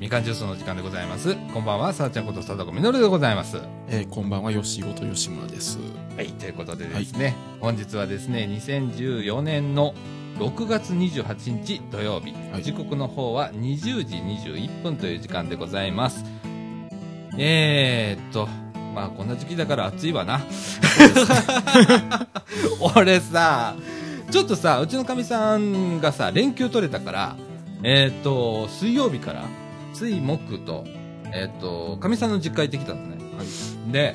みかんジュースの時間でございます。こんばんは、さあちゃんこと貞子みのるでございます。 こんばんは、吉本吉村です。 はい、ということでですね、本日はですね、2014年の6月28日土曜日、時刻の方は20時21分という時間でございます。まあこんな時期だから暑いわな。俺さ、ちょっとさ、うちのかみさんがさ、連休取れたから、水曜日から、水木と、かみさんの実家行ってきたのね。はい、で、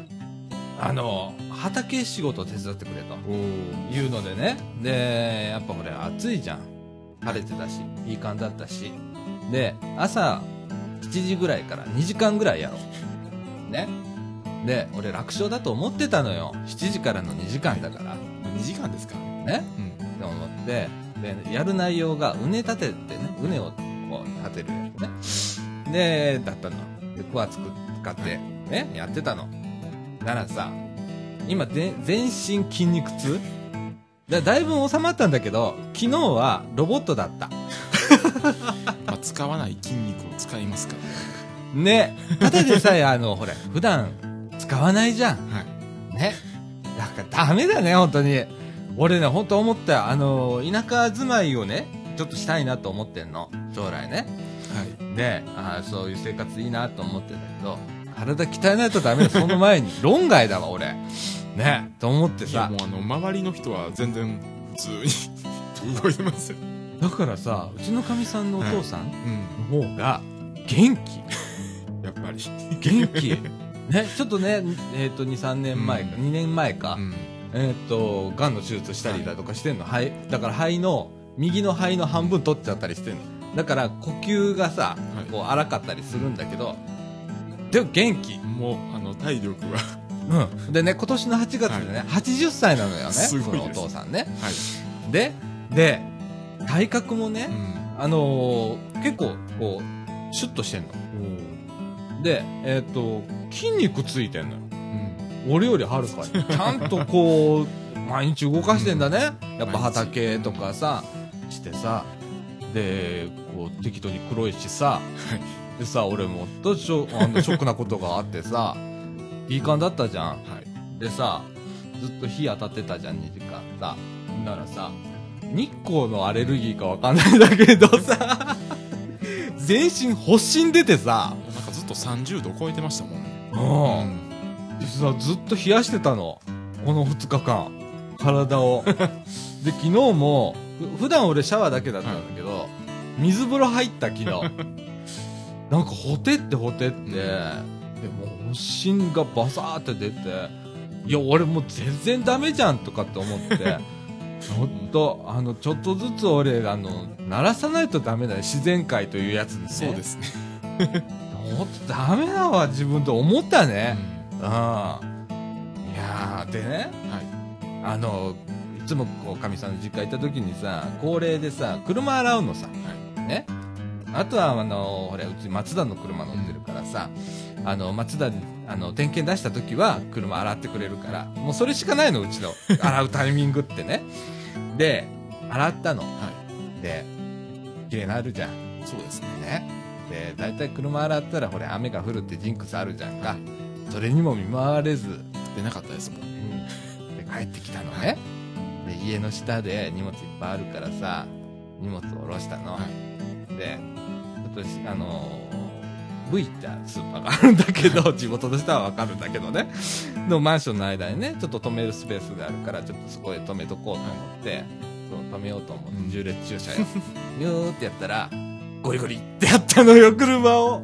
畑仕事手伝ってくれというのでね。で、やっぱこれ暑いじゃん。晴れてたし、いい感じだったし。で、朝7時ぐらいから2時間ぐらいやろう。ね。で、俺楽勝だと思ってたのよ。7時からの2時間だから。 2時間ですかね。うん。と思って、で、やる内容が畝立てってね、畝をこう立てるやつね。で、だったの。で、クワ使って、ね、やってたの。ならさ、今全身筋肉痛だいぶ収まったんだけど、昨日はロボットだった。 まあ、使わない筋肉を使いますからね。ただでさえほれ、普段使わないじゃん。 はい。 ね。だからダメだね、本当に。俺ね、本当思った。田舎住まいをね、ちょっとしたいなと思ってんの。将来ね。はい。で、そういう生活いいなと思ってんだけど、体鍛えないとダメだ。その前に、論外だわ、俺。ね。と思ってさ。 いや、もう周りの人は全然普通に動いてますよ。 だからさ、うちのかみさんのお父さんの方が元気。 やっぱり。 元気。ね、ちょっとね、2、3年前か、2年前か、癌の手術したりだとかしてんの。だから右の肺の半分取っちゃったりしてんの。だから呼吸がさ、こう荒かったりするんだけど、でも元気。 もう、体力が。 うん。でね、今年の8月でね、80歳なのよね。 すごいです。 そのお父さんね。 はい。 で、体格もね、結構、こう、シュッとしてんの。で、筋肉ついてんのよ。俺よりはるかに。ちゃんとこう、毎日動かしてんだね。やっぱ畑とかさ、してさ、で、こう、適当に黒いしさ、でさ、俺もショックなことがあってさ、いい感じだったじゃん。でさ、ずっと火当たってたじゃん、2時間さ。ならさ、日光のアレルギーかわかんないんだけどさ、全身発疹出てさ、 なんかずっと30度超えてましたもんね。 でさ、ずっと冷やしてたの。この2日間。体を。で、昨日も、普段俺シャワーだけだったんだけど、水風呂入った昨日。なんかほてって、でもう発疹がバサーって出て、いや、俺もう全然ダメじゃんとかって思って、ちょっとずつ俺、鳴らさないとダメだね。自然界というやつですね。 そうですね。 もっとダメだわ、自分と思ったね。いやー、でね、いつもこう、かみさんの実家行った時にさ、恒例でさ、車洗うのさ。ね。あとは、ほれ、うち松田の車乗ってるからさ、松田に、点検出した時は、車洗ってくれるから、もうそれしかないの、うちの。洗うタイミングってね。で、洗ったの。で、綺麗になるじゃん。 そうですね。で、だいたい車洗ったら、ほれ、雨が降るってジンクスあるじゃんか。それにも見舞われず。 出なかったですもん。 で、帰ってきたのね。で、家の下で荷物いっぱいあるからさ、荷物を下ろしたの。で、ちょっとV ってスーパーがあるんだけど、地元の人はわかるんだけどね。のマンションの間にね、ちょっと止めるスペースがあるから、ちょっとそこへ止めとこうと思って、そう止めようと思って、縦列駐車よ。ニューってやったら、ゴリゴリってやったのよ、車を。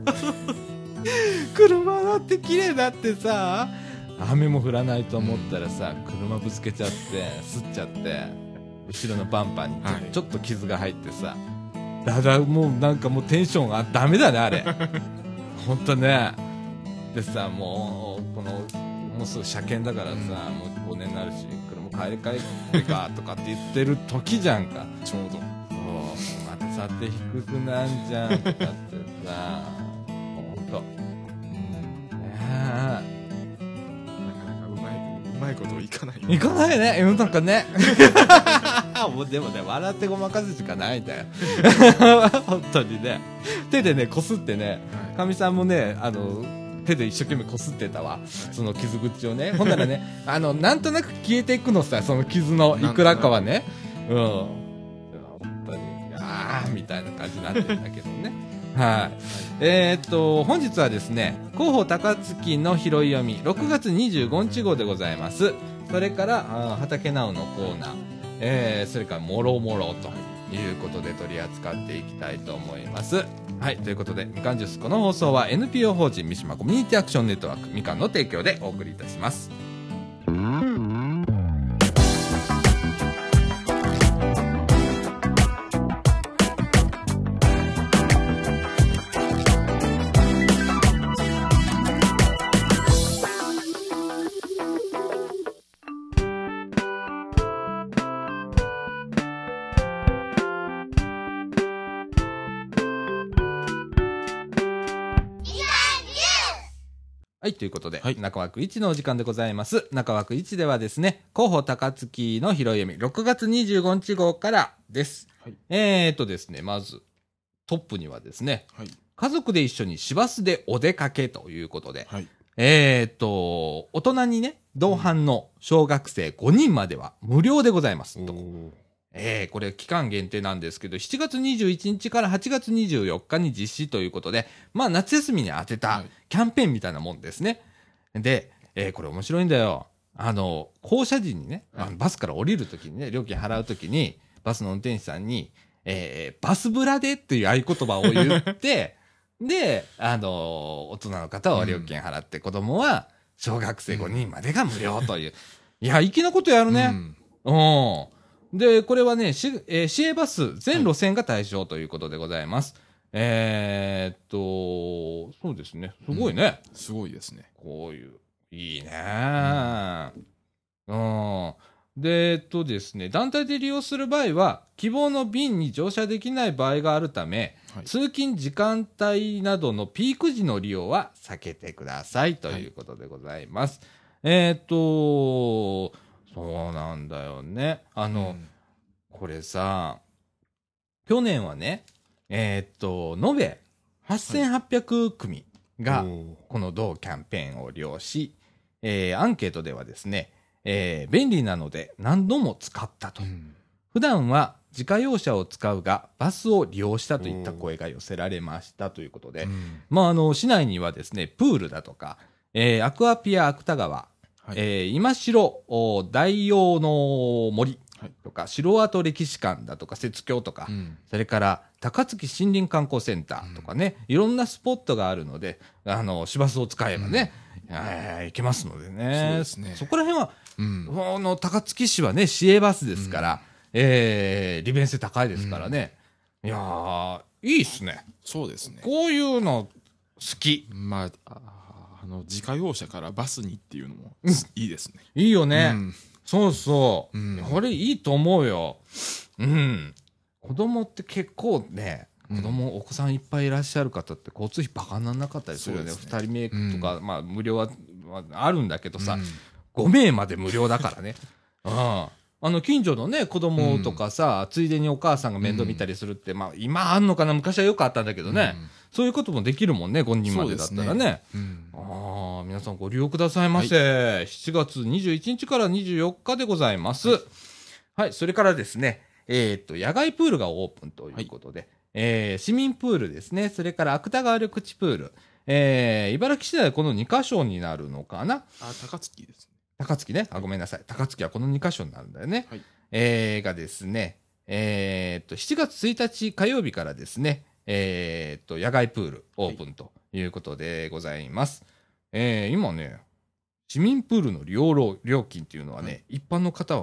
車だって綺麗だってさ、雨も降らないと思ったらさ、車ぶつけちゃって、すっちゃって、後ろのバンパーにちょっと傷が入ってさ、もうなんかもうテンションがダメだね、あれ。ほんとね。でさ、もうすぐ車検だからさ、もう5年になるし、車買い替えかとかって言ってる時じゃんか。 ちょうど。 そう、またさて低くなんじゃんとかってさ、ほんと。 なかなかうまいここと行かない。 行かないね。なんかね。もうでもね、笑ってごまかすしかないんだよ。本当にね。手でね、こすってね、かみさんもね、手で一生懸命こすってたわ。その傷口をね。ほんならね、なんとなく消えていくのさ、その傷のいくらかはね。うん。本当に、みたいな感じになってるんだけどね。はい。本日はですね、広報高槻の拾い読み、6月25日号でございます。それから、畑直のコーナー、それから、もろもろということで取り扱っていきたいと思います。はい。ということで、みかんジュース、この放送は NPO 法人三島コミュニティアクションネットワーク、みかんの提供でお送りいたします。はい、ということで、はい、中枠1のお時間でございます。中枠1ではですね、広報高槻の拾い読み、6月25日号からです。はい、ですね、まず、トップにはですね、はい、家族で一緒に市バスでお出かけということで、はい、大人にね、同伴の小学生5人までは無料でございますと。これ期間限定なんですけど、7月21日から8月24日に実施ということで、まあ夏休みに当てたキャンペーンみたいなもんですね。で、これ面白いんだよ。降車時にね、バスから降りるときにね、料金払うときに、バスの運転手さんに、バスブラでっていう合言葉を言って、で、大人の方は料金払って、子供は小学生5人までが無料という。いや、粋なことやるね。で、これはね、市営バス全路線が対象ということでございます。そうですね。すごいね。 すごいですね。 こういう、いいね。で、ですね、団体で利用する場合は、希望の便に乗車できない場合があるため、通勤時間帯などのピーク時の利用は避けてくださいということでございます。そうなんだよね。これさ、去年はね、延べ8800組が、この同キャンペーンを利用し、アンケートではですね、便利なので何度も使ったと。普段は自家用車を使うが、バスを利用したといった声が寄せられましたということで、市内にはですね、プールだとか、アクアピア芥川、今城大王の森とか、城跡歴史館だとか、雪橋とか、それから高槻森林観光センターとかね、いろんなスポットがあるので、市バスを使えばね、行けますのでね。そうですね。そこら辺は、高槻市はね、市営バスですから、利便性高いですからね。いやー、いいっすね。 そうですね。 こういうの好き。 まあ、自家用車からバスにっていうのもいいですね。 いいよね。そうそう。これいいと思うよ。子供って結構ね、お子さんいっぱいいらっしゃる方って交通費バカにならなかったりするよね。2人目とか、まあ無料はあるんだけどさ、5名まで無料だからね。近所のね、子供とかさ、ついでにお母さんが面倒見たりするって、まあ今あんのかな、昔はよくあったんだけどね。そういうこともできるもんね、5人までだったらね。皆さんご利用くださいませ。7月21日から24日でございます。はい、それからですね、野外プールがオープンということで、市民プールですね、それから芥川緑地プール、茨城市内はこの2カ所になるのかな。 高槻ですね。 高槻ね。ごめんなさい。高槻はこの2カ所になるんだよね。がですね、7月1日火曜日からですね、野外プールオープンということでございます。今ね、市民プールの利用料金っていうのはね、一般の方は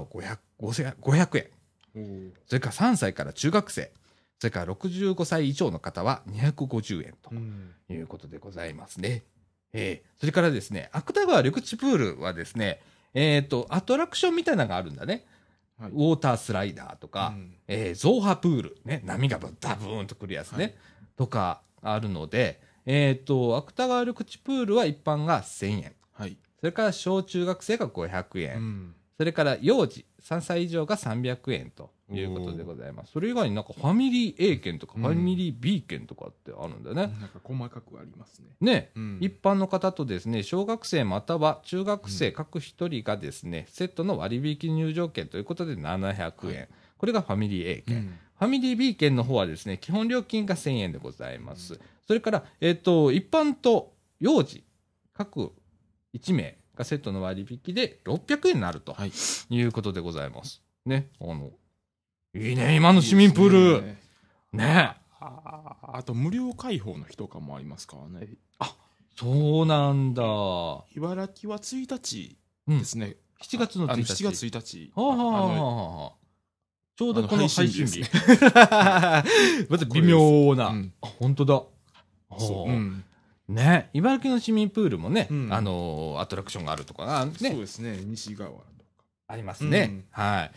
500円。それから3歳から中学生、それから65歳以上の方は250円ということでございますね。それからですね、芥川緑地プールはですね、アトラクションみたいなのがあるんだね。ウォータースライダーとか、ゾウハプール、ね、波がダブーンとくるやつね、とかあるので、芥川緑地プールは一般が1000円。 それから小中学生が500円。 うん。 それから幼児、3歳以上が300円ということでございます。それ以外になんかファミリー A 券とかファミリー B 券とかってあるんだよね。 なんか細かくありますね。 ね、 うん一般の方とですね、小学生または中学生各一人がですね、セットの割引入場券ということで700円。これがファミリー A 券。 うんファミリー B 券の方はですね、基本料金が1000円でございます。それから、一般と幼児各1名がセットの割引で600円になるとはい。 いうことでございます。ね。いいね、今の市民プール。 いいですねね。 あと無料開放の日とかもありますからね。 そうなんだ。 茨城は1日うんですね。 7月の1日。 7月1日。 はあはあはあはあ。ちょうどこの配信日。 ですまた微妙な。 うんあ、本当だ。 そう。うんね。茨城の市民プールもね、 うんアトラクションがあるとかね。 そうですね。西側とか。 ありますね。 うんはい。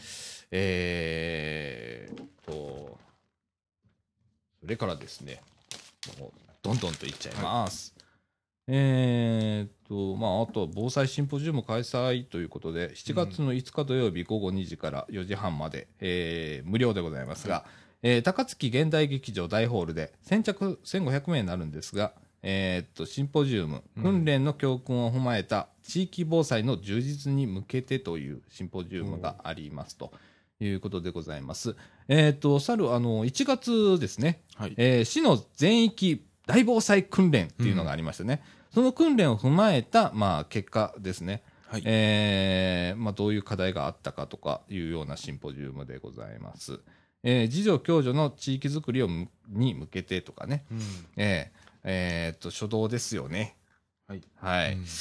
それからですね、もうどんどんといっちゃいます。まあ、あと、防災シンポジウム開催ということで、7月の5日土曜日午後2時から4時半まで、無料でございますが、高槻現代劇場大ホールで先着1500名になるんですが、シンポジウム、訓練の教訓を踏まえた地域防災の充実に向けてというシンポジウムがありますということでございます。1月ですね、 はい。 市の全域大防災訓練っていうのがありましてね、その訓練を踏まえた、まあ、結果ですね、 はい。 まあ、どういう課題があったかとかいうようなシンポジウムでございます。自助共助の地域づくりに向けてとかね、初動ですよね。 はい。 はい。 うん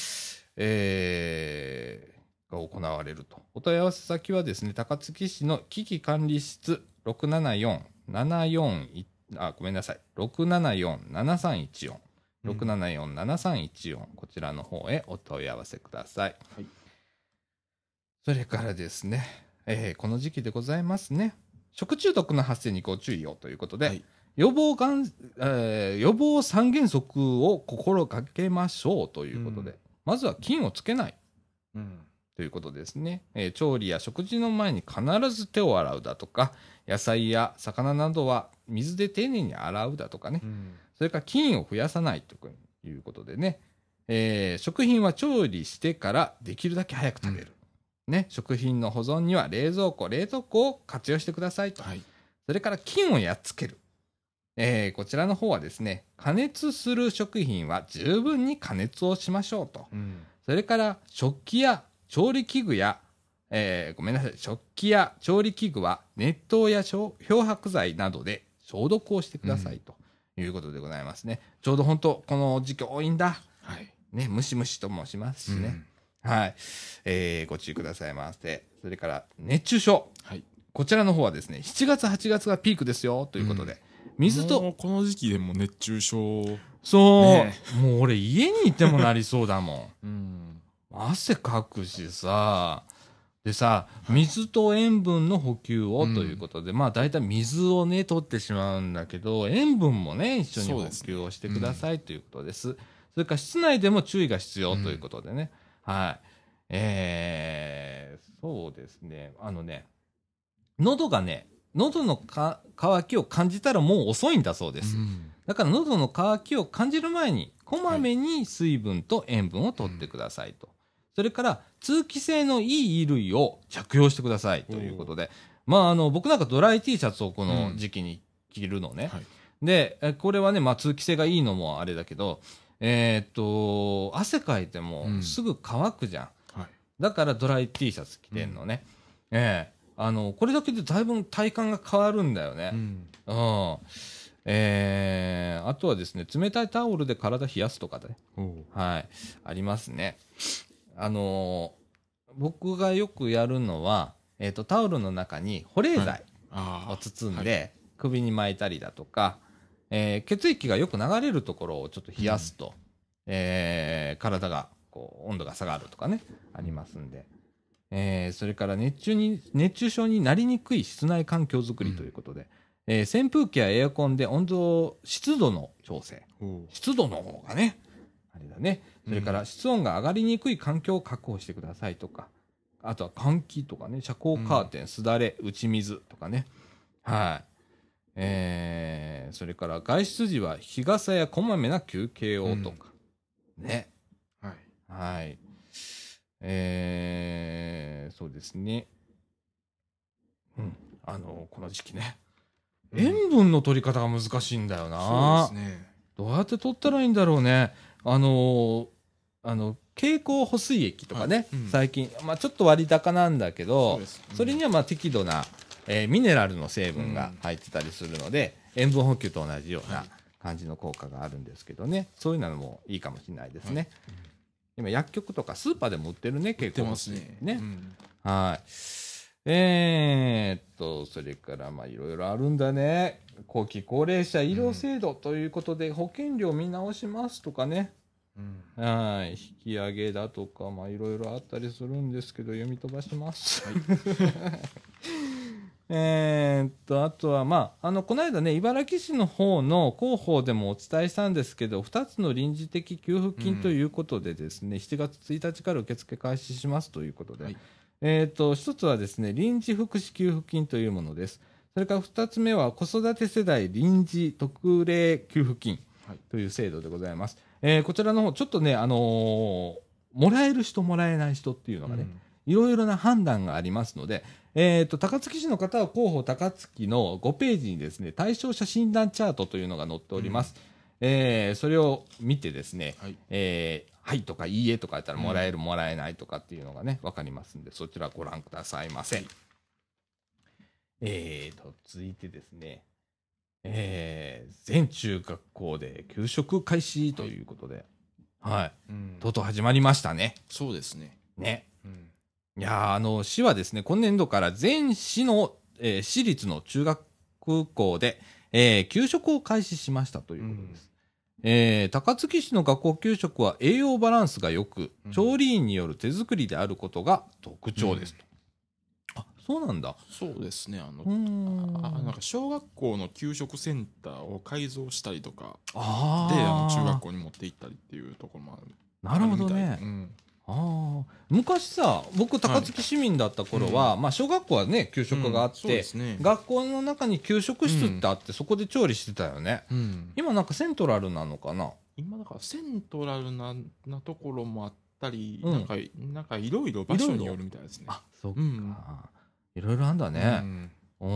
が行われると。お問い合わせ先はですね、高槻市の危機管理室674-741、ごめんなさい。674-7314。674-7314、こちらの方へお問い合わせください。 はい。 それからですね、この時期でございますね。食中毒の発生にご注意をということで、 はい予防三原則を心がけましょうということで、まずは菌をつけないうん。 ということですね。調理や食事の前に必ず手を洗うだとか、野菜や魚などは水で丁寧に洗うだとかね、 うん。 それから菌を増やさないということでね、食品は調理してからできるだけ早く食べる。ね、食品の保存には冷蔵庫、冷凍庫を活用してくださいと。 はい。 それから菌をやっつける。こちらの方はですね、加熱する食品は十分に加熱をしましょうと。 うん。 それから食器や調理器具や、食器や調理器具は熱湯や漂白剤などで消毒をしてくださいということでございますね。ちょうど本当この時期多いんだ。 はい。 ね、ムシムシともしますしね。はい。ご注意くださいませ。それから熱中症。 はい。 こちらの方はですね、7月、8月がピークですよということで、水と、 もうこの時期でも熱中症。 そう、 ねもう俺家にいてもなりそうだもん。 うん。 汗かくしさ、でさ、水と塩分の補給をということで、まあ大体水をね、取ってしまうんだけど、塩分もね、一緒に補給をしてくださいということです。それから室内でも注意が必要ということでね。はい。そうですね。喉の渇きを感じたらもう遅いんだそうです。だから喉の渇きを感じる前に、こまめに水分と塩分を取ってくださいと。それから、通気性のいい衣類を着用してくださいということで。まあ、僕なんかドライ T シャツをこの時期に着るのね。 はい。 で、これはね、まあ通気性がいいのもあれだけど、汗かいてもすぐ乾くじゃん。 はい。 だからドライ T シャツ着てんのね。これだけでだいぶ体感が変わるんだよね。あとはですね、冷たいタオルで体冷やすとかで、はい、ありますね。僕がよくやるのは、タオルの中に保冷剤を包んで、首に巻いたりだとか、血液がよく流れるところをちょっと冷やすと、体がこう温度が下がるとかね、ありますんで。それから熱中症になりにくい室内環境づくりということで、扇風機やエアコンで湿度の調整。湿度の方がね、あれだね。 それから室温が上がりにくい環境を確保してくださいとか、あとは換気とかね、遮光カーテン、すだれ、打ち水とかね。はい。それから外出時は日傘やこまめな休憩をとか。ね。 はい。 はい。そうですね。うん。この時期ね。塩分の取り方が難しいんだよな。 そうですね。 どうやって取ったらいいんだろうね。経口補水液とかね、最近、まあちょっと割高なんだけど、それにはまあ適度な、ミネラルの成分が入ってたりするので、塩分補給と同じような感じの効果があるんですけどね、そういうのもいいかもしれないですね。今薬局とかスーパーでも売ってるね、経口補水液ね。はい。それからまあいろいろあるんだね。後期高齢者医療制度ということで、保険料見直しますとかね。はい。引き上げだとか、まあいろいろあったりするんですけど、読み飛ばします。はい、あとはまあ、この間ね、茨城市の方の広報でもお伝えしたんですけど、2つの臨時的給付金ということでですね、7月1日から受付開始しますということで、一つはですね、臨時福祉給付金というものです。それから二つ目は子育て世代臨時特例給付金という制度でございます。こちらの方、ちょっとね、もらえる人、もらえない人っていうのがね、いろいろな判断がありますので、高槻市の方は広報高槻の5ページにですね、対象者診断チャートというのが載っております。それを見てですね、はいとかいいえとか言ったらもらえる、もらえないとかっていうのがね、わかりますんで、そちらご覧くださいませ。続いてですね、全中学校で給食開始ということで、はい。とうとう始まりましたね。 そうですね。 ね。いや市はですね、今年度から全市の、市立の中学校で、給食を開始しましたということです。高槻市の学校給食は栄養バランスが良く、調理員による手作りであることが特徴ですと。あ、そうなんだ。 そうですね。なんか小学校の給食センターを改造したりとかで、中学校に持って行ったりっていうところもある。 なるほどね。昔さ、僕高槻市民だった頃は、まあ小学校はね給食があって、学校の中に給食室ってあって、そこで調理してたよね。今なんかセントラルなのかな。 今だからセントラルなところもあったり、なんかいろいろ場所によるみたいですね。 あ、そっか。いろいろあんだね。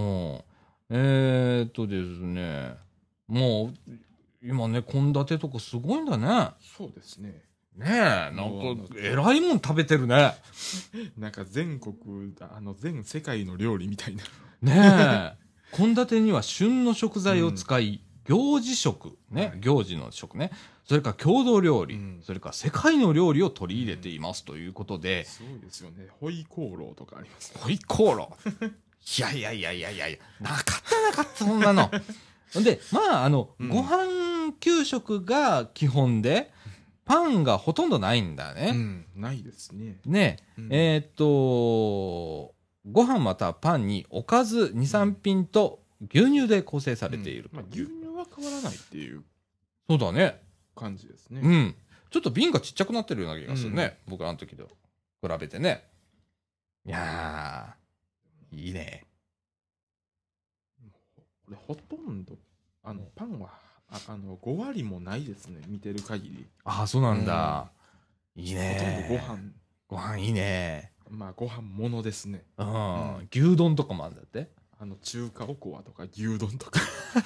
ですね、もう今ね献立とかすごいんだね。 そうですね。 ねえ、なんか、えらいもん食べてるね。 なんか全世界の料理みたいな。 ねえ。献立には旬の食材を使い、行事食、ね、行事の食ね。それから郷土料理、それから世界の料理を取り入れていますということで。 すごいですよね。ホイコーローとかあります、 ホイコーロー。いや、なかった、そんなの。で、まあ、ご飯給食が基本で、パンがほとんどないんだね。 ないですね。 ね、ご飯またはパンにおかず2、3品と牛乳で構成されている。 牛乳は変わらないっていう。 そうだね。 感じですね。 ちょっと瓶がちっちゃくなってるような気がするね。僕らの時と比べてね。いやー、いいね。 これほとんど、パンは、5割もないですね。見てる限り。 ああ、そうなんだ。いいね。 ほとんどご飯いいね。 まあ、ご飯ものですね。 牛丼とかもあるんだって。 中華おこわとか牛丼とか。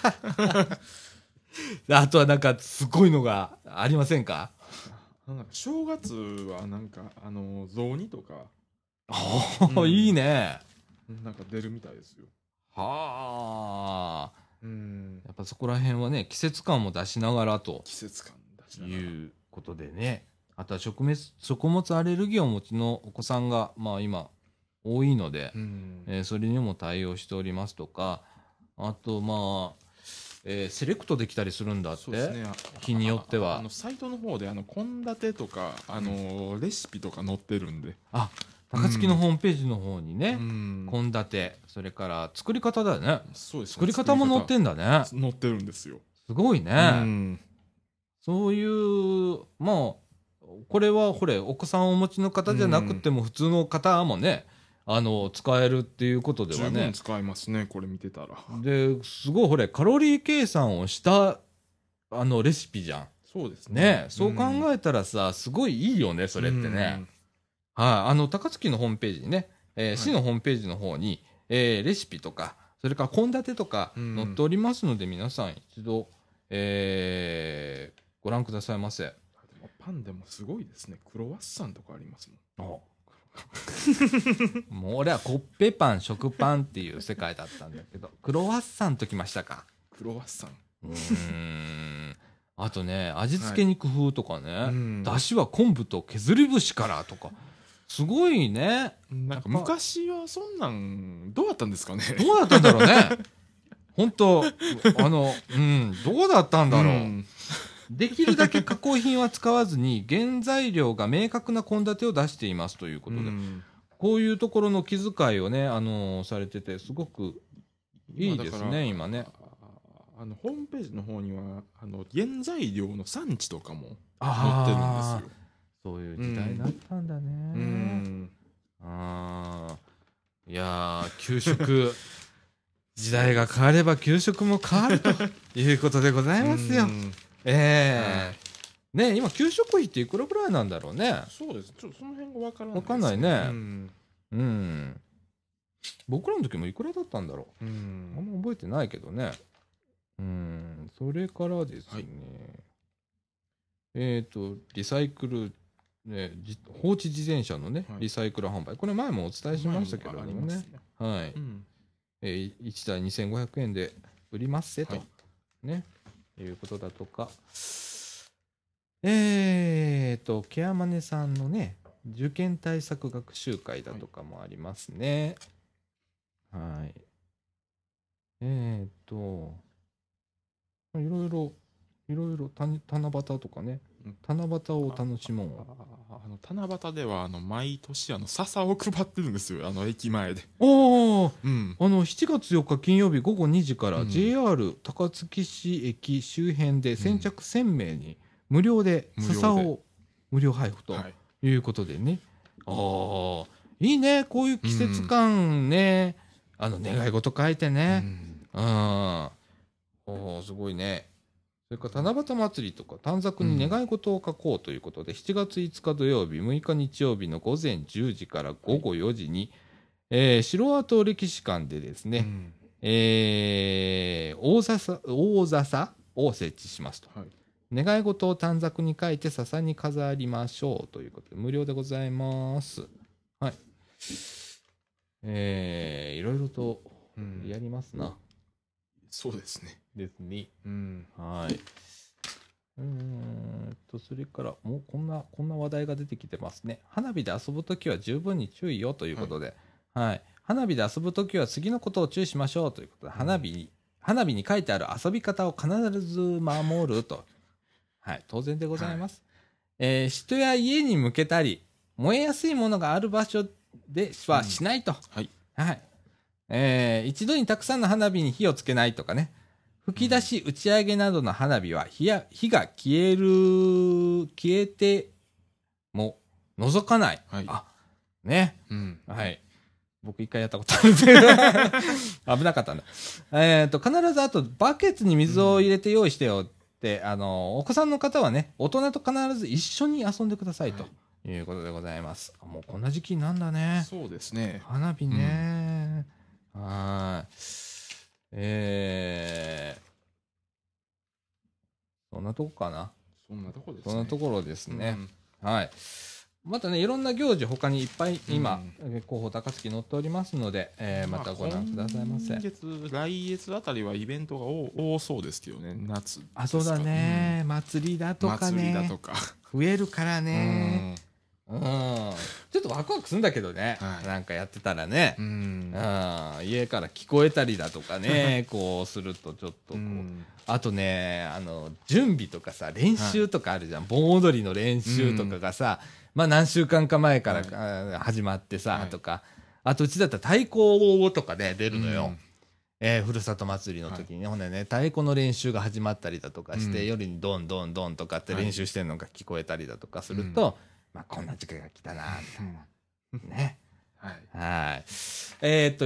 あとはなんかすごいのがありませんか？ 正月はなんか雑煮とかいいね。 なんか出るみたいですよ。 はあ。やっぱそこら辺はね季節感も出しながらということでね。あとは食物アレルギーをお持ちのお子さんがまあ今多いので、それにも対応しておりますとか、あとまあセレクトできたりするんだって。そうですね。日によってはサイトの方で献立とかレシピとか載ってるんで。 あ、高槻のホームページの方にね、献立、それから作り方だよね。そうですね。作り方も載ってんだね。 載ってるんですよ。 すごいね。そういうまあこれは、お子さんをお持ちの方じゃなくても、普通の方もね、使えるっていうことでは十分ね。 使えますね、これ見てたら。 で、すごい、カロリー計算をした、レシピじゃん。 そうですね。 ね、そう考えたらさ、すごいいいよね、それってね。はい、高槻のホームページにね、市のホームページの方に、レシピとか、それから献立とか載っておりますので、皆さん一度、ご覧くださいませ。 でもパンでもすごいですね。クロワッサンとかありますもん。 もう俺はコッペパン、食パンっていう世界だったんだけど、クロワッサンときましたか。 クロワッサン。 あとね、味付けに工夫とかね、 はい、 だしは昆布と削り節からとか、すごいね。 なんか昔はそんなんどうだったんですかね。 どうだったんだろうね。本当どうだったんだろう。できるだけ加工品は使わずに原材料が明確な献立を出していますということで、こういうところの気遣いをね、されててすごくいいですね、今ね。 ホームページの方には原材料の産地とかも載ってるんですよ。 そういう時代になったんだね。いやー、給食時代が変われば給食も変わるということでございますよ。ね、今給食費っていくらぐらいなんだろうね。 そうです。ちょっとその辺がわからないですね。 わかんないね。僕らの時もいくらだったんだろう。あんま覚えてないけどね。それからですね。リサイクル、放置自転車のね、リサイクル販売。これ前もお伝えしましたけどもね。はい。1台2500円で売りますせと。ね。いうことだとか。ケアマネさんのね、受験対策学習会だとかもありますね。はい。いろいろ七夕とかね、七夕を楽しもう。 七夕では毎年笹を配ってるんですよ、駅前で。 7月4日金曜日午後2時から JR 高槻市駅周辺で先着1000名に無料で笹を無料配布ということでね。いいね、こういう季節感ね。願い事書いてね。すごいね。それから七夕祭りとか短冊に願い事を書こうということで、7月5日土曜日、6日日曜日の午前10時から午後4時に、城跡歴史館でですね、大笹を設置しますと。願い事を短冊に書いて笹に飾りましょうということで、無料でございます。はい。いろいろとやりますな。 そうですね。 ですね。はい。それから、もうこんな話題が出てきてますね。花火で遊ぶときは十分に注意よということで、はい。花火で遊ぶときは次のことを注意しましょうということで、花火に書いてある遊び方を必ず守ると。はい。当然でございます。人や家に向けたり、燃えやすいものがある場所ではしないと。はい。一度にたくさんの花火に火をつけないとかね。吹き出し、打ち上げなどの花火は火が消えても覗かない。ね。はい。僕一回やったことあるんで危なかったんだ。必ずあとバケツに水を入れて用意してよって、お子さんの方はね、大人と必ず一緒に遊んでくださいということでございます。もうこんな時期なんだね。 そうですね。 花火ね。そんなとこかな。 そんなとこですね。 そんなところですね。はい。またね、いろんな行事他にいっぱい今、広報高槻載っておりますので、またご覧くださいませ。 来月あたりはイベントが多そうですけどね、夏。 そうだね、祭りだとかね。増えるからね。ちょっとワクワクするんだけどね。なんかやってたらね。家から聞こえたりだとかね、こうするとちょっとこう。あとね、準備とかさ、練習とかあるじゃん。盆踊りの練習とかがさ、まあ何週間か前から始まってさ、とか。あとうちだったら太鼓とかね、出るのよ。 ふるさと祭りの時にね、ほんでね、太鼓の練習が始まったりだとかして、夜にドンドンドンとかって練習してるのが聞こえたりだとかすると、まあ、こんな時間が来たな、みたいな。ね。はい。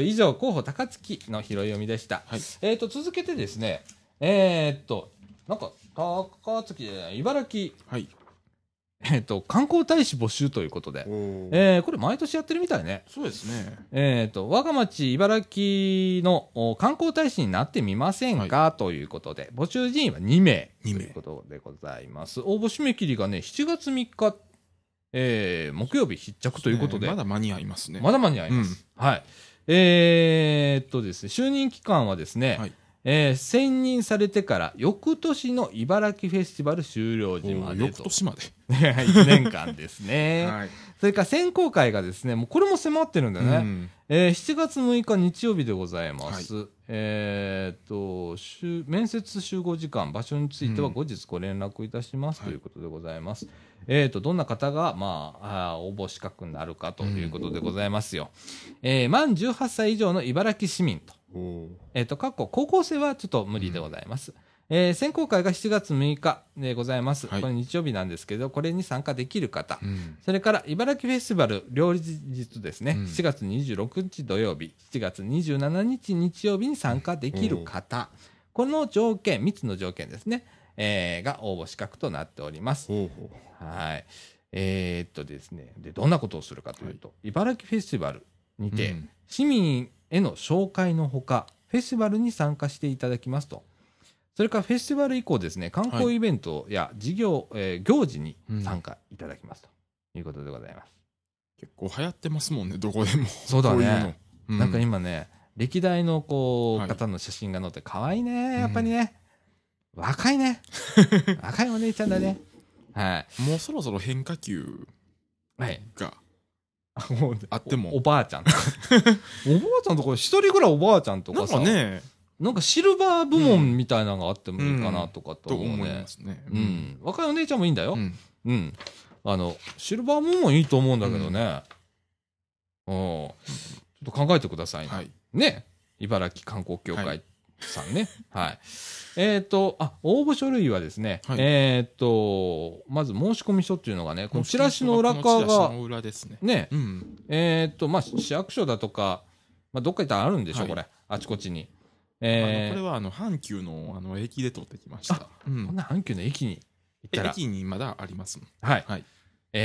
以上、候補高槻の拾い読みでした。続けてですね、なんか、高槻じゃない、茨城。観光大使募集ということで、これ毎年やってるみたいね。 そうですね。 我が町茨城の観光大使になってみませんか、ということで、募集人員は2名ということでございます。応募締め切りがね、7月3日、木曜日必着ということで。 まだ間に合いますね。 まだ間に合います。はい。ですね、就任期間はですね、選任されてから翌年の茨城フェスティバル終了時までと。 翌年まで 1年間ですね。それから選考会がですね、もうこれも迫ってるんだよね。7月6日日曜日でございます。面接集合時間、場所については後日ご連絡いたしますということでございます。どんな方が、応募資格になるかということでございますよ。満18歳以上の茨城市民と。高校生はちょっと無理でございます。選考会が7月6日でございます。これ日曜日なんですけど、これに参加できる方。それから茨城フェスティバル両日ですね。7月26日土曜日、7月27日日曜日に参加できる方。この条件、3つの条件ですね。が応募資格となっております。はい。ですね。で、どんなことをするかというと、茨城フェスティバルにて、市民への紹介のほか、フェスティバルに参加していただきますと。それからフェスティバル以降ですね、観光イベントや行事に参加いただきますということでございます。 結構流行ってますもんね、どこでも。 そうだね。なんか今ね、歴代の方の写真が載って可愛いね、やっぱりね。若いね。若いお姉ちゃんだね。はい。 もうそろそろ変化球があっても。 おばあちゃんとか。おばあちゃんとか、一人ぐらいおばあちゃんとかさ。 なんかね、 なんかシルバー部門みたいなのがあってもいいかなとかと思うね。 と思いますね。 若いお姉ちゃんもいいんだよ。シルバー部門いいと思うんだけどね。ちょっと考えてくださいね。ね。茨城観光協会さんね。はい。応募書類はですね、まず申し込み書っていうのがね、このチラシの裏側が、ね、市役所だとか、どっか行ったらあるんでしょ、これ。あちこちに。 これは阪急の駅で取ってきました。 こんな阪急の駅に行ったら。 駅にまだあります。 はい。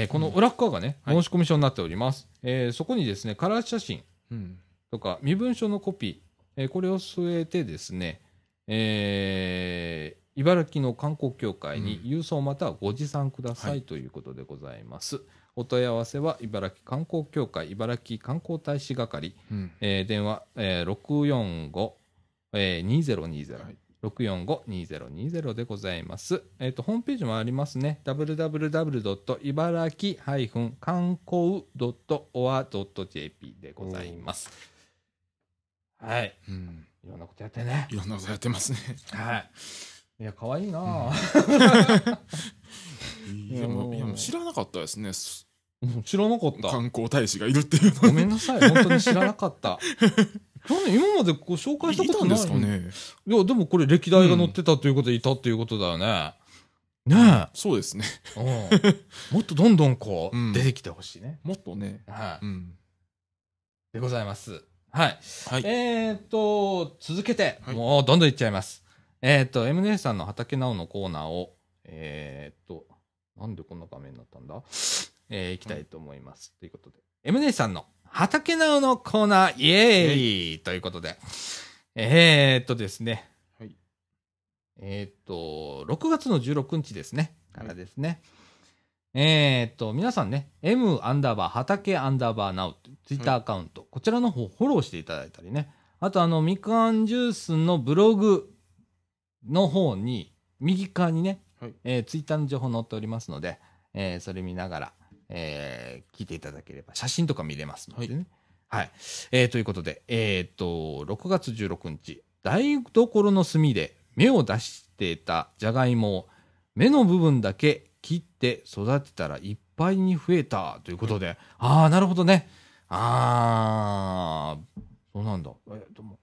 この裏側がね、申し込み書になっております。そこにですね、カラー写真とか身分証のコピー、これを添えてですね、茨城の観光協会に郵送またはご持参くださいということでございます。お問い合わせは茨城観光協会茨城観光大使係、電話、645-2020、645-2020でございます。ホームページもありますね。www. 茨城観光 .or.jp でございます。はい。いろんなことやってね。 いろんなことやってますね。 はい。いや、可愛いないや、もう知らなかったですね。 知らなかった。 観光大使がいるっていうの。 ごめんなさい。本当に知らなかった。今までご紹介したことない。 いたんですかね。 いや、でもこれ歴代が載ってたということでいたっていうことだよね。ねえ。 そうですね。 もっとどんどん出てきてほしいね。 もっとね。 はい。でございます。はい。続けて、もうどんどんいっちゃいます。M さんの畑直のコーナーを、なんでこんな画面になったんだいきたいと思います。ということで。M さんの畑直のコーナー、イエーイということで。ですね。6月の16日ですね。からですね。皆さんね、M_畑_nowツイッターアカウント、こちらの方フォローしていただいたりね。あとみかんジュースのブログの方に、右側にね、ツイッターの情報載っておりますので、それ見ながら、聞いていただければ、写真とか見れますのでね。はい。ということで、6月16日、台所の隅で芽を出していたじゃがいもを、芽の部分だけ切って育てたらいっぱいに増えたということで、なるほどね。そうなんだ。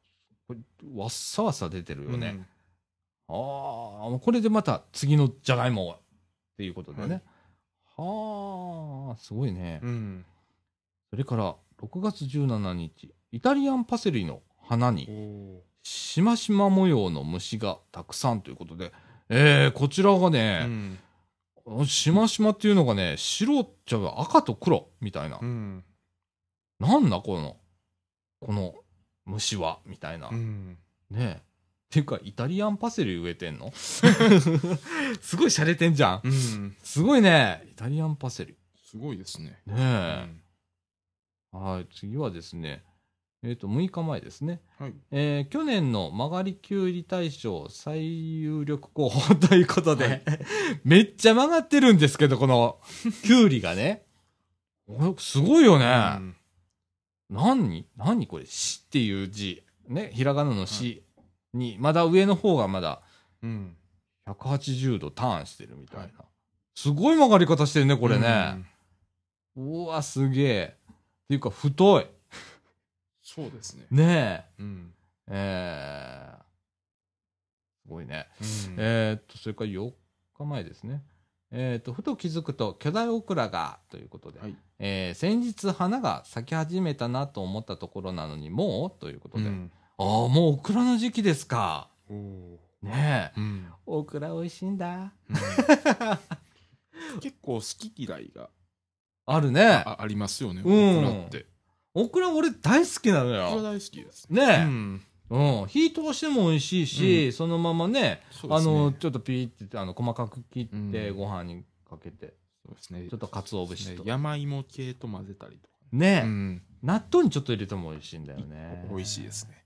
これわっさわさ出てるよね。ああ、これでまた次のじゃがいもっていうことでね。はあ、すごいね。それから6月17日、イタリアンパセリの花にしましま模様の虫がたくさんということで、こちらがね、しましまっていうのがね、白っちゃう赤と黒みたいな。なんだこの虫はみたいな。ねえ。っていうか、イタリアンパセリ植えてんのすごい洒落てんじゃん。すごいね。イタリアンパセリ。 すごいですね。 ねえ。はい、次はですね、6日前ですね。去年の曲がりきゅうり大賞最有力候補ということで、めっちゃ曲がってるんですけど、このきゅうりがね。すごいよね。何これ、しっていう字。ね、ひらがなのしに、まだ上の方がまだ、180度ターンしてるみたいな。すごい曲がり方してるね、これね。うわ、すげえ。っていうか、太い。 そうですね。 ねえ。すごいね。それから4日前ですね。ふと気づくと巨大オクラが、ということで、先日花が咲き始めたなと思ったところなのに、もうということで。もうオクラの時期ですか。ねえ。オクラ美味しいんだ。 結構好き嫌いがあるね。 ありますよね、オクラって。 オクラ俺大好きなのよ。 オクラ大好きです。 ねえ。火通しても美味しいし、そのままね、ちょっとピーって細かく切ってご飯にかけて、 そうですね。 ちょっと鰹節と。 山芋系と混ぜたりとか。 ねえ。納豆にちょっと入れても美味しいんだよね。 美味しいですね。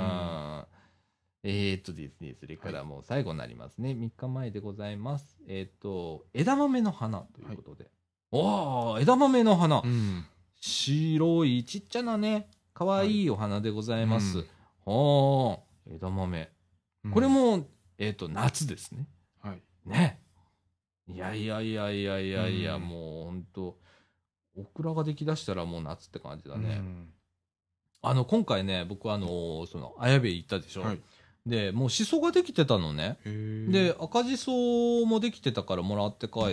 ですね、それからもう最後になりますね。3日前でございます。枝豆の花ということで。枝豆の花。白いちっちゃなね、かわいいお花でございます。枝豆。これも、夏ですね。ね。いや、もうほんと、オクラが出来だしたらもう夏って感じだね。今回ね、僕綾部行ったでしょ。で、もうシソができてたのね。で、赤じそもできてたからもらって帰って、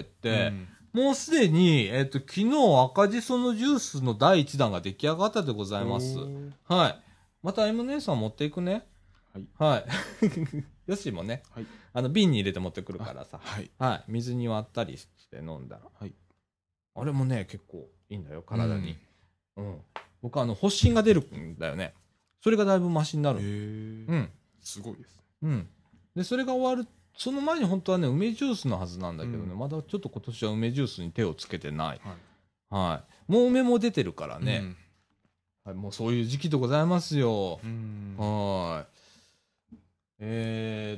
もうすでに、昨日赤じそのジュースの第1弾が出来上がったでございます。はい。また M 姉さん持っていくね。はい。よしもね、瓶に入れて持ってくるからさ。はい。水に割ったりして飲んだら。あれもね、結構いいんだよ、体に。僕発疹が出るんだよね。それがだいぶマシになる。 すごいです。 で、それが終わる。その前に本当はね、梅ジュースのはずなんだけどね、まだちょっと今年は梅ジュースに手をつけてない。はい。もう梅も出てるからね。もうそういう時期でございますよ。はい。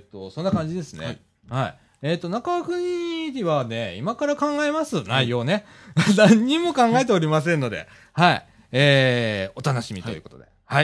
そんな感じですね。はい。中川国にはね、今から考えます、内容ね。何にも考えておりませんので、はい。お楽しみということで。はい。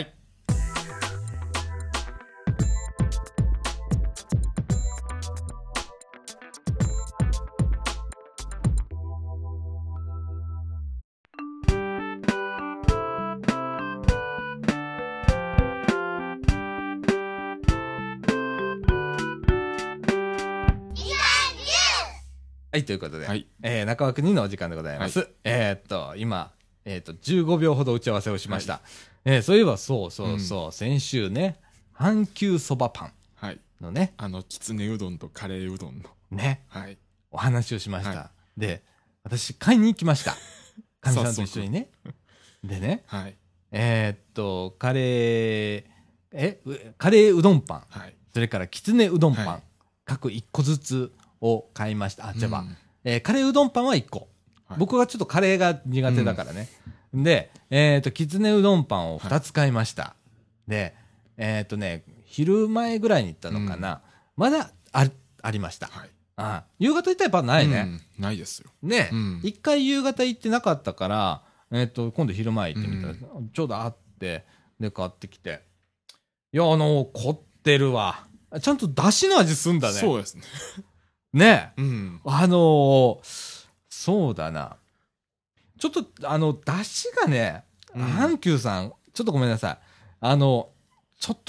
はい、ということで、中枠2のお時間でございます。今、15秒ほど打ち合わせをしました。そういえば、そう、先週ね、阪急そばパンのね、 きつねうどんとカレーうどんの。 ね、お話をしました。で、私、買いに行きました。かみさんと一緒にね。でね、カレーうどんパン、それからきつねうどんパン、各1個ずつ、を買いました。カレーうどんパンは1個。僕はちょっとカレーが苦手だからね。で、きつねうどんパンを2つ買いました。で、昼前ぐらいに行ったのかな。まだありました。夕方行ったらやっぱないね。 ないですよ。 ね、一回夕方行ってなかったから、今度昼前行ってみたら、ちょうどあって、で、買ってきて。いや、凝ってるわ。ちゃんと出汁の味すんだね。 そうですね。 ねえ。そうだな。ちょっと、出汁がね、阪急さん、ちょっとごめんなさい。ちょっと、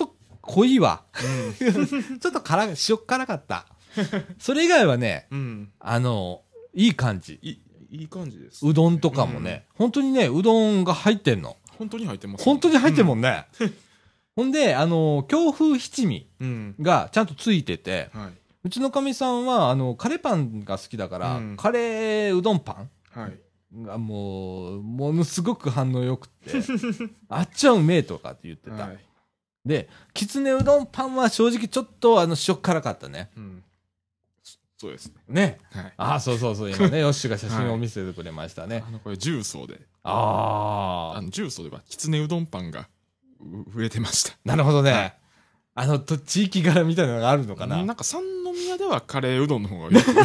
濃いわ。ちょっと塩辛かった。それ以外はね、いい感じ。 いい感じです。 うどんとかもね、本当にね、うどんが入ってんの。 本当に入ってます。 本当に入ってるもんね。ほんで、京風七味がちゃんとついてて、うちのかみさんは、カレーパンが好きだから、カレーうどんパンがもう、ものすごく反応良くて、あっちはうめえとかって言ってた。で、きつねうどんパンは正直ちょっと塩辛かったね。 そうですね。 ね。そう今ね、ヨッシュが写真を見せてくれましたね。 これ重曹で。重曹ではきつねうどんパンが増えてました。 なるほどね。地域柄みたいなのがあるのかな。 なんか三宮ではカレーうどんの方がよく売れてます。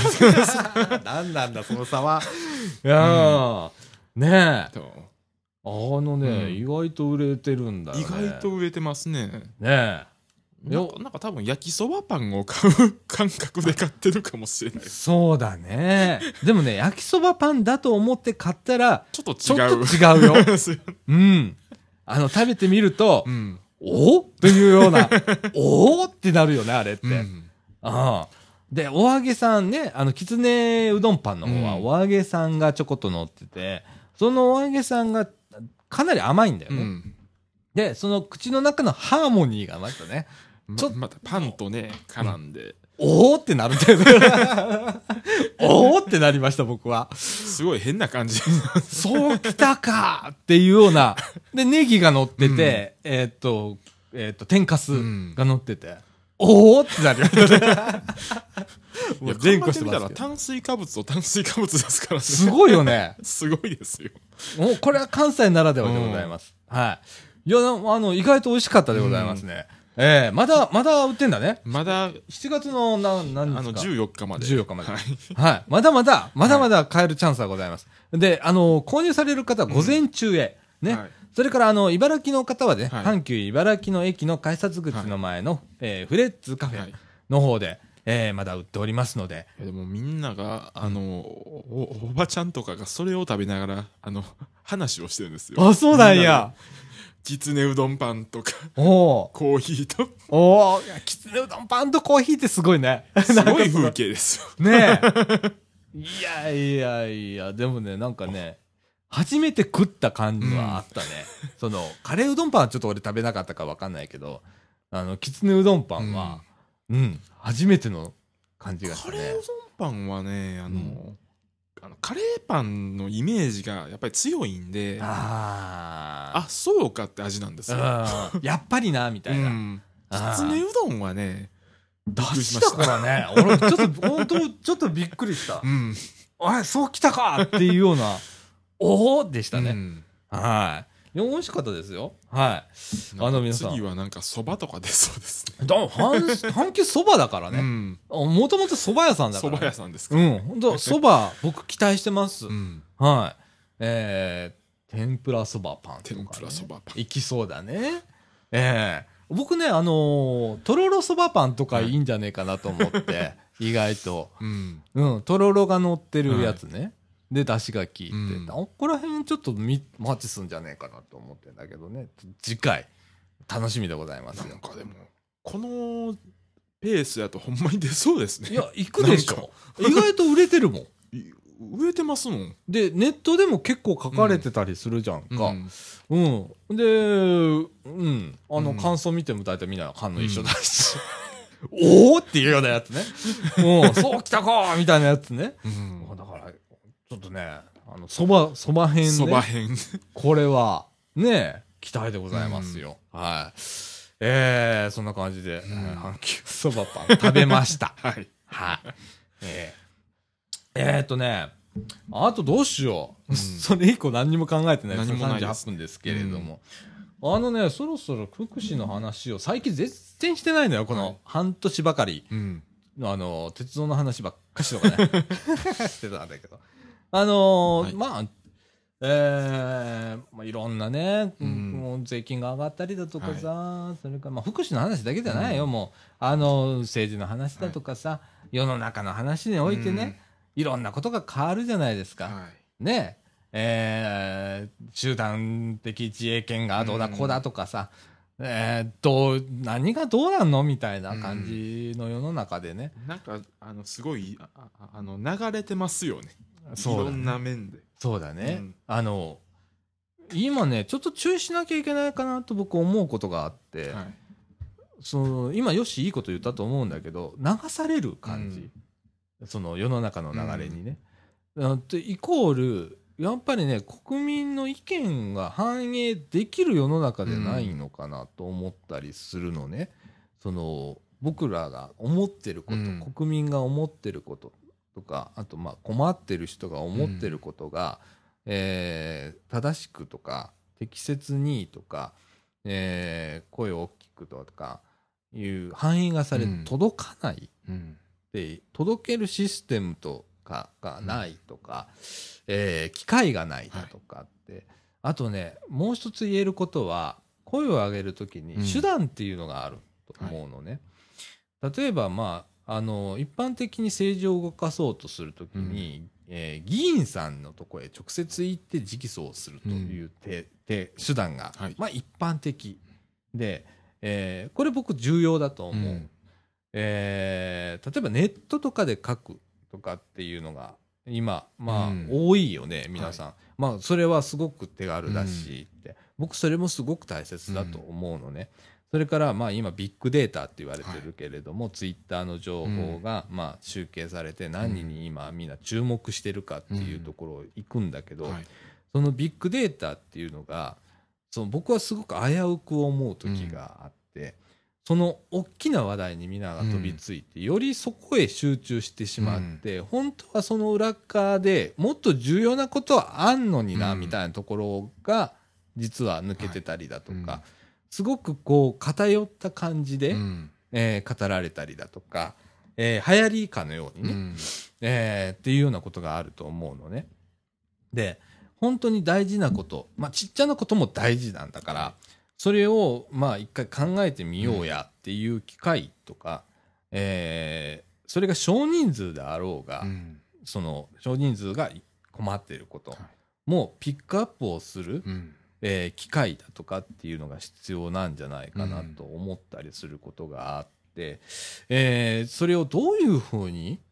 なんなんだ、その差は。いやねえ。意外と売れてるんだよね。 意外と売れてますね。 ねえ。 なんか多分焼きそばパンを買う感覚で買ってるかもしれない。 そうだね。でもね、焼きそばパンだと思って買ったら、 ちょっと違う。 違うよ。うん。食べてみると、おというような、おってなるよね、あれって。で、お揚げさんね、きつねうどんパンの方は、お揚げさんがちょこっと乗ってて、そのお揚げさんがかなり甘いんだよね。で、その口の中のハーモニーがまたね、 またパンとね、絡んで。 おーってなるんだよね。おーってなりました、僕は。 すごい変な感じ。 そうきたかっていうような。で、ネギが乗ってて、天かすが乗ってて、おーってなりましたね。 もう前後してみたら炭水化物と炭水化物ですからね。 すごいよね。 すごいですよ。 もうこれは関西ならではでございます。はい。いや、意外と美味しかったでございますね。まだ売ってんだね。 まだ、 7月の何ですか 14日まで。 14日まで。はい。まだまだ買えるチャンスはございます。で、購入される方は午前中へ。ね。それから、茨城の方はね、阪急茨城の駅の改札口の前の、フレッツカフェの方で、まだ売っておりますので。 でもみんなが、おばちゃんとかがそれを食べながら、話をしてるんですよ。 あ、そうなんや。 きつねうどんパンとか、コーヒーと。 きつねうどんパンとコーヒーってすごいね。 すごい風景ですよ。 ねえ。いや、でもね、なんかね、初めて食った感じはあったね。カレーうどんパンはちょっと俺食べなかったかわかんないけど、きつねうどんパンは、初めての感じがしたね。 カレーうどんパンはね、カレーパンのイメージがやっぱり強いんで、そうかって味なんですよ。 やっぱりな、みたいな。 きつねうどんはね、 だしだからね、俺ちょっと、本当ちょっとびっくりした。そうきたかっていうような、でしたね。はい。美味しかったですよ。はい。皆さん。 次はなんか蕎麦とか出そうですね。 阪急蕎麦だからね。もともと蕎麦屋さんだから。 蕎麦屋さんですから。 本当蕎麦、僕期待してます。はい。天ぷら蕎麦パンとか。 天ぷら蕎麦パン。 いきそうだね。僕ね、とろろ蕎麦パンとかいいんじゃねえかなと思って、意外と。とろろが乗ってるやつね。で、出汁が効いて、ここら辺ちょっとマッチすんじゃねえかなと思ってんだけどね。次回、楽しみでございますよ。 なんかでも、このペースやとほんまに出そうですね。 いや、行くでしょ。意外と売れてるもん。 売れてますもん。 で、ネットでも結構書かれてたりするじゃんか。で、感想見ても大体みんな反応一緒だし。おーっていうようなやつね。そうきたかーみたいなやつね。だから、ちょっとね、蕎麦編ね。 蕎麦編。 これは、ね、期待でございますよ。はい。そんな感じで、阪急蕎麦パン食べました。 はい。 はい。あとどうしよう。それ以降何にも考えてない。 何もないです。 38分ですけれども。そろそろ福祉の話を、最近全然してないのよ、この半年ばかり。鉄道の話ばっかしとかね。してたんだけど。いろんなね、もう税金が上がったりだとかさ、それから、福祉の話だけじゃないよ、もう。政治の話だとかさ、世の中の話においてね、いろんなことが変わるじゃないですか。ね。集団的自衛権がどうだこうだとかさ、 何がどうなんのみたいな感じの世の中でね。 なんか、すごい、流れてますよね。 そうだね。 いろんな面で。 そうだね。今ね、ちょっと注意しなきゃいけないかなと僕思うことがあって、はい、今、よし、いいこと言ったと思うんだけど、流される感じ。その世の中の流れにね。イコール、やっぱりね、国民の意見が反映できる世の中でないのかなと思ったりするのね。僕らが思ってること、国民が思ってることとか、あと困ってる人が思ってることが、正しくとか、適切にとか、声を大きくとかいう反映がされ届かない。で届けるシステムとかがないとか、機会がないだとかって、はい、あとね、もう一つ言えることは、声を上げるときに手段っていうのがあると思うのね。例えば、一般的に政治を動かそうとするときに、議員さんのところへ直接行って直訴をするという手段が、一般的で、これ僕重要だと思う。例えばネットとかで書くとかっていうのが今、多いよね、皆さん。それはすごく手軽だし、僕それもすごく大切だと思うのね。それから今ビッグデータって言われてるけれども、ツイッターの情報が集計されて何人に今みんな注目してるかっていうところを行くんだけど、そのビッグデータっていうのが僕はすごく危うく思う時があって、その大きな話題にみんなが飛びついて、よりそこへ集中してしまって、本当はその裏側でもっと重要なことはあんのにな、みたいなところが実は抜けてたりだとか、すごく偏った感じで、語られたりだとか、流行りかのようにね、っていうようなことがあると思うのね。で、本当に大事なこと、ちっちゃなことも大事なんだから、それを一回考えてみようやっていう機会とか、それが少人数であろうが、その少人数が困っていることもピックアップをする、機会だとかっていうのが必要なんじゃないかなと思ったりすることがあって、それをどういうふうに、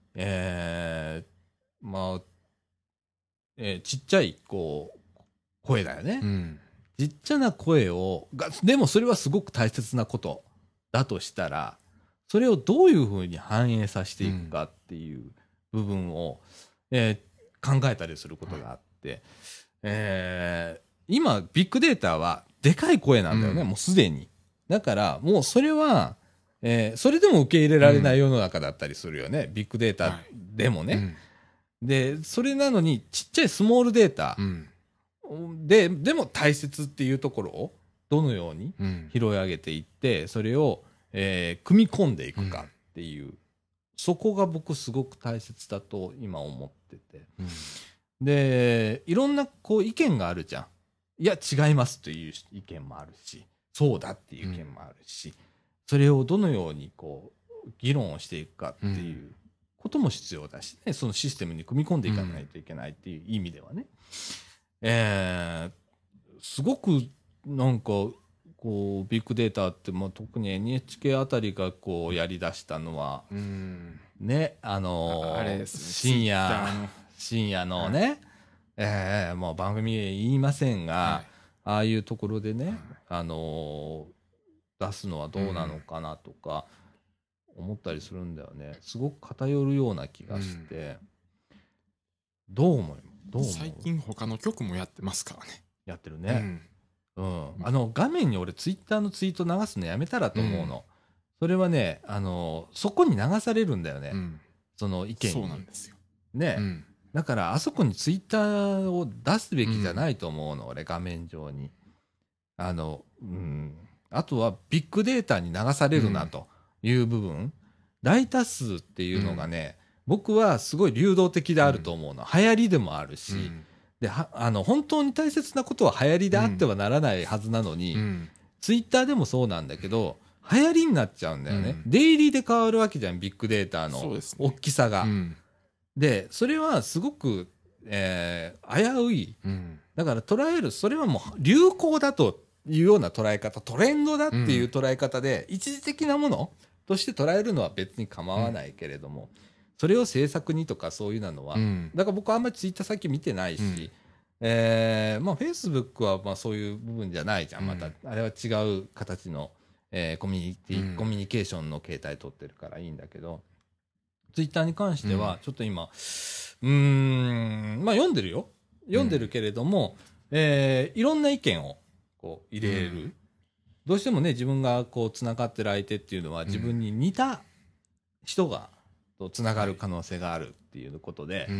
ちっちゃい声だよね。ちっちゃな声でもそれはすごく大切なことだとしたら、それをどういうふうに反映させていくかっていう部分を、考えたりすることがあって、今、ビッグデータはでかい声なんだよね、もうすでに。だから、もうそれは、それでも受け入れられない世の中だったりするよね、ビッグデータでもね。で、それなのに、ちっちゃいスモールデータ、でも大切っていうところをどのように拾い上げていって、それを、組み込んでいくかっていう、そこが僕すごく大切だと今思ってて。で、いろんな意見があるじゃん。いや、違いますという意見もあるし、そうだっていう意見もあるし、それをどのように議論をしていくかっていうことも必要だしね、そのシステムに組み込んでいかないといけないっていう意味ではね。すごくなんかビッグデータって、特に NHK あたりがやり出したのは、ね、深夜のね、もう番組で言いませんが、ああいうところでね、出すのはどうなのかなとか思ったりするんだよね。すごく偏るような気がして、どう思う？ 最近他の局もやってますからね。 やってるね。画面に俺ツイッターのツイート流すのやめたらと思うの。それはね、そこに流されるんだよね。その意見に。 そうなんですよ。 ね。だからあそこにツイッターを出すべきじゃないと思うの、俺、画面上に。あとはビッグデータに流されるなという部分。大多数っていうのがね、僕はすごい流動的であると思うの。流行りでもあるし、で本当に大切なことは流行りであってはならないはずなのに、ツイッターでもそうなんだけど、流行りになっちゃうんだよね。デイリーで変わるわけじゃん、ビッグデータの大きさが。で、それはすごく、危うい。だから捉える、それはもう流行だというような捉え方、トレンドだっていう捉え方で、一時的なものとして捉えるのは別に構わないけれども、それを制作にとかそういうのは、だから僕はあんまりツイッター最近見てないし、まあ、フェイスブックはまあそういう部分じゃないじゃん、また。あれは違う形の、コミュニケーションの形態取ってるからいいんだけど、ツイッターに関しては、ちょっと今、まあ読んでるよ。読んでるけれども、いろんな意見をこう入れる。どうしてもね、自分がこう繋がってる相手っていうのは、自分に似た人がと繋がる可能性があるっていうことで、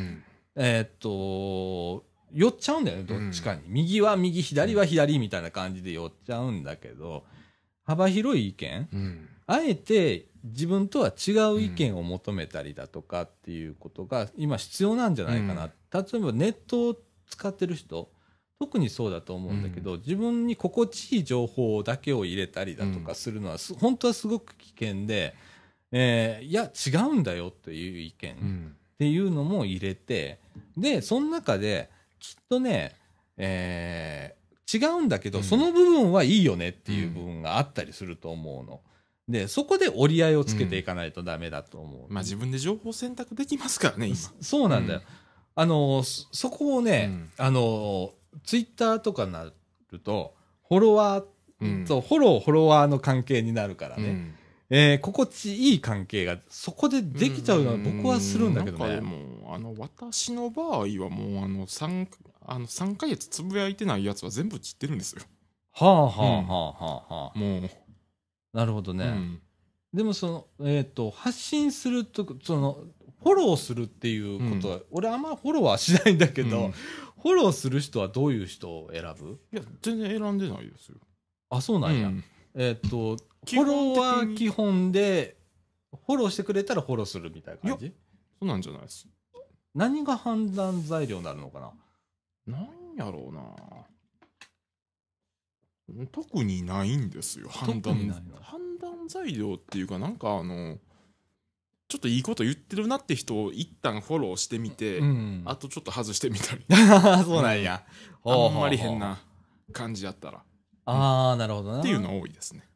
寄っちゃうんだよね、どっちかに。右は右、左は左みたいな感じで寄っちゃうんだけど、幅広い意見、あえて自分とは違う意見を求めたりだとかっていうことが今必要なんじゃないかな。例えばネットを使ってる人、特にそうだと思うんだけど、自分に心地いい情報だけを入れたりだとかするのは、本当はすごく危険で、いや、違うんだよっていう意見っていうのも入れて、で、その中で、きっとね、違うんだけど、その部分はいいよねっていう部分があったりすると思うの。で、そこで折り合いをつけていかないとダメだと思う。 まあ自分で情報選択できますからね、今。 そうなんだよ。そこをね、ツイッターとかになると、フォロワーと、フォロワーの関係になるからね。心地いい関係がそこでできちゃうのは僕はするんだけどね。 なんかでも私の場合はもう3ヶ月つぶやいてないやつは全部切ってるんですよ。 はあはあはあはあはあ。 もうなるほどね。でも発信するとフォローするっていうことは、俺あんまフォローはしないんだけど、フォローする人はどういう人を選ぶ？ いや全然選んでないですよ。 あ、そうなんや。フォローは基本で、フォローしてくれたらフォローするみたいな感じ？ そうなんじゃないです。 何が判断材料になるのかな？ なんやろうな。特にないんですよ。判断材料っていうか、なんかちょっといいこと言ってるなって人を一旦フォローしてみて、あとちょっと外してみたり。 そうなんや。 あんまり変な感じやったら。 ああ、なるほどな。 っていうのは多いですね。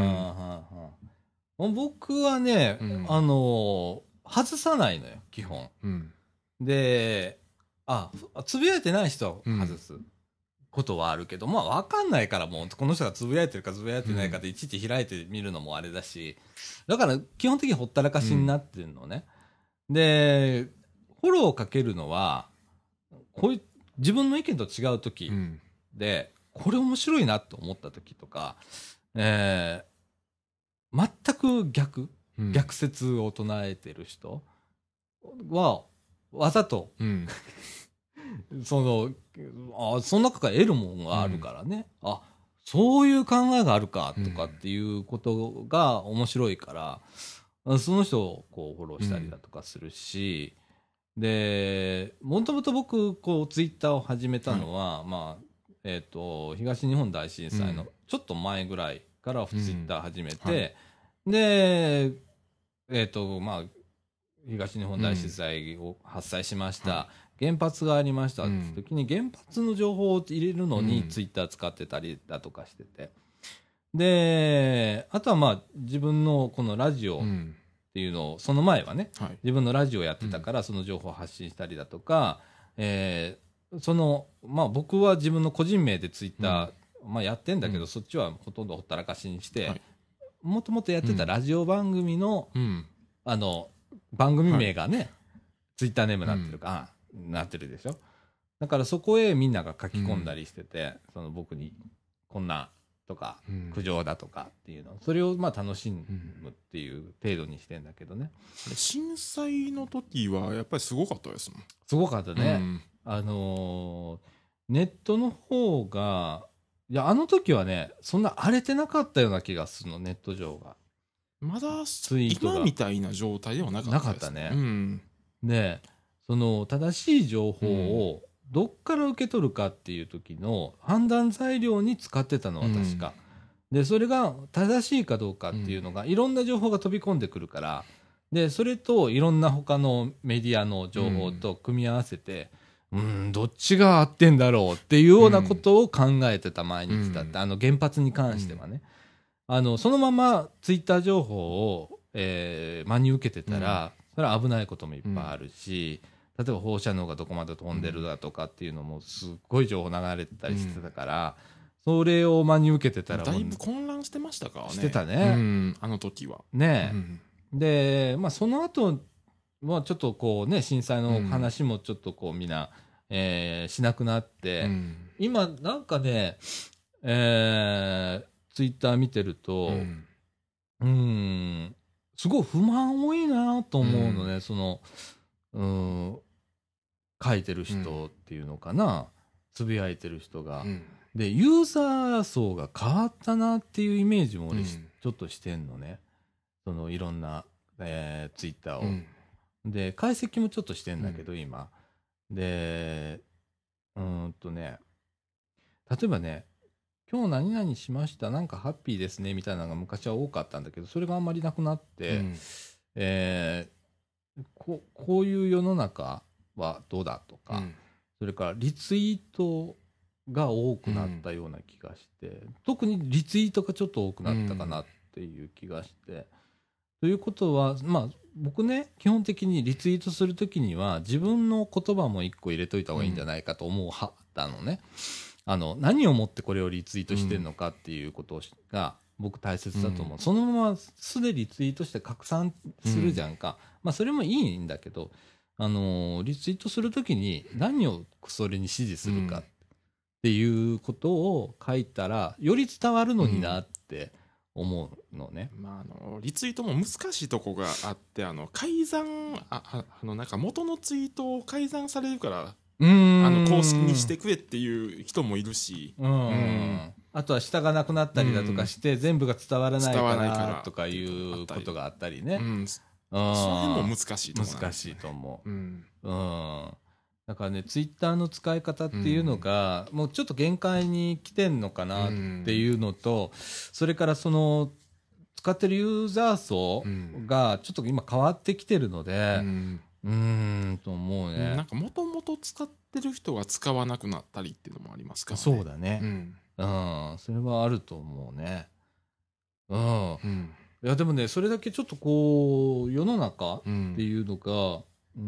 僕はね、外さないのよ、基本。で、つぶやいてない人は外すことはあるけど、まあわかんないからもう、この人がつぶやいてるかつぶやいてないかでいちいち開いてみるのもあれだし、だから基本的にほったらかしになってるのね。で、フォローをかけるのは、自分の意見と違う時で、これ面白いなと思った時とか、全く逆説を唱えてる人は、わざと、その中から得るものがあるからね、そういう考えがあるかとかっていうことが面白いから、その人をこうフォローしたりだとかするし、で、もともと僕、ツイッターを始めたのは、東日本大震災のちょっと前ぐらいからツイッター始めて、で、東日本大震災を発災しました。原発がありましたって時に、原発の情報を入れるのにツイッター使ってたりだとかしてて。で、あとは自分のこのラジオっていうのを、その前はね、自分のラジオやってたからその情報を発信したりだとか、僕は自分の個人名でツイッター、やってんだけど、そっちはほとんどほったらかしにして、もともとやってたラジオ番組の、番組名がね、ツイッターネームになってるか、なってるでしょ。だからそこへみんなが書き込んだりしてて、僕にこんなとか、苦情だとかっていうの、それを楽しむっていう程度にしてんだけどね。 震災の時はやっぱりすごかったですもん。 すごかったね。ネットの方が、いや、あの時はね、そんな荒れてなかったような気がするの、ネット上が。 まだ今みたいな状態ではなかったです。 なかったね。で、正しい情報をどっから受け取るかっていう時の判断材料に使ってたのは確か。で、それが正しいかどうかっていうのが、いろんな情報が飛び込んでくるから、で、それといろんな他のメディアの情報と組み合わせて、 どっちが合ってんだろうっていうようなことを考えてた毎日だって、原発に関してはね。そのままツイッター情報を、真に受けてたら、それは危ないこともいっぱいあるし、例えば放射能がどこまで飛んでるだとかっていうのもすっごい情報流れてたりしてたから、それを真に受けてたらだいぶ混乱してましたからね。 してたね。 あの時は。 ねで、その後はちょっとこうね、震災の話もちょっとこうみんな、しなくなって、今なんかね、ツイッター見てると、すごい不満多いなと思うのね、書いてる人っていうのかな、つぶやいてる人が。で、ユーザー層が変わったなっていうイメージも俺ちょっとしてんのね。いろんな、ツイッターを。で、解析もちょっとしてんだけど、今。で、例えばね、今日何々しました、なんかハッピーですね、みたいなのが昔は多かったんだけど、それがあんまりなくなって、こういう世の中はどうだとか、それからリツイートが多くなったような気がして、特にリツイートがちょっと多くなったかなっていう気がして、ということは、僕ね、基本的にリツイートするときには自分の言葉も一個入れといた方がいいんじゃないかと思う派なのね。何をもってこれをリツイートしてるのかっていうことが僕大切だと思う。そのまま素でリツイートして拡散するじゃんか。それもいいんだけど、リツイートするときに何をそれに指示するかっていうことを書いたら、より伝わるのになって思うのね。 リツイートも難しいとこがあって、改ざん、なんか元のツイートを改ざんされるから、公式にしてくれっていう人もいるし、あとは下がなくなったりだとかして、全部が伝わらないからとかいうことがあったりね。 その辺も難しいと思う。 難しいと思う。だからね、ツイッターの使い方っていうのが、もうちょっと限界に来てんのかなっていうのと、それから使ってるユーザー層がちょっと今変わってきてるので、と思うね。 なんかもともと使ってる人が使わなくなったりっていうのもありますからね。 そうだね。それはあると思うね。いやでもね、それだけちょっとこう世の中っていうのが、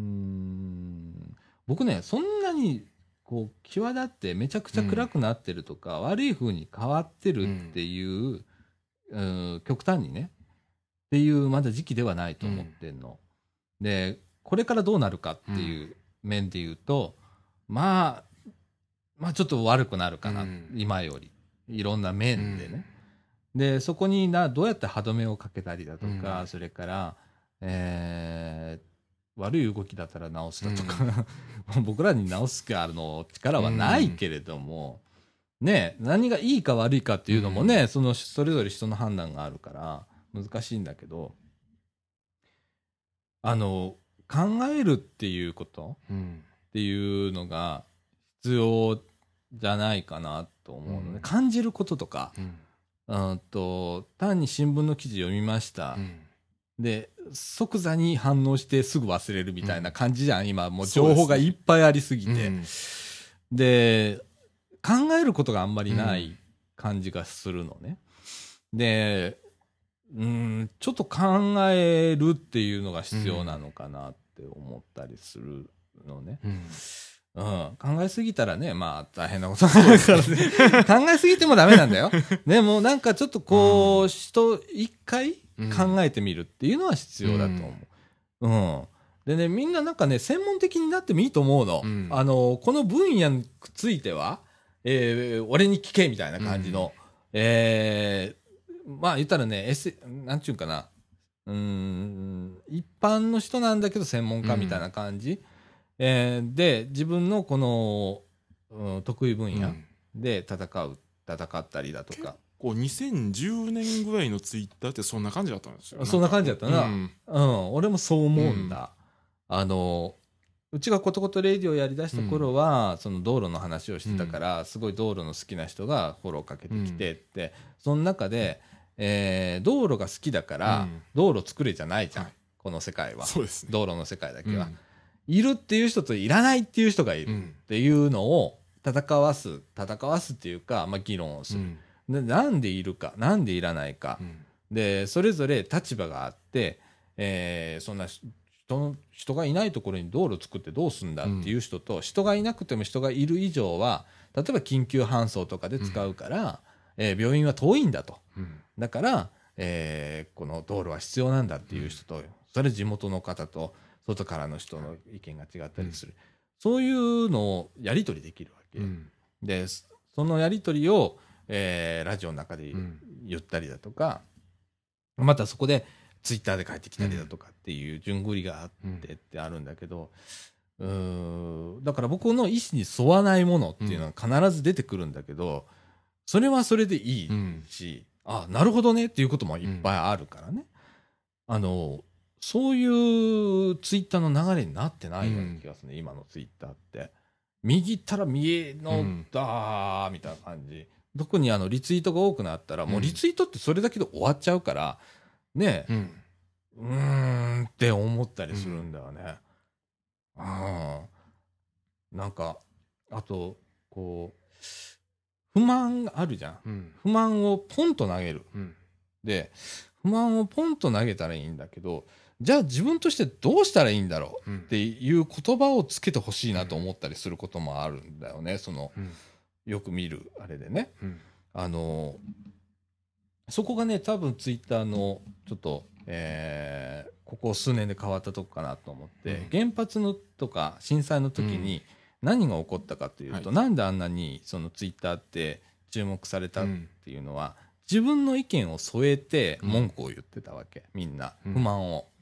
僕ね、そんなにこう際立ってめちゃくちゃ暗くなってるとか、悪い風に変わってるっていう、極端にねっていうまだ時期ではないと思ってんの。で、これからどうなるかっていう面で言うと、ちょっと悪くなるかな、今よりいろんな面でね。で、そこにどうやって歯止めをかけたりだとか、それから、悪い動きだったら直すだとか、僕らに直す力はないけれども、ね、何がいいか悪いかっていうのもね、それぞれ人の判断があるから難しいんだけど、考えるっていうことっていうのが必要じゃないかなと思うので、感じることとか、単に新聞の記事読みました、で即座に反応してすぐ忘れるみたいな感じじゃん、今もう情報がいっぱいありすぎて、で考えることがあんまりない感じがするのね。でちょっと考えるっていうのが必要なのかなって思ったりするのね。考えすぎたらね、大変なことになるからね。考えすぎてもダメなんだよ。でもなんかちょっとこう、一回考えてみるっていうのは必要だと思う。でね、みんななんかね、専門的になってもいいと思うの。この分野については、俺に聞けみたいな感じの。言ったらね、なんちゅうかな。一般の人なんだけど専門家みたいな感じ。で、自分のこの、得意分野で戦ったりだとか。 2010年ぐらいのツイッターってそんな感じだったんですよ。 そんな感じだったな。俺もそう思うんだ。うちがコトコトレイディをやりだした頃は、その道路の話をしてたから、すごい道路の好きな人がフォローかけてきてって、その中で、道路が好きだから、道路作れじゃないじゃん。この世界は。 そうですね。 道路の世界だけは。 いるっていう人といらないっていう人がいるっていうのを戦わすっていうか、まあ、議論をする。でなんでいるか、なんでいらないか。で、それぞれ立場があって、そんな人がいないところに道路作ってどうすんだっていう人と、人がいなくても人がいる以上は、例えば緊急搬送とかで使うから、病院は遠いんだと。だから、この道路は必要なんだっていう人と、それ地元の方と外からの人の意見が違ったりする。そういうのをやり取りできるわけ。で、そのやり取りを、ラジオの中で言ったりだとか、またそこでツイッターで帰ってきたりだとかっていう順繰りがあってってあるんだけど、だから僕の意思に沿わないものっていうのは必ず出てくるんだけど、それはそれでいいし、あ、なるほどねっていうこともいっぱいあるからね。そういうツイッターの流れになってないような気がするね、今のツイッターって。右ったら右のだーみたいな感じ。特にリツイートが多くなったら、もうリツイートってそれだけで終わっちゃうから、ねえ、って思ったりするんだよね。なんか、あと、こう、不満あるじゃん。不満をポンと投げる。で、不満をポンと投げたらいいんだけど、じゃあ自分としてどうしたらいいんだろうっていう言葉をつけてほしいなと思ったりすることもあるんだよね。よく見るあれでね。そこがね、多分ツイッターのちょっと、ここ数年で変わったとこかなと思って、原発のとか震災の時に何が起こったかというと、なんであんなにそのツイッターって注目されたっていうのは、自分の意見を添えて文句を言ってたわけ、みんな不満を。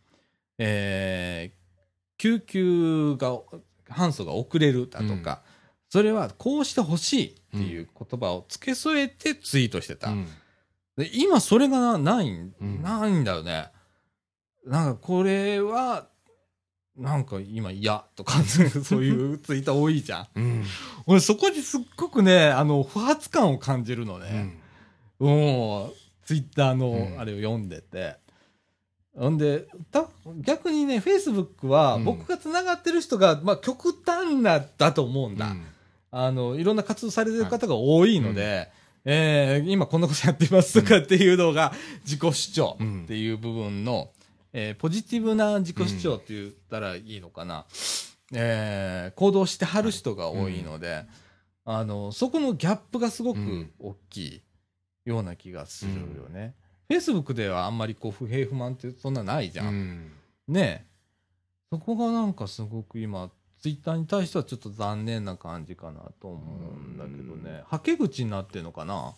救急搬送が遅れるだとか、それはこうしてほしいっていう言葉を付け添えてツイートしてた。で今それがないんだよね。なんかこれは、なんか今嫌とか、そういうツイート多いじゃん。俺そこですっごくね、不発感を感じるのね。ツイッターのあれを読んでて。んで、逆にね、フェイスブックは僕が繋がってる人が、まあ極端なだと思うんだ。いろんな活動されてる方が多いので、今こんなことやってますとかっていうのが自己主張っていう部分の、ポジティブな自己主張って言ったらいいのかな。行動してはる人が多いので、そこのギャップがすごく大きいような気がするよね。フェイスブックではあんまりこう不平不満ってそんなないじゃん。ねえ。そこがなんかすごく今、ツイッターに対してはちょっと残念な感じかなと思うんだけどね。はけ口になってんのかな。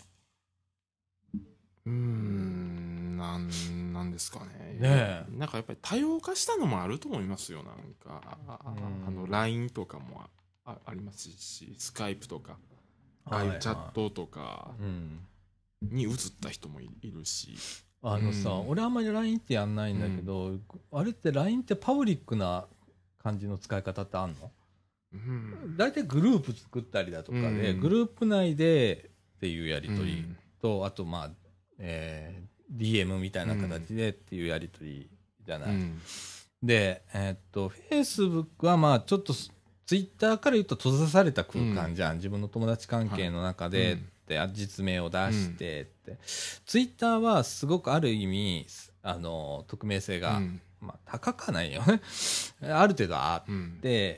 なんですかね。 ねなんかやっぱり多様化したのもあると思いますよ。なんか、LINE とかもありますし、スカイプとか、ああいうチャットとかに移った人もいるし。 俺あんまり LINE ってやんないんだけど、あれって LINE ってパブリックな感じの使い方ってあんの？大体グループ作ったりだとかで、グループ内でっていうやりとりと、あとまあ、DM みたいな形でっていうやりとりじゃない。で、Facebook はまあちょっと Twitter から言うと閉ざされた空間じゃん。自分の友達関係の中で、実名を出してって、ツイッターはすごくある意味匿名性が、まあ、高かないよねある程度あって、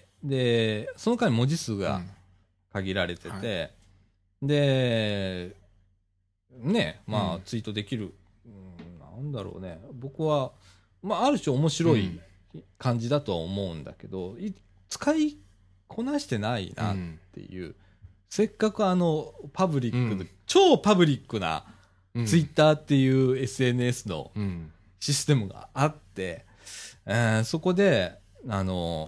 でその間に文字数が限られてて、でねまあツイートできる、なんだろうね、僕は、まあ、ある種面白い感じだとは思うんだけど、使いこなしてないなっていう。せっかくパブリック、超パブリックなツイッターっていう SNS のシステムがあって、そこで、の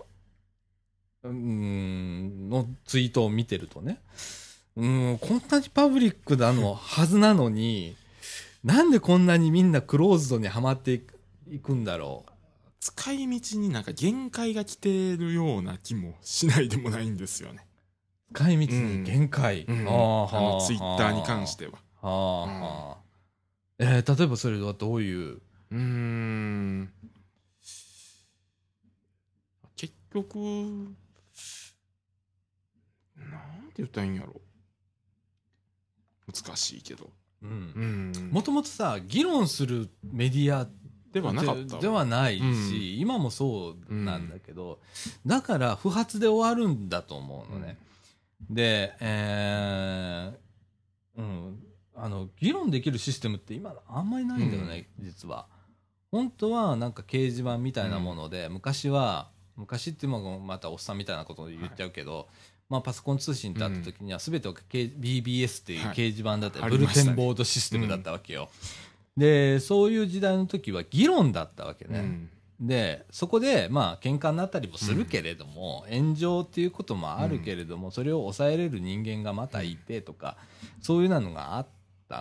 ツイートを見てるとね、こんなにパブリックなのはずなのに、なんでこんなにみんなクローズドにはまっていくんだろう。 使い道になんか限界が来てるような気もしないでもないんですよね。 使い道に限界。 ツイッターに関しては。 例えばそれはどういう？ 結局、なんて言ったらいいんやろ。難しいけど。 もともとさ、議論するメディアではなかった。 ではないし、今もそうなんだけど、だから不発で終わるんだと思うのね。で、議論できるシステムって今あんまりないんだよね、実は。本当はなんか掲示板みたいなもので、昔って今もまたおっさんみたいなことを言っちゃうけど、まあパソコン通信ってあった時には全てをBBS っていう掲示板だったり、ブルテンボードシステムだったわけよ。で、そういう時代の時は議論だったわけね。で、そこで、まあ、喧嘩になったりもするけれども、炎上っていうこともあるけれども、それを抑えれる人間がまたいてとか、そういうのがあった。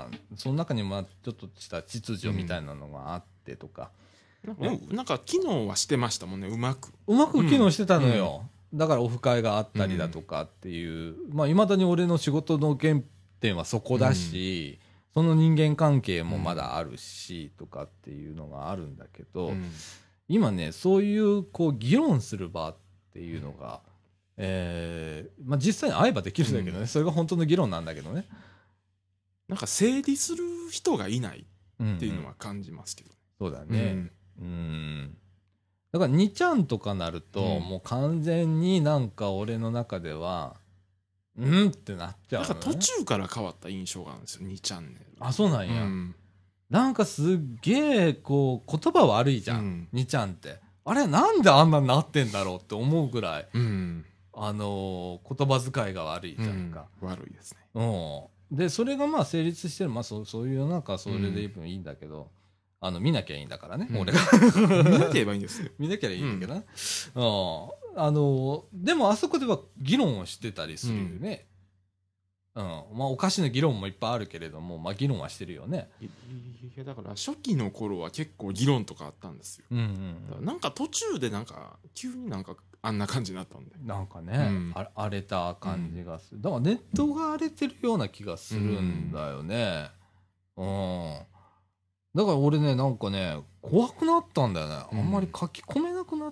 その中にもちょっとした秩序みたいなのがあってとか。 なんか機能はしてましたもんね、うまく機能してたのよ。だからオフ会があったりだとかっていう、まあ、未だに俺の仕事の原点はそこだし、その人間関係もまだあるし、とかっていうのがあるんだけど、今ね、そういうこう議論する場っていうのが、まあ、実際に会えばできるんだけどね、それが本当の議論なんだけどね。 なんか整理する人がいないっていうのは感じますけど。 そうだね。だから2ちゃんとかなると、もう完全になんか俺の中では、ってなっちゃう、ね。 なんか途中から変わった印象があるんですよ、2チャンネル。 あ、そうなんや。なんかすっげえ、こう、言葉悪いじゃん。2ちゃんって。あれ、なんであんなになってんだろうって思うぐらい、言葉遣いが悪いじゃんか。 悪いですね。 で、それがまあ成立してる。まあそういう世の中はそれでいいんだけど、見なきゃいいんだからね、俺が。 見なければいいんですよ。 見なきゃいいんだけどな。でもあそこでは議論をしてたりするよね。まあおかしな議論もいっぱいあるけれども、まあ議論はしてるよね。 いやだから初期の頃は結構議論とかあったんですよ。なんか途中でなんか急になんかあんな感じになったんで。 なんかね、荒れた感じがする。だからネットが荒れてるような気がするんだよね。だから俺ね、なんかね、怖くなったんだよね。あんまり書き込めなくなって。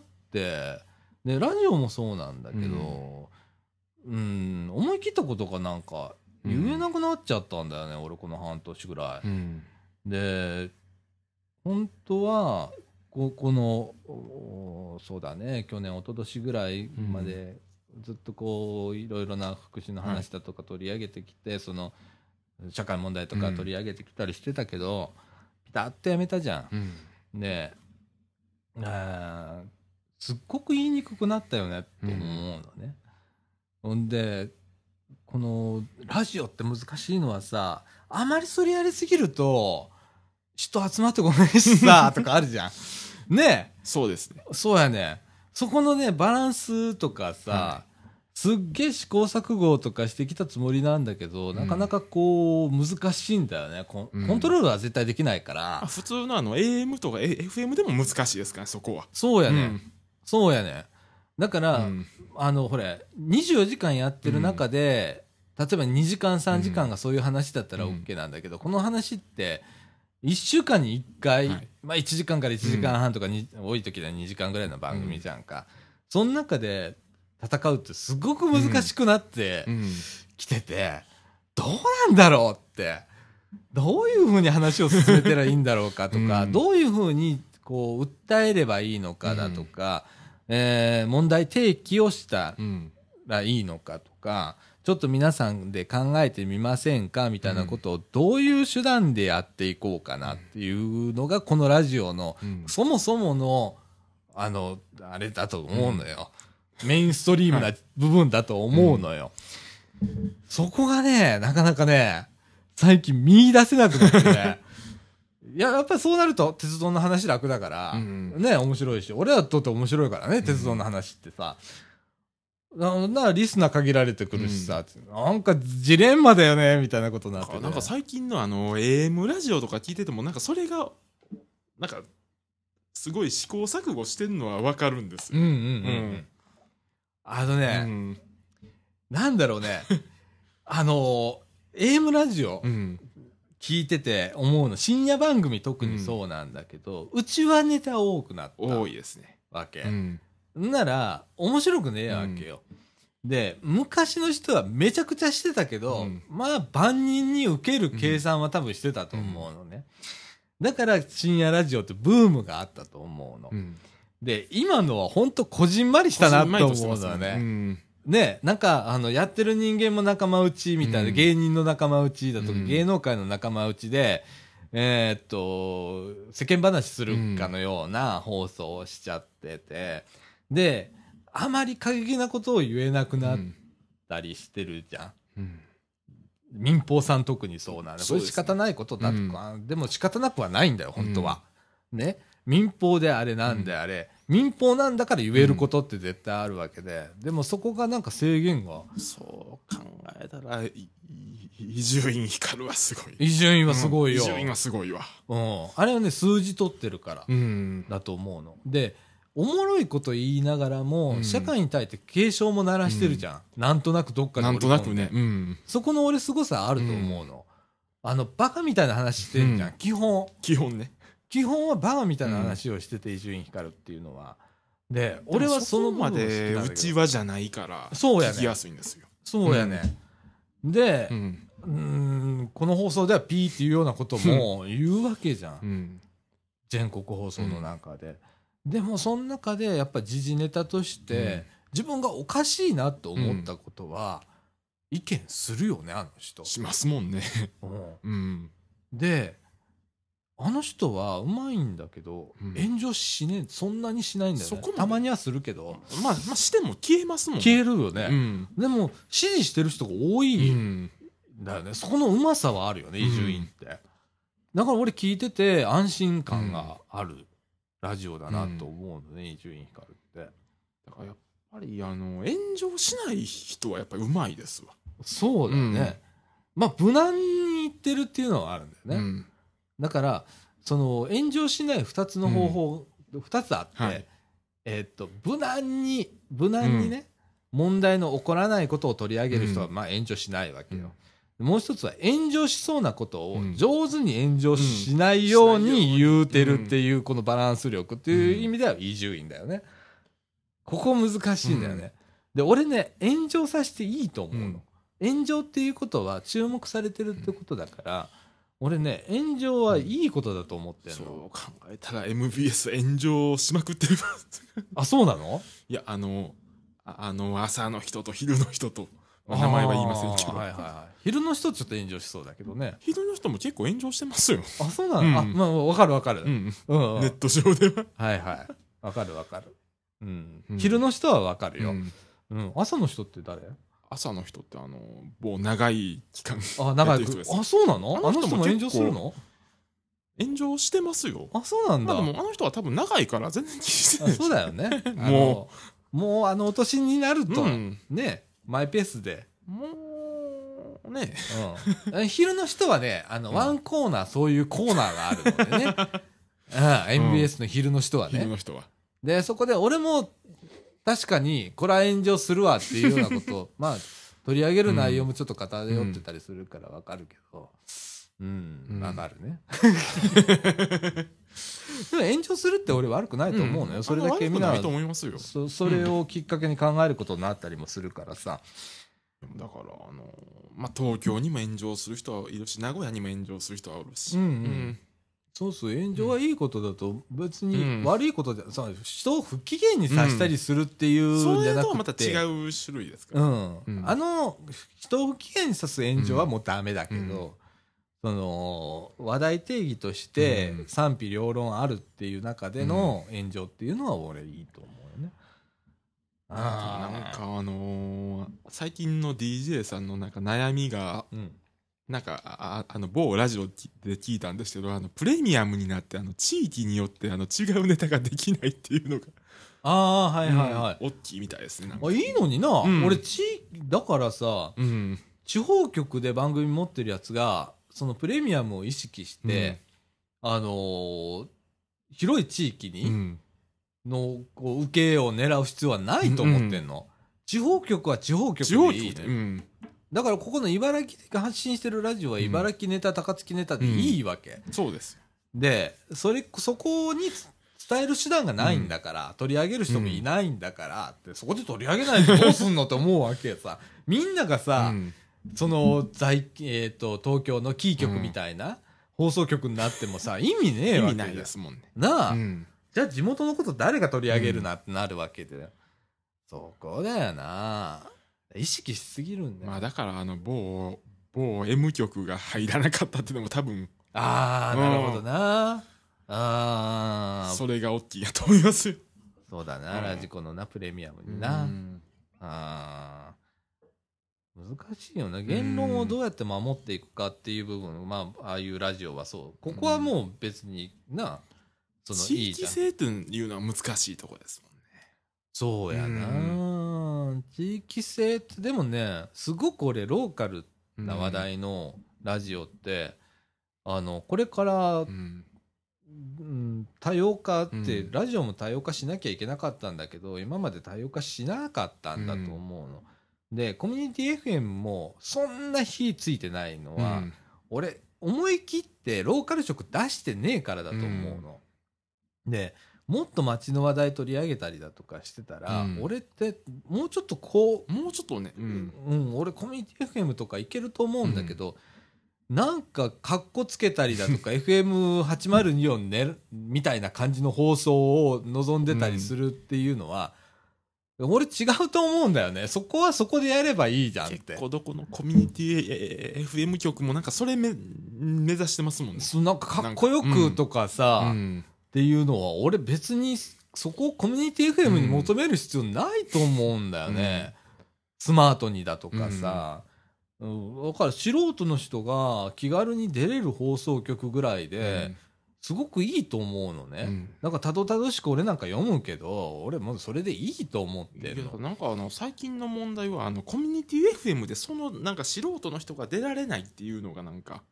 で、ラジオもそうなんだけど、思い切ったことがなんか言えなくなっちゃったんだよね、俺この半年ぐらい。で、本当は、そうだね、去年、一昨年ぐらいまで、ずっとこう、いろいろな福祉の話だとか取り上げてきて、その、社会問題とか取り上げてきたりしてたけど、ピタッとやめたじゃん。で、すっごく言いにくくなったよねって思うのね。ほんで、このラジオって難しいのはさ、あまりそれやりすぎると、人集まってこないしさ、とかあるじゃん。ねえ。 そうですね。 そうやね。そこのね、バランスとかさ、すっげえ試行錯誤とかしてきたつもりなんだけど、なかなかこう、難しいんだよね。コントロールは絶対できないから。 普通のAM とか FM でも難しいですから、そこは。 そうやね。そうやね。だから、ほれ、24時間やってる中で、例えば2時間3時間がそういう話だったら OK なんだけど、この話って、1週間に1回、まあ1時間から1時間半とか多い時では2時間ぐらいの番組じゃんか。その中で戦うってすごく難しくなってきてて、どうなんだろうって、どういうふうに話を進めたらいいんだろうかとか、どういうふうにこう訴えればいいのかだとか、問題提起をしたらいいのかとか、ちょっと皆さんで考えてみませんかみたいなことをどういう手段でやっていこうかなっていうのがこのラジオのそもそものあれだと思うのよ。メインストリームな部分だと思うのよ。そこがね、なかなかね、最近見出せなくなってね。やっぱりそうなると鉄道の話楽だから、ね、面白いし、俺らにとって面白いからね、鉄道の話ってさ。リスナー限られてくるしさ、なんかジレンマだよね、みたいなことになって、ね。 なんか最近のAM ラジオとか聞いてても、なんかそれが、なんか、すごい試行錯誤してるのはわかるんですよ。 なんだろうね。AM ラジオ、聞いてて思うの、深夜番組特にそうなんだけど、うちはネタ多くなった。 多いですね。 わけ。 なら、面白くねえわけよ。で、昔の人はめちゃくちゃしてたけど、まあ、万人に受ける計算は多分してたと思うのね。だから、深夜ラジオってブームがあったと思うの。で、今のは本当こじんまりしたなと思うのよね。ね、なんか、やってる人間も仲間内みたいな、芸人の仲間内だとか、芸能界の仲間内で、世間話するかのような放送をしちゃってて、で、あまり過激なことを言えなくなったりしてるじゃん。民放さん特にそうなの。これ仕方ないことだとか、でも仕方なくはないんだよ、本当は。ね。民放であれなんであれ、民放なんだから言えることって絶対あるわけで、でもそこがなんか制限が。 そう考えたら、伊集院光はすごい。 伊集院はすごいよ。 伊集院はすごいわ。 あれはね、数字取ってるから、だと思うの。で、おもろいこと言いながらも、社会に対して警鐘も鳴らしてるじゃん。なんとなくどっかで。 なんとなくね。 そこの俺凄さあると思うの。バカみたいな話してるじゃん。基本ね。基本はバカみたいな話をしてて、伊集院光っていうのは。で、俺はそのまで内輪じゃないから、 そうやね。 聞きやすいんですよ。 そうやね。で、この放送ではピーっていうようなことも言うわけじゃん。全国放送の中で。でも、その中でやっぱ時事ネタとして、自分がおかしいなと思ったことは、意見するよね、あの人。 しますもんね。 で、あの人はうまいんだけど、炎上しねえ、そんなにしないんだよね。たまにはするけど。 まあ、しても消えますもんね。 消えるよね。でも、支持してる人が多いんだよね。そこのうまさはあるよね、伊集院って。だから俺聞いてて安心感があるラジオだなと思うのね、伊集院光って。 だからやっぱり、炎上しない人はやっぱりうまいですわ。 そうだよね。まあ、無難に言ってるっていうのはあるんだよね。だから、炎上しない二つの方法、二つあって、無難にね、問題の起こらないことを取り上げる人は、まあ炎上しないわけよ。もう一つは炎上しそうなことを上手に炎上しないように言うてるっていう、このバランス力っていう意味では伊集院だよね。ここ難しいんだよね。で、俺ね、炎上させていいと思うの。炎上っていうことは注目されてるってことだから、俺ね、炎上はいいことだと思ってんの。 そう考えたら MBS 炎上しまくってる。 あ、そうなの？ いや、朝の人と昼の人と、名前は言いませんけど。 昼の人ちょっと炎上しそうだけどね。 昼の人も結構炎上してますよ。 あ、そうなの？まあ、わかるわかる。 ネット上では。 はいはい。わかるわかる。昼の人はわかるよ。朝の人って誰？ 朝の人って某長い期間。 長い。あ、そうなの？あの人も炎上するの？ 炎上してますよ。 あ、そうなんだ。 でもあの人は多分長いから全然気にしてない。 そうだよね。もうお年になると、ね、マイペースで。 もう、ね。 昼の人はね、ワンコーナー、そういうコーナーがあるのでね。MBS の昼の人はね。 昼の人は。 で、そこで俺も、確かに、これは炎上するわっていうようなことを、まあ、取り上げる内容もちょっと偏ってたりするからわかるけど、わかるね。でも炎上するって俺悪くないと思うのよ。それだけみんな、それをきっかけに考えることになったりもするからさ。 だから、まあ、東京にも炎上する人はいるし、名古屋にも炎上する人はおるし。 そうそう、炎上はいいことだと、別に悪いことじゃ、人を不機嫌にさせたりするっていうんじゃなくて。 それとはまた違う種類ですから。 人を不機嫌にさす炎上はもうダメだけど、話題定義として賛否両論あるっていう中での炎上っていうのは俺いいと思うよね。 なんか最近の DJ さんのなんか悩みが、なんか、某ラジオで聞いたんですけど、プレミアムになって、地域によって、違うネタができないっていうのが。 はいはいはい。 大きいみたいですね。 いいのにな。俺、だからさ、地方局で番組持ってるやつが、そのプレミアムを意識して、広い地域に、受けを狙う必要はないと思ってんの。地方局は地方局でいいね。だからここの茨城で発信してるラジオは茨城ネタ、高槻ネタでいいわけ。 そうです。 で、そこに伝伝える手段がないんだから、取り上げる人もいないんだからって、そこで取り上げないとどうすんのって思うわけさ。みんながさ、その東京のキー局みたいな放送局になってもさ、意味ねえわけ。 意味ないですもんね。 なあ、じゃあ地元のこと誰が取り上げるなってなるわけで。そこだよな。意識しすぎるんだよ。 まあだから某 M 局が入らなかったっていうのも多分。 なるほどな。 それが大きいやと思いますよ。 そうだな、ラジコのな、プレミアムにな。難しいよね。言論をどうやって守っていくかっていう部分、まあ、ああいうラジオはそう。ここはもう別にな、 地域性というのは難しいところですもんね。 そうやな。地域性って、でもね、すごく俺、ローカルな話題のラジオって、これから、多様化って、ラジオも多様化しなきゃいけなかったんだけど、今まで多様化しなかったんだと思うの。で、コミュニティ FM もそんな火ついてないのは、俺、思い切ってローカル色出してねえからだと思うの。で、もっと街の話題取り上げたりだとかしてたら、俺って、もうちょっともうちょっとね、 俺コミュニティ FM とかいけると思うんだけど、なんかカッコつけたりだとかFM802 をねみたいな感じの放送を望んでたりするっていうのは、俺違うと思うんだよね。そこはそこでやればいいじゃんって。 結構どこのコミュニティ FM 局もなんかそれ目指してますもんね。 なんかかっこよくとかさ、っていうのは俺別にそこをコミュニティ FM に求める必要ないと思うんだよね。スマートにだとかさ。だから素人の人が気軽に出れる放送局ぐらいで、すごくいいと思うのね。なんかたどたどしく俺なんか読むけど、俺もうそれでいいと思ってるの。 なんか最近の問題はコミュニティ FM でなんか素人の人が出られないっていうのがなんか。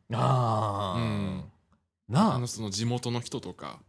その地元の人とか。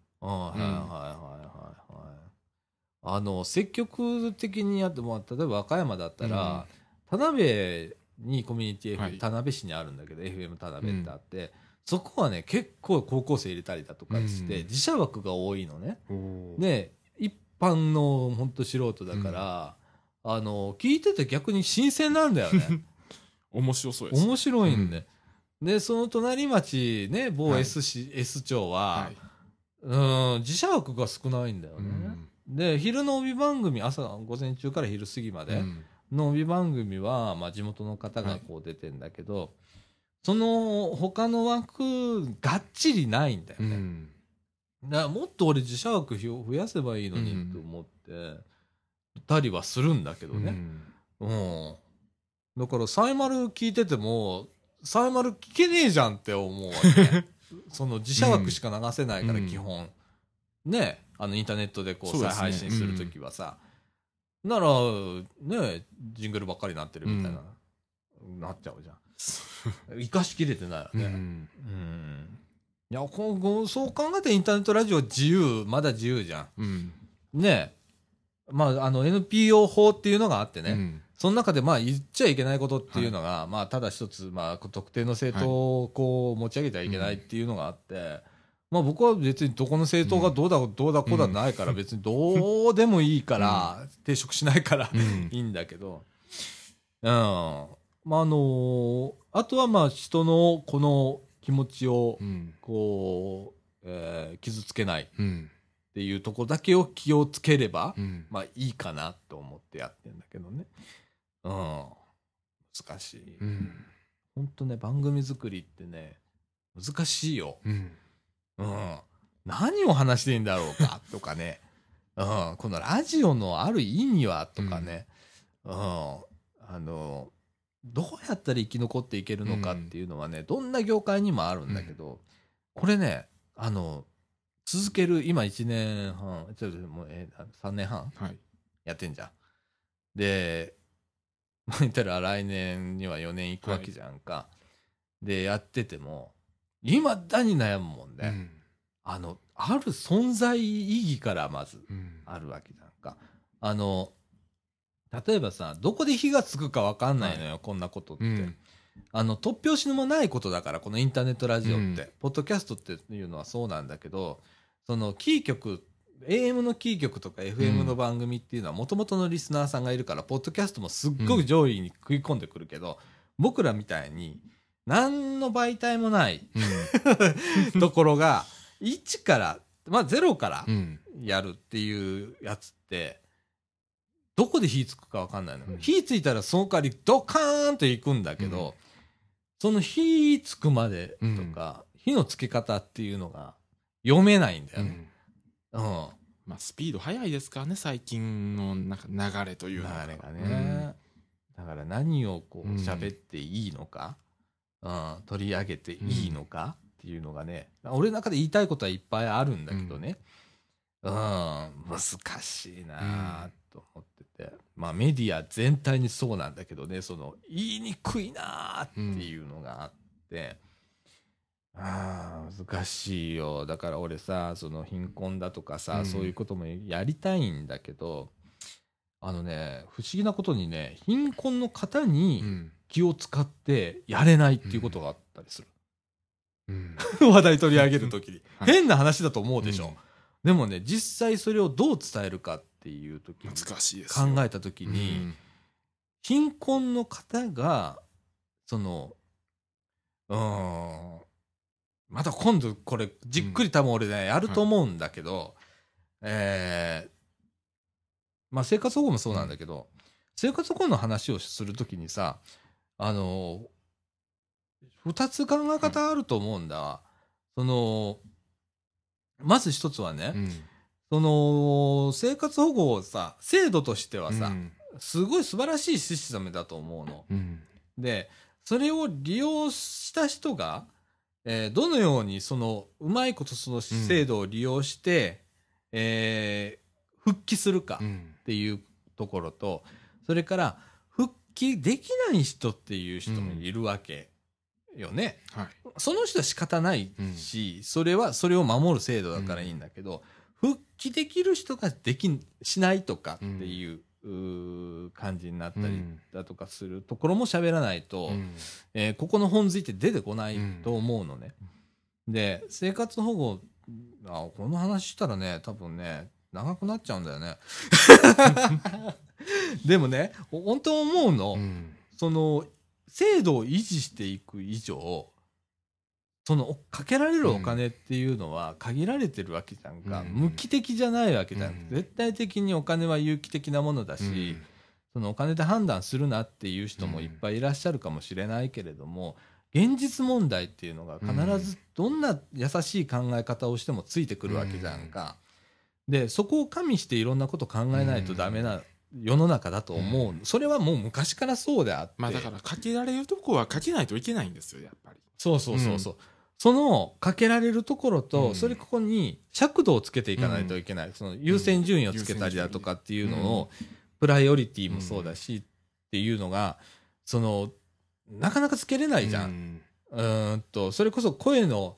積極的にやっても、例えば和歌山だったら、田辺にコミュニティ FM、田辺市にあるんだけど、FM 田辺ってあって、そこはね、結構高校生入れたりだとかして、自社枠が多いのね。で、一般の本当素人だから、聞いてて逆に新鮮なんだよね。 面白そうです。 面白いんで。で、その隣町ね、某 S 町は、自社枠が少ないんだよね。で、昼の帯番組、午前中から昼過ぎまでの帯番組は、まあ地元の方がこう出てんだけど、その他の枠がっちりないんだよね。だからもっと俺自社枠増やせばいいのにと思ってたりはするんだけどね。だからサイマル聞いてても、サイマル聞けねえじゃんって思うわけ。その自社枠しか流せないから基本。ね、インターネットでこう再配信するときはさ、なら、ね、ジングルばっかりなってるみたいな、なっちゃうじゃん。生かしきれてないよね。いや、そう考えてインターネットラジオまだ自由じゃん。ね、まあ、NPO 法っていうのがあってね、その中でまあ言っちゃいけないことっていうのが、まあただ一つ、まあ特定の政党をこう持ち上げてはいけないっていうのがあって、まあ僕は別にどこの政党がどうだこうだないから別にどうでもいいから抵触しないからいいんだけど、まああとはまあ人のこの気持ちをこう、傷つけないっていうところだけを気をつければ、まあいいかなと思ってやってんだけどね。難しい。ほんとね、番組作りってね、難しいよ。何を話していいんだろうかとかね。このラジオのある意味はとかね。どうやったら生き残っていけるのかっていうのはね、どんな業界にもあるんだけど、これね、続ける、今1年半、もう3年半やってんじゃん。で、言ったら来年には4年行くわけじゃんか。で、やってても、未だに悩むもんね。ある存在意義からまずあるわけじゃんか。例えばさ、どこで火がつくか分かんないのよ、こんなことって。突拍子もないことだから、このインターネットラジオって。ポッドキャストっていうのはそうなんだけど、そのキー局、 AM のキー局とか FM の番組っていうのは元々のリスナーさんがいるから、ポッドキャストもすっごく上位に食い込んでくるけど、僕らみたいに何の媒体もない、ところが1から、まあ0からやるっていうやつって、どこで火つくか分かんないの。火ついたらその代わりドカーンと行くんだけど、その火つくまでとか、火のつけ方っていうのが読めないんだよね。 まあスピード速いですからね、最近のなんか流れというのが。 流れがね。だから何をこう喋っていいのか、取り上げていいのかっていうのがね、俺の中で言いたいことはいっぱいあるんだけどね、難しいなと思ってて、まあメディア全体にそうなんだけどね、その言いにくいなっていうのがあって、難しいよ。だから俺さ、その貧困だとかさ、そういうこともやりたいんだけど、不思議なことにね、貧困の方に気を使ってやれないっていうことがあったりする。話題取り上げるときに。変な話だと思うでしょ。でもね、実際それをどう伝えるかっていうときに、 難しいです考えたときに、貧困の方が、その、また今度これじっくり多分俺ね、やると思うんだけど、まあ生活保護もそうなんだけど、生活保護の話をするときにさ、二つ考え方あると思うんだ。その、まず一つはね、その、生活保護をさ、制度としてはさ、すごい素晴らしいシステムだと思うの。で、それを利用した人が、どのようにそのうまいことその制度を利用して、復帰するかっていうところと、それから復帰できない人っていう人もいるわけよね。その人は仕方ないし、それはそれを守る制度だからいいんだけど、復帰できる人がしないとかっていう感じになったりだとかするところも喋らないと、ここの本髄って出てこないと思うのね。で、生活保護、この話したらね、多分ね、長くなっちゃうんだよね。でもね、本当思うの、その、制度を維持していく以上、そのかけられるお金っていうのは限られてるわけじゃんか、無機的じゃないわけじゃん、絶対的にお金は有機的なものだし、そのお金で判断するなっていう人もいっぱいいらっしゃるかもしれないけれども、現実問題っていうのが必ずどんな優しい考え方をしてもついてくるわけじゃんか。で、そこを加味していろんなこと考えないとダメな世の中だと思う。それはもう昔からそうであって。 まあだからかけられるとこはかけないといけないんですよ、やっぱり。 そう。そのかけられるところと、それここに尺度をつけていかないといけない。その優先順位をつけたりだとかっていうのを、プライオリティもそうだしっていうのが、その、なかなかつけれないじゃん。それこそ声を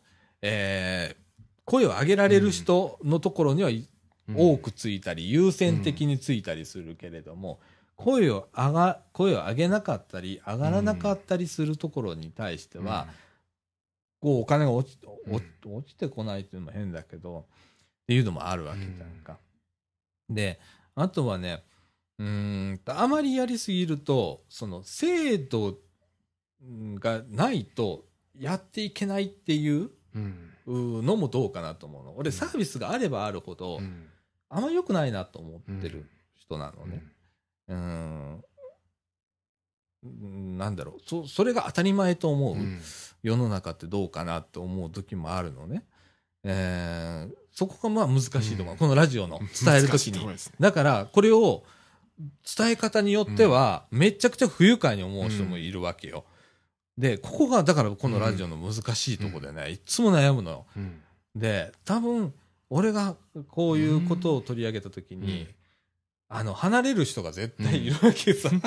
上げられる人のところには多くついたり、優先的についたりするけれども、声を上げなかったり、上がらなかったりするところに対しては、こうお金が落ちてこないっていうのも変だけど、っていうのもあるわけじゃんか。で、あとはね、あまりやりすぎると、その制度がないとやっていけないっていうのもどうかなと思うの。俺サービスがあればあるほど、あんまり良くないなと思ってる人なのね。なんだろう、それが当たり前と思う世の中ってどうかなって思う時もあるのね。そこがまあ難しいところ、このラジオの伝える時に。だからこれを伝え方によってはめちゃくちゃ不愉快に思う人もいるわけよ。で、ここがだからこのラジオの難しいところでね、いつも悩むのよ。で、多分俺がこういうことを取り上げた時に、離れる人が絶対いるわけさ。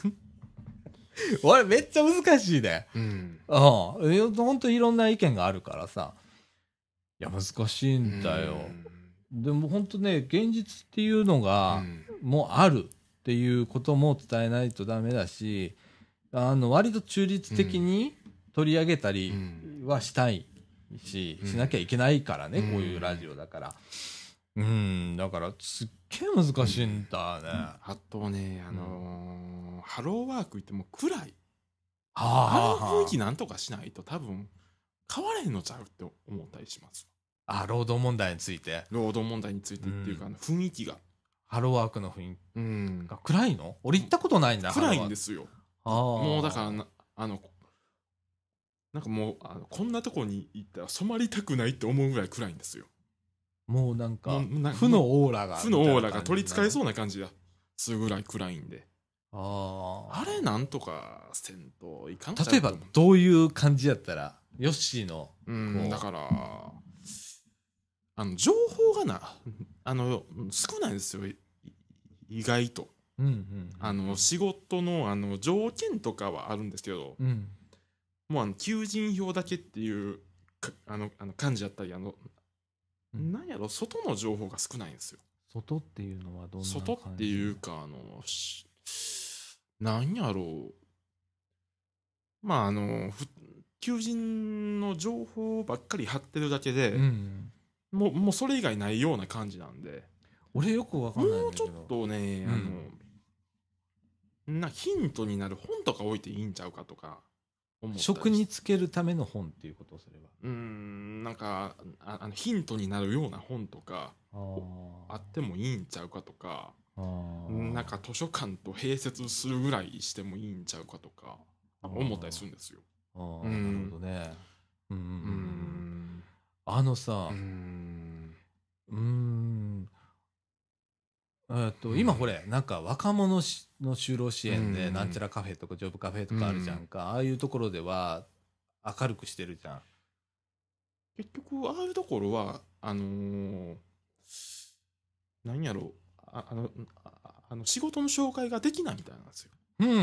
俺めっちゃ難しいね。本当にいろんな意見があるからさ。いや、難しいんだよ。でも本当ね、現実っていうのが、もうあるっていうことも伝えないとダメだし、割と中立的に取り上げたりはしたいしなきゃいけないからね、こういうラジオだから。 だからすっげえ難しいんだね。 あとね、ハローワーク行っても暗い。 ああの雰囲気なんとかしないと多分変われへんのちゃうって思ったりします。 労働問題について。 労働問題についてっていうか、雰囲気が。 ハローワークの雰囲気が暗いの？俺行ったことないんだ。 暗いんですよ。もうだからなんかもうこんなとこに行ったら染まりたくないって思うぐらい暗いんですよ。 もうなんか負のオーラが取りつかれそうな感じがするぐらい暗いんで、あれなんとかせんといかんちゃう。 例えばどういう感じやったらヨッシーのだから情報が少ないんですよ、意外と。仕事の条件とかはあるんですけど、もう求人票だけっていう感じやったり、なんやろ、外の情報が少ないんですよ。 外っていうのはどんな感じ？ 外っていうかなんやろう、まあ求人の情報ばっかり貼ってるだけで、もうそれ以外ないような感じなんで、 俺よくわかんないんだけど、 もうちょっとね、ヒントになる本とか置いていいんちゃうかとか思ったりして。 職につけるための本っていうことをすれば、 なんかヒントになるような本とかあってもいいんちゃうかとか、なんか図書館と併設するぐらいしてもいいんちゃうかとか思ったりするんですよ。 なるほどね。さ、今これなんか若者の就労支援でなんちゃらカフェとかジョブカフェとかあるじゃんか、ああいうところでは明るくしてるじゃん。 結局ああいうところは何やろう、仕事の紹介ができないみたいなんですよ。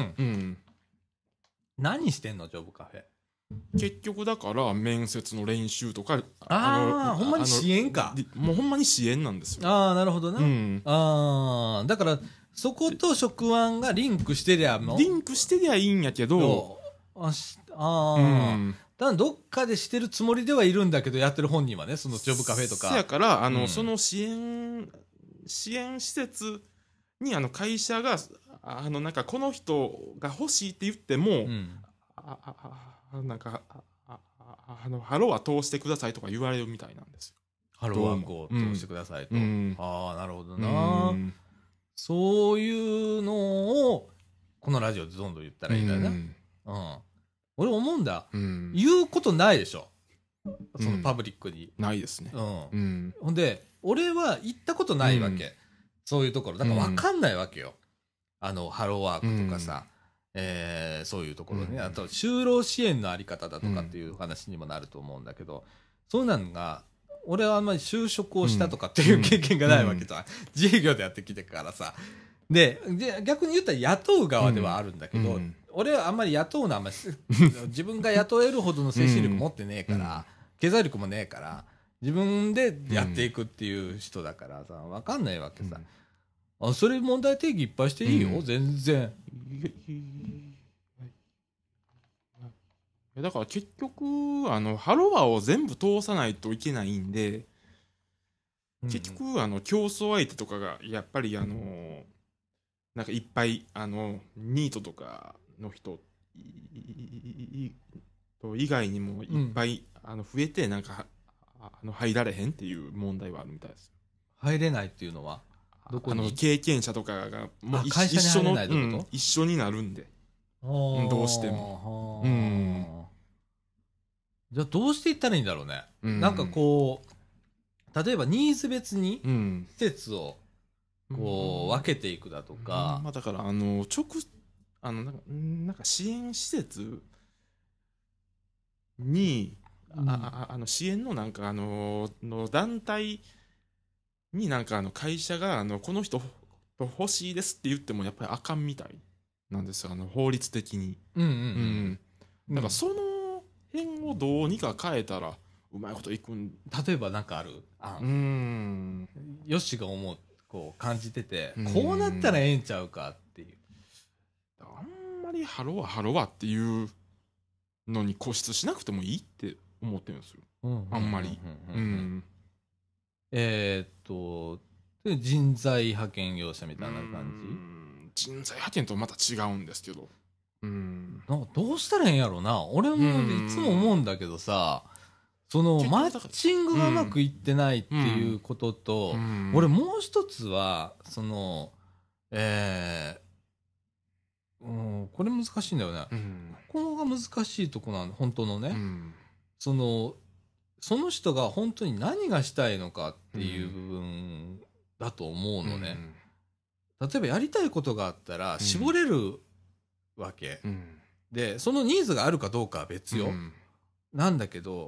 何してんのジョブカフェ？ 結局だから面接の練習とか、 ほんまに支援か。 もうほんまに支援なんですよ。 なるほどな。だからそこと職案がリンクしてりゃいいんやけど、 ただどっかでしてるつもりではいるんだけど、やってる本人はね、そのジョブカフェとか。 せやからその支援施設に会社がなんかこの人が欲しいって言っても、なんかハローは通してくださいとか言われるみたいなんですよ。 ハローワークを通してくださいと。なるほどな。そういうのをこのラジオでどんどん言ったらいいんだよね。俺思うんだ。言うことないでしょ。そのパブリックに。 ないですね。 ほんで、俺は行ったことないわけ。そういうところ。だから分かんないわけよ。ハローワークとかさ。そういうところね、あと就労支援のあり方だとかっていう話にもなると思うんだけど、そういうのが俺はあんまり就職をしたとかっていう経験がないわけじゃん、自営業でやってきてからさ。で逆に言ったら雇う側ではあるんだけど、俺はあんまり雇うのは自分が雇えるほどの精神力持ってねえから、経済力もねえから自分でやっていくっていう人だからさ、分かんないわけさ。それ問題定義いっぱいしていいよ、全然。 だから結局ハロワーを全部通さないといけないんで、結局競争相手とかがやっぱりなんかいっぱいニートとかの人以外にもいっぱい増えて、なんか入られへんっていう問題はあるみたいです。 入れないっていうのはどこに？ 経験者とかがもう一緒になるんで、どうしても。 じゃあどうしていったらいいんだろうね。なんかこう例えばニーズ別に施設をこう分けていくだとか、 だからなんか支援施設に支援のなんかの団体になんか会社がこの人欲しいですって言ってもやっぱりあかんみたいなんですよ、法律的に。だからその辺をどうにか変えたらうまいこといくん。 例えばなんかある？よしがこう感じてて、こうなったらええんちゃうかっていう。 あんまりハロワっていうのに固執しなくてもいいって思ってるんですよ。あんまり。 人材派遣業者みたいな感じ。人材派遣とまた違うんですけど。 なんかどうしたらいいんやろうな。俺もいつも思うんだけどさ、そのマッチングがうまくいってないっていうことと、俺もう一つは、その、これ難しいんだよね。ここが難しいとこなんだ、本当のね。その人が本当に何がしたいのかっていう部分だと思うのね。例えばやりたいことがあったら絞れるわけ。で、そのニーズがあるかどうかは別よ。なんだけど、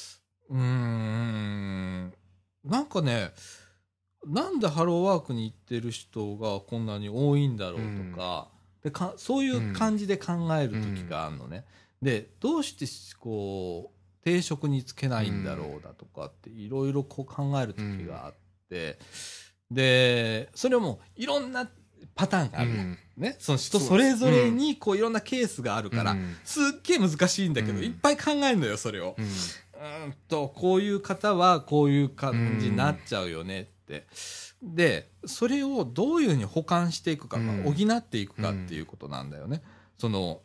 なんかね、なんでハローワークに行ってる人がこんなに多いんだろうとか、でそういう感じで考える時があるのね。で、どうしてこう、定職につけないんだろうだとかっていろいろこう考える時があって、で、それはもういろんなパターンがある、ね。その人それぞれにこういろんなケースがあるから、すっげえ難しいんだけど、いっぱい考えるのよ、それを。こういう方はこういう感じになっちゃうよねって。で、それをどういうふうに補完していくか、補っていくかっていうことなんだよね。その、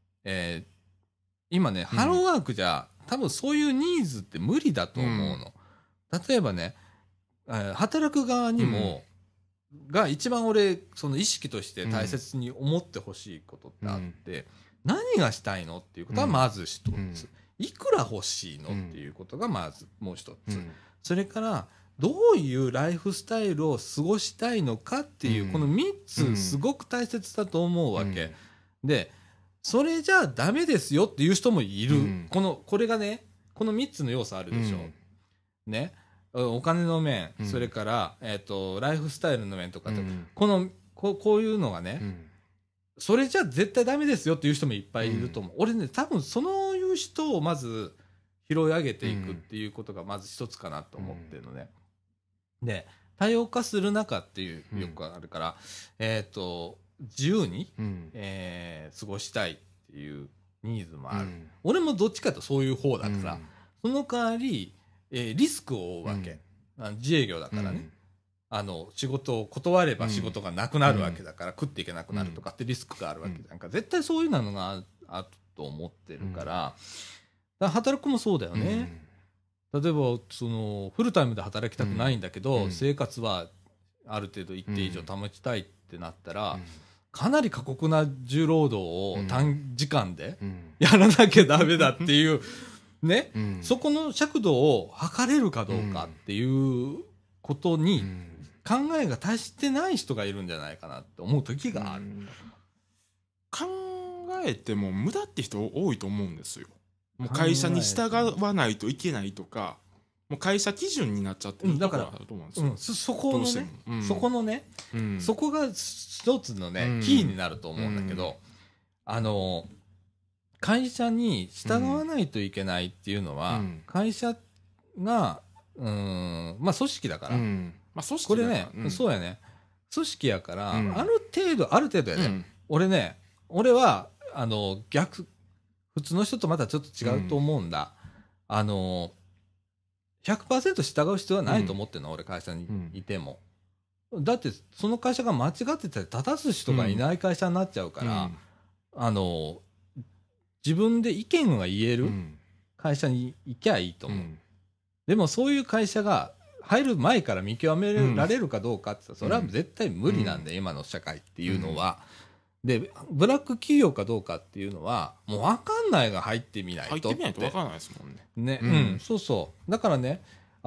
今ね、ハローワークじゃ、多分そういうニーズって無理だと思うの。例えばね、働く側にも、が一番俺、その意識として大切に思ってほしいことってあって、何がしたいのっていうことはまず一つ。いくら欲しいのっていうことがまずもう一つ。それから、どういうライフスタイルを過ごしたいのかっていう、この3つすごく大切だと思うわけ。で、それじゃあダメですよっていう人もいる。これがね、この3つの要素あるでしょ。ね。お金の面、それから、ライフスタイルの面とかと、こういうのがね、それじゃ絶対ダメですよっていう人もいっぱいいると思う。俺ね、多分そういう人をまず拾い上げていくっていうことがまず一つかなと思ってるのね。で、多様化する中っていうよくあるから、自由に、過ごしたいっていうニーズもある。俺もどっちかというとそういう方だから、その代わり、リスクを負うわけ。自営業だからね。仕事を断れば仕事がなくなるわけだから、食っていけなくなるとかってリスクがあるわけじゃんか。絶対そういうのがあると思ってるから、働くもそうだよね。例えば、フルタイムで働きたくないんだけど、生活はある程度一定以上保ちたいってなったら、かなり過酷な重労働を短時間でやらなきゃダメだっていう、ね、そこの尺度を測れるかどうかっていうことに考えが達してない人がいるんじゃないかなって思う時がある。 考えても無駄って人多いと思うんですよ。もう会社に従わないといけないとか、もう会社基準になっちゃってるところがあると思うんですよ。そこのね、そこが一つのね、キーになると思うんだけど、会社に従わないといけないっていうのは、会社が、まあ組織だから。これね、そうやね。組織やから、ある程度やね。俺は、普通の人とまたちょっと違うと思うんだ。100% 従う必要はないと思ってるの、俺会社にいても。だって、その会社が間違ってたら立たす人がいない会社になっちゃうから、自分で意見が言える会社に行きゃいいと思う。でもそういう会社が入る前から見極められるかどうかって言ったら、それは絶対無理なんで、今の社会っていうのは。で、ブラック企業かどうかっていうのは、もう分かんないが入ってみないと。 入ってみないと分からないですもんね。そうそう。だからね、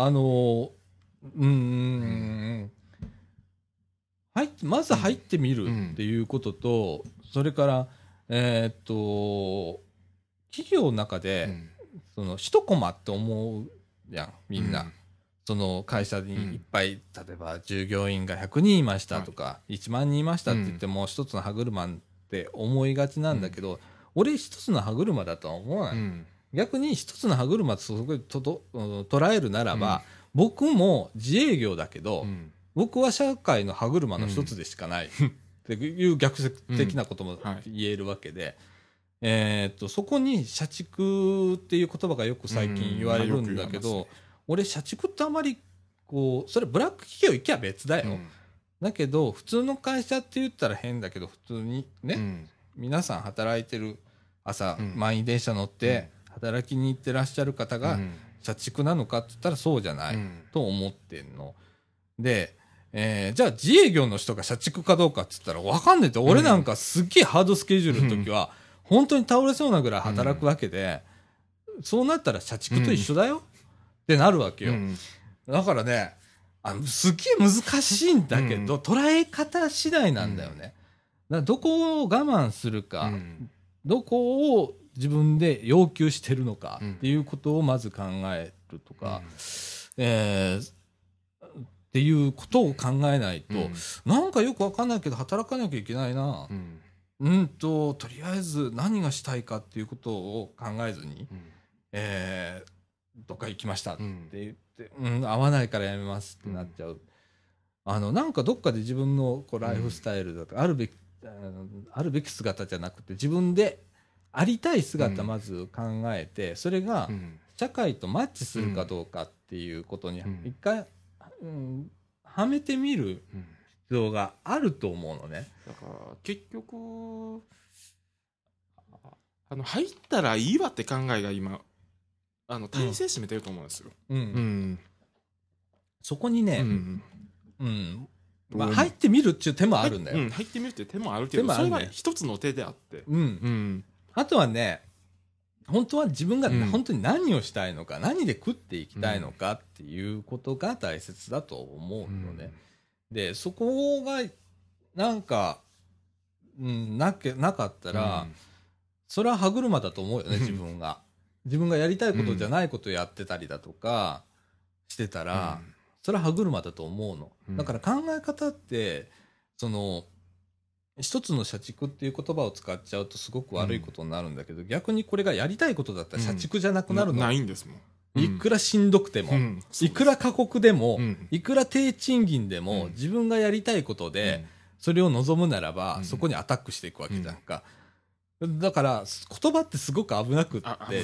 まず入ってみるっていうことと、それから、企業の中で、一コマって思うやん、みんな。その会社にいっぱい、例えば従業員が100人いましたとか、1万人いましたって言っても、一つの歯車って思いがちなんだけど、俺一つの歯車だとは思わない。逆に一つの歯車ってそこで捉えるならば、僕も自営業だけど、僕は社会の歯車の一つでしかないっていう逆的なことも言えるわけで、そこに社畜っていう言葉がよく最近言われるんだけど、俺社畜ってあまりこうそれブラック企業行きゃ別だよ、だけど普通の会社って言ったら変だけど普通にね、皆さん働いてる朝、満員電車乗って働きに行ってらっしゃる方が社畜なのかって言ったらそうじゃない、と思ってんので、じゃあ自営業の人が社畜かどうかって言ったら分かんないって、俺なんかすっげえハードスケジュールの時は本当に倒れそうなぐらい働くわけで、そうなったら社畜と一緒だよ、ってなるわけよ、だからねすっげえ難しいんだけど、捉え方次第なんだよね、だからどこを我慢するか、どこを自分で要求してるのかっていうことをまず考えるとか、っていうことを考えないと、なんかよくわかんないけど働かなきゃいけないな、とりあえず何がしたいかっていうことを考えずに、どっか行きましたって言って、合わないからやめますってなっちゃう、なんかどっかで自分のこうライフスタイルだとか、あるべき姿じゃなくて自分でありたい姿まず考えて、それが社会とマッチするかどうかっていうことに一回、はめてみる必要があると思うのね。 だから結局入ったらいいわって考えが今体制占めてると思うんですよ。 そこにね、まあ、入ってみるっていう手もあるんだよ。 入ってみるっていう手もあるけど、それは一つの手であって。 あとはね、本当は自分が本当に何をしたいのか、何で食っていきたいのかっていうことが大切だと思うのね。で、そこがなんか、なかったら、それは歯車だと思うよね、自分が。自分がやりたいことじゃないことをやってたりだとかしてたら、それは歯車だと思うの。だから考え方って、一つの社畜っていう言葉を使っちゃうとすごく悪いことになるんだけど、逆にこれがやりたいことだったら社畜じゃなくなるの。 ないんですもん。 いくらしんどくても、いくら過酷でも、いくら低賃金でも、自分がやりたいことで、それを望むならば、そこにアタックしていくわけじゃんか。だから、言葉ってすごく危なくって、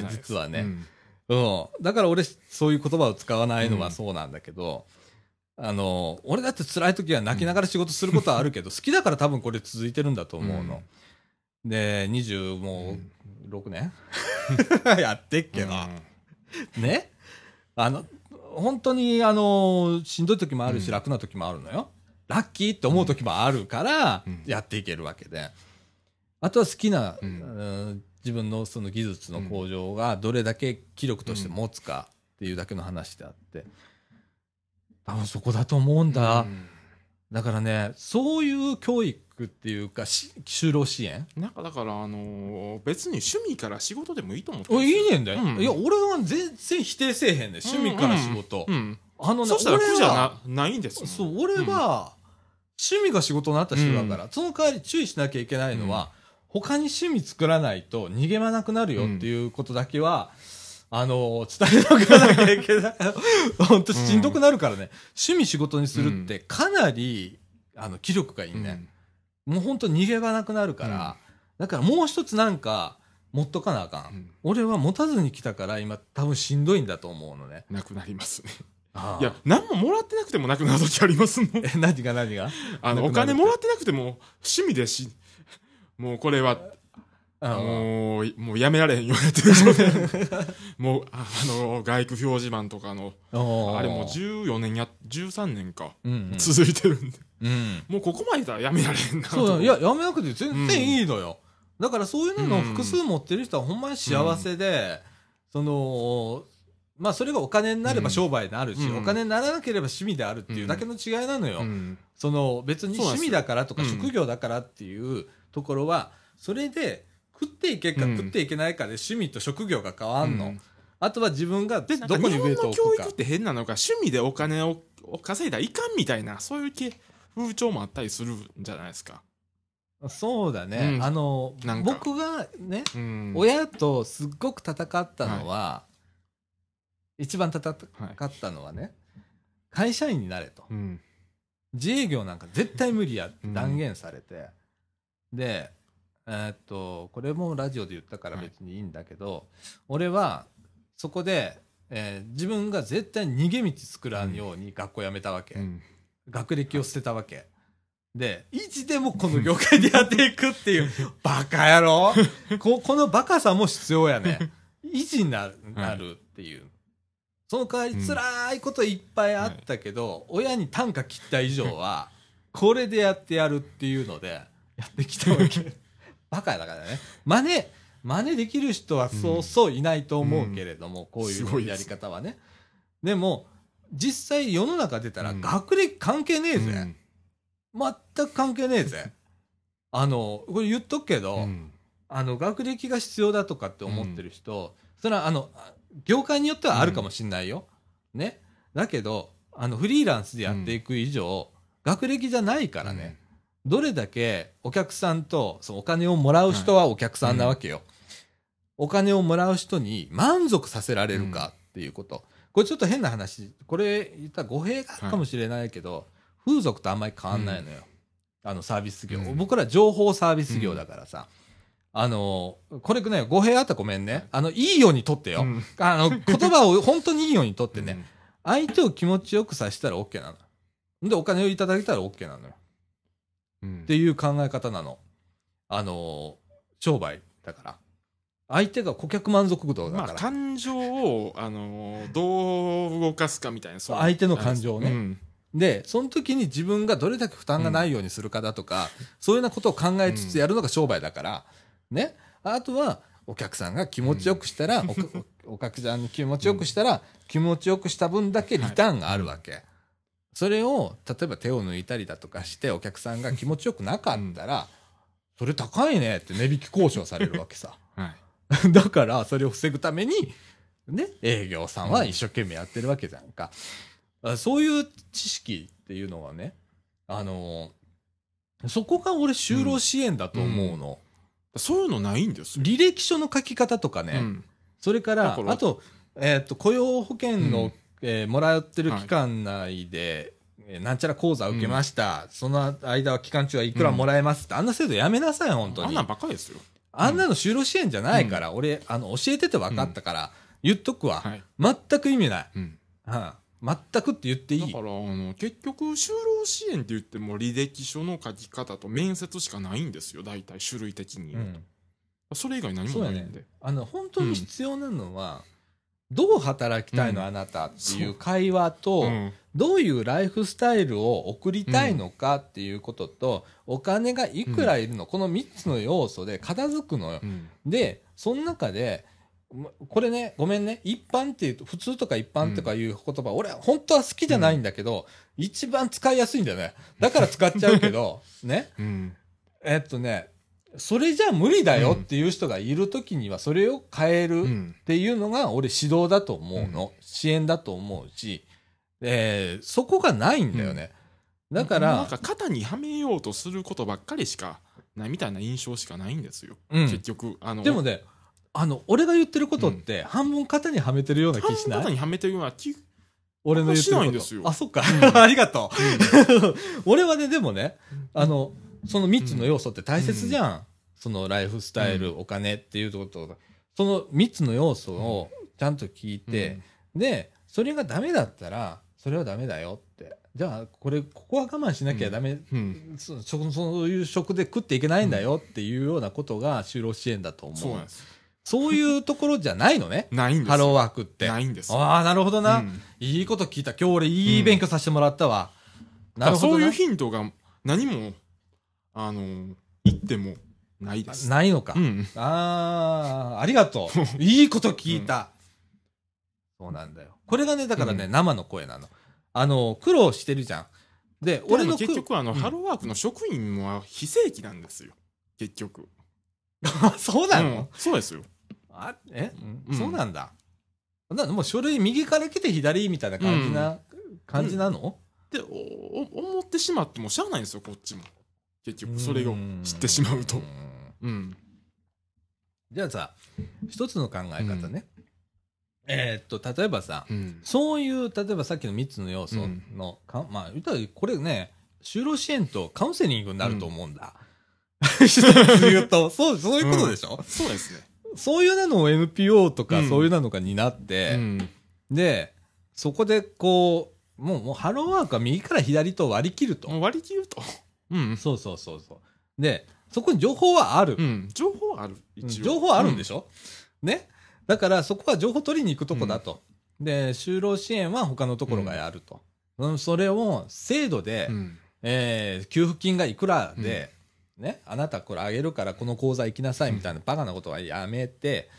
実はね。だから俺、そういう言葉を使わないのはそうなんだけど、俺だって辛い時は泣きながら仕事することはあるけど、好きだから多分これ続いてるんだと思うの。で、もう6年やってっけど。ね、本当にしんどい時もあるし、楽な時もあるのよ。ラッキーって思う時もあるからやっていけるわけで、あとは好きな、自分のその技術の向上がどれだけ気力として持つかっていうだけの話であって、多分そこだと思うんだ、だからね、そういう教育っていうか就労支援なんかだから別に趣味から仕事でもいいと思ってるんですよ。いいねんだよ、いや俺は全然否定せえへんね、趣味から仕事、 そしたら苦じゃないんですよ。 そう、俺は趣味が仕事になった人だから、その代わり注意しなきゃいけないのは、他に趣味作らないと逃げ場なくなるよっていうことだけは、伝えとかなきゃいけない。本当しんどくなるからね。趣味仕事にするってかなり、気力がいいね。もう本当逃げ場なくなるから、だからもう一つなんか持っとかなあかん。俺は持たずに来たから今多分しんどいんだと思うのね。 なくなりますね。いや、何ももらってなくてもなくなる時ありますもん。 何がお金もらってなくても趣味でもうこれは、もうやめられへんようになってる状態。もう、外区表示マンとかの、あれもう13年か、続いてるんで。もうここまでだらやめられへんな。 そう、いや、やめなくて全然いいのよ。だからそういうのを複数持ってる人はほんまに幸せで、まあそれがお金になれば商売になるし、お金にならなければ趣味であるっていうだけの違いなのよ。別に趣味だからとか職業だからっていうところは、それで食っていけか食っていけないかで趣味と職業が変わんの。あとは自分がどこにウェイトを置くか。 日本の教育って変なのか、趣味でお金を稼いだらいかんみたいな、そういう風潮もあったりするんじゃないですか。 そうだね。僕がね、親とすっごく戦ったのは、一番戦ったのはね、会社員になれと。自営業なんか絶対無理やって断言されて。で、これもラジオで言ったから別にいいんだけど、俺はそこで自分が絶対逃げ道作らんように学校辞めたわけ。学歴を捨てたわけ。で、いつでもこの業界でやっていくっていう、バカ野郎このバカさも必要やね。維持になるっていう。その代わり辛いこといっぱいあったけど、親に単価切った以上は、これでやってやるっていうので、やってきたわけ。バカだからね。真似できる人はそうそういないと思うけれども、こういうやり方はね。でも、実際世の中出たら学歴関係ねえぜ。全く関係ねえぜ。これ言っとくけど、学歴が必要だとかって思ってる人、それは業界によってはあるかもしんないよ。ね。だけど、フリーランスでやっていく以上、学歴じゃないからね。どれだけお客さんと、お金をもらう人はお客さんなわけよ。お金をもらう人に満足させられるかっていうこと。これちょっと変な話。これ言ったら語弊があるかもしれないけど、風俗とあんまり変わんないのよ。サービス業。僕ら情報サービス業だからさ。これね、語弊あったらごめんね。いいようにとってよ。言葉を本当にいいようにとってね。相手を気持ちよくさせたら OK なの。で、お金をいただけたら OK なのよ。っていう考え方なの。商売だから。相手が顧客満足度だから。 感情を、どう動かすかみたいな。 相手の感情をね。で、その時に自分がどれだけ負担がないようにするかだとか、そういうようなことを考えつつやるのが商売だから、ね。あとは、お客さんが気持ちよくしたら、お客さんに気持ちよくしたら、気持ちよくした分だけリターンがあるわけ。それを、例えば手を抜いたりだとかして、お客さんが気持ちよくなかったら、それ高いねって値引き交渉されるわけさ。だから、それを防ぐために、ね、営業さんは一生懸命やってるわけじゃんか。そういう知識っていうのはね、そこが俺就労支援だと思うの。 そういうのないんですよ。 履歴書の書き方とかね。それから、あと、雇用保険の、もらってる期間内で、なんちゃら講座受けました。その間は期間中はいくらもらえますって、あんな制度やめなさい、本当に。 あんなんばっかりですよ。 あんなの就労支援じゃないから、俺、教えてて分かったから、言っとくわ。全く意味ない。全くって言っていい。 だから、結局、就労支援って言っても、履歴書の書き方と面接しかないんですよ、大体、種類的に。それ以外何もないんで。 本当に必要なのは、どう働きたいの、あなたっていう会話と、どういうライフスタイルを送りたいのかっていうことと、お金がいくらいるの、この3つの要素で片付くのよ。で、その中で、これね、ごめんね、一般っていうと、普通とか一般とかいう言葉、俺本当は好きじゃないんだけど、一番使いやすいんだよね。だから使っちゃうけど、ね。それじゃ無理だよっていう人がいるときには、それを変えるっていうのが俺指導だと思うの。支援だと思うし、そこがないんだよね。だから。 なんか肩にはめようとすることばっかりしかないみたいな印象しかないんですよ。結局。 でもね、俺が言ってることって、半分肩にはめてるような気しない？ 肩にはめてるような気俺の言ってること。しないんですよ。 あ、そっか。ありがとう。俺はね、でもね、その3つの要素って大切じゃん。そのライフスタイル、お金っていうことと、その3つの要素をちゃんと聞いて、で、それがダメだったら、それはダメだよって。じゃあ、ここは我慢しなきゃダメ、そういう職で食っていけないんだよっていうようなことが就労支援だと思う。 そうなんです。 そういうところじゃないのね。 ないんです。 ハローワークって。 ないんです。 ああ、なるほどな。いいこと聞いた。今日俺いい勉強させてもらったわ。 なるほど。そういうヒントが何も、言ってもないです。 ないのか。ありがとう。いいこと聞いた。そうなんだよ。これがね、だからね、生の声なの。苦労してるじゃん。で、 俺の結局ハローワークの職員は非正規なんですよ。結局。 そうなの？ そうですよ。 そうなんだ。もう書類右から来て左みたいな感じなの？ って思ってしまってもしゃあないんですよ、こっちも。結局、それを知ってしまうと。 じゃあさ、一つの考え方ね。例えばさ、そういう、例えばさっきの3つの要素の、まあ、言ったらこれね、就労支援とカウンセリングになると思うんだ。一つ言うと、そういうことでしょ？ そうですね。 そういうのを NPO とかそういうのが担って、 で、そこでこう、もうハローワークは右から左と割り切ると。 割り切ると。うん。 そうそうそうそう。で、そこに情報はある。 うん。情報はある。 一応。情報はあるんでしょ、ね。だからそこは情報取りに行くとこだと。で、就労支援は他のところがやると。それを制度で、給付金がいくらで、ね、あなたこれあげるからこの口座行きなさいみたいなバカなことはやめて、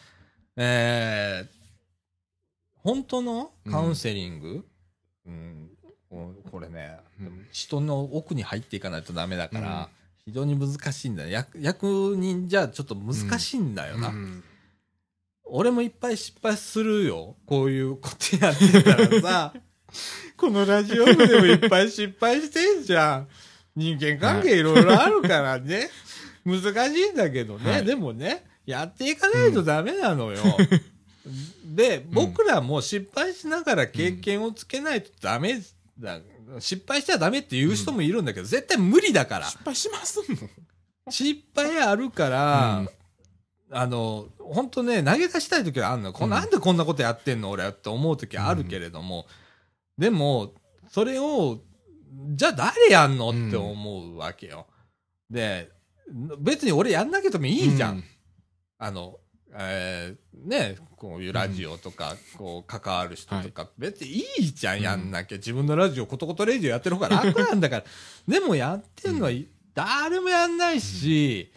本当のカウンセリング、これね、人の奥に入っていかないとダメだから、非常に難しいんだよ。役人じゃちょっと難しいんだよな。俺もいっぱい失敗するよ。こういうことやってたらさ、このラジオ部でもいっぱい失敗してんじゃん。人間関係いろいろあるからね。難しいんだけどね。でもね、やっていかないとダメなのよ。で、僕らも失敗しながら経験をつけないとダメだ。失敗しちゃダメって言う人もいるんだけど、絶対無理だから。 失敗しますもん。 失敗あるから、本当ね、投げ出したい時はあるの。なんでこんなことやってんの俺って思う時はあるけれども、でも、それを、じゃあ誰やんのって思うわけよ。で、別に俺やんなきゃてもいいじゃん。ね、こういうラジオとか、こう、関わる人とか、別にいいじゃん、やんなきゃ。自分のラジオ、ことことレジオやってる方が楽なんだから。でもやってんのは、誰もやんないし、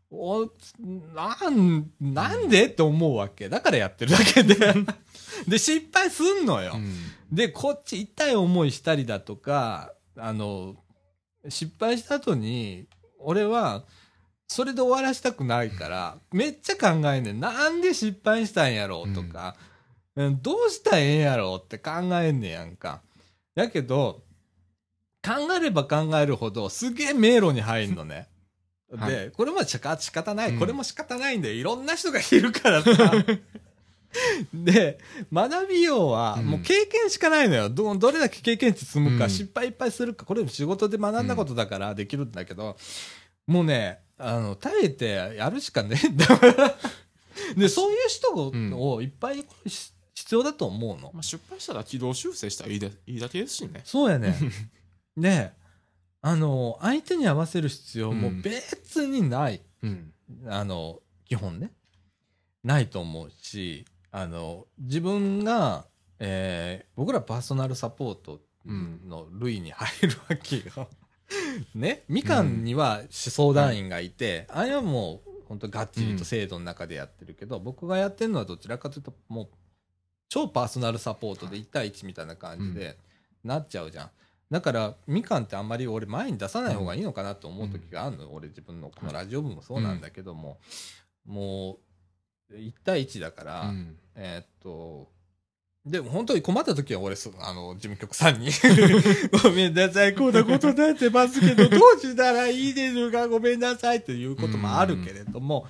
なんでって思うわけ。だからやってるだけで。で、失敗すんのよ。で、こっち痛い思いしたりだとか、失敗した後に、俺は、それで終わらしたくないから、めっちゃ考えんねん。なんで失敗したんやろうとか、どうしたらええんやろうって考えんねやんか。だけど、考えれば考えるほど、すげえ迷路に入んのね。で、これも仕方ない。これも仕方ないんだよ。いろんな人がいるからさ。で、学びようは、もう経験しかないのよ。どれだけ経験値積むか、失敗いっぱいするか、これ仕事で学んだことだからできるんだけど、もうね、耐えてやるしかねえんだから。で、そういう人をいっぱい必要だと思うの。 失敗したら軌道修正したらいいだけですしね。 そうやね。で、相手に合わせる必要も別にない。基本ね。ないと思うし、自分が、僕らパーソナルサポートの類に入るわけよ。ね。みかんには相談員がいて、あれはもう、本当がっちりと制度の中でやってるけど、僕がやってるのはどちらかというと、もう、超パーソナルサポートで1対1みたいな感じで、なっちゃうじゃん。だから、みかんってあんまり俺前に出さない方がいいのかなと思う時があるの。俺自分のこのラジオ部もそうなんだけども、もう、1対1だから、でも本当に困った時は俺、事務局さんにごめんなさい、こんなことになってますけど、どうしたらいいでしょうか、ごめんなさいっていうこともあるけれども、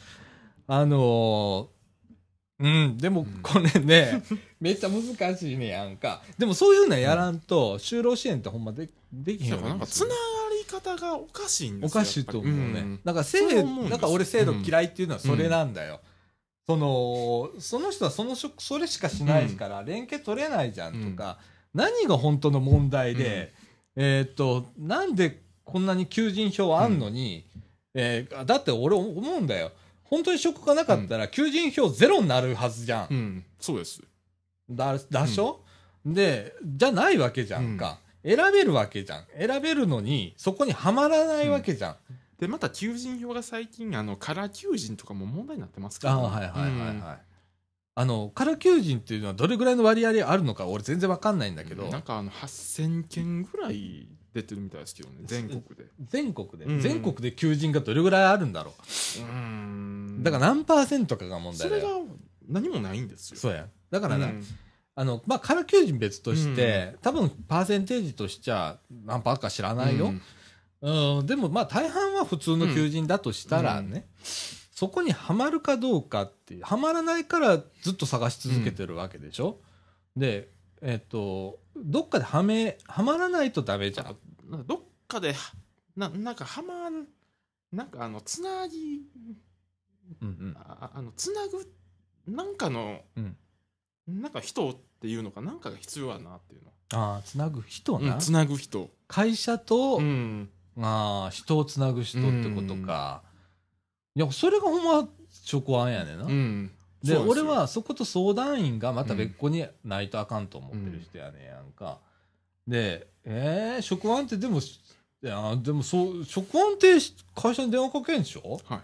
でもこれね、めっちゃ難しいねやんか。でもそういうのやらんと、就労支援ってほんまできへんよ。 なんかつながり方がおかしいんですよ。おかしいと思うね。だから俺制度嫌いっていうのはそれなんだよ。その人はそれしかしないから、連携取れないじゃんとか、何が本当の問題で、なんでこんなに求人票あんのに、だって俺思うんだよ。本当に職がなかったら、求人票ゼロになるはずじゃん。 そうです。 だしょ、で、じゃないわけじゃんか。選べるわけじゃん。選べるのに、そこにはまらないわけじゃん。 で、また求人票が最近、カラー求人とかも問題になってますから、ね。 はいはいはいはい。カラー求人っていうのはどれぐらいの割合あるのか俺全然わかんないんだけど。 なんか8000件ぐらい出てるみたいですけどね、全国で。 全国で求人がどれぐらいあるんだろう。だから何%かが問題だよ。 それが何もないんですよ。 そうや。だからな、カラー求人別として、多分パーセンテージとしちゃ何パーか知らないよ。でも大半は普通の求人だとしたらね、そこにはまるかどうかっていう、はまらないからずっと探し続けてるわけでしょ。で、どっかではまらないとダメじゃん。 どっかで、なんかつなぎ、つなぐ、なんかの、 なんか人っていうのかなんかが必要やなっていうの。 つなぐ人な、 つなぐ人。 会社と、人をつなぐ人ってことか。いや、それがほんま職案やねんな。で、俺はそこと相談員がまた別個にないとあかんと思ってる人やねんやんか。で、職案ってでも、でも職案って会社に電話かけんでしょ、はい、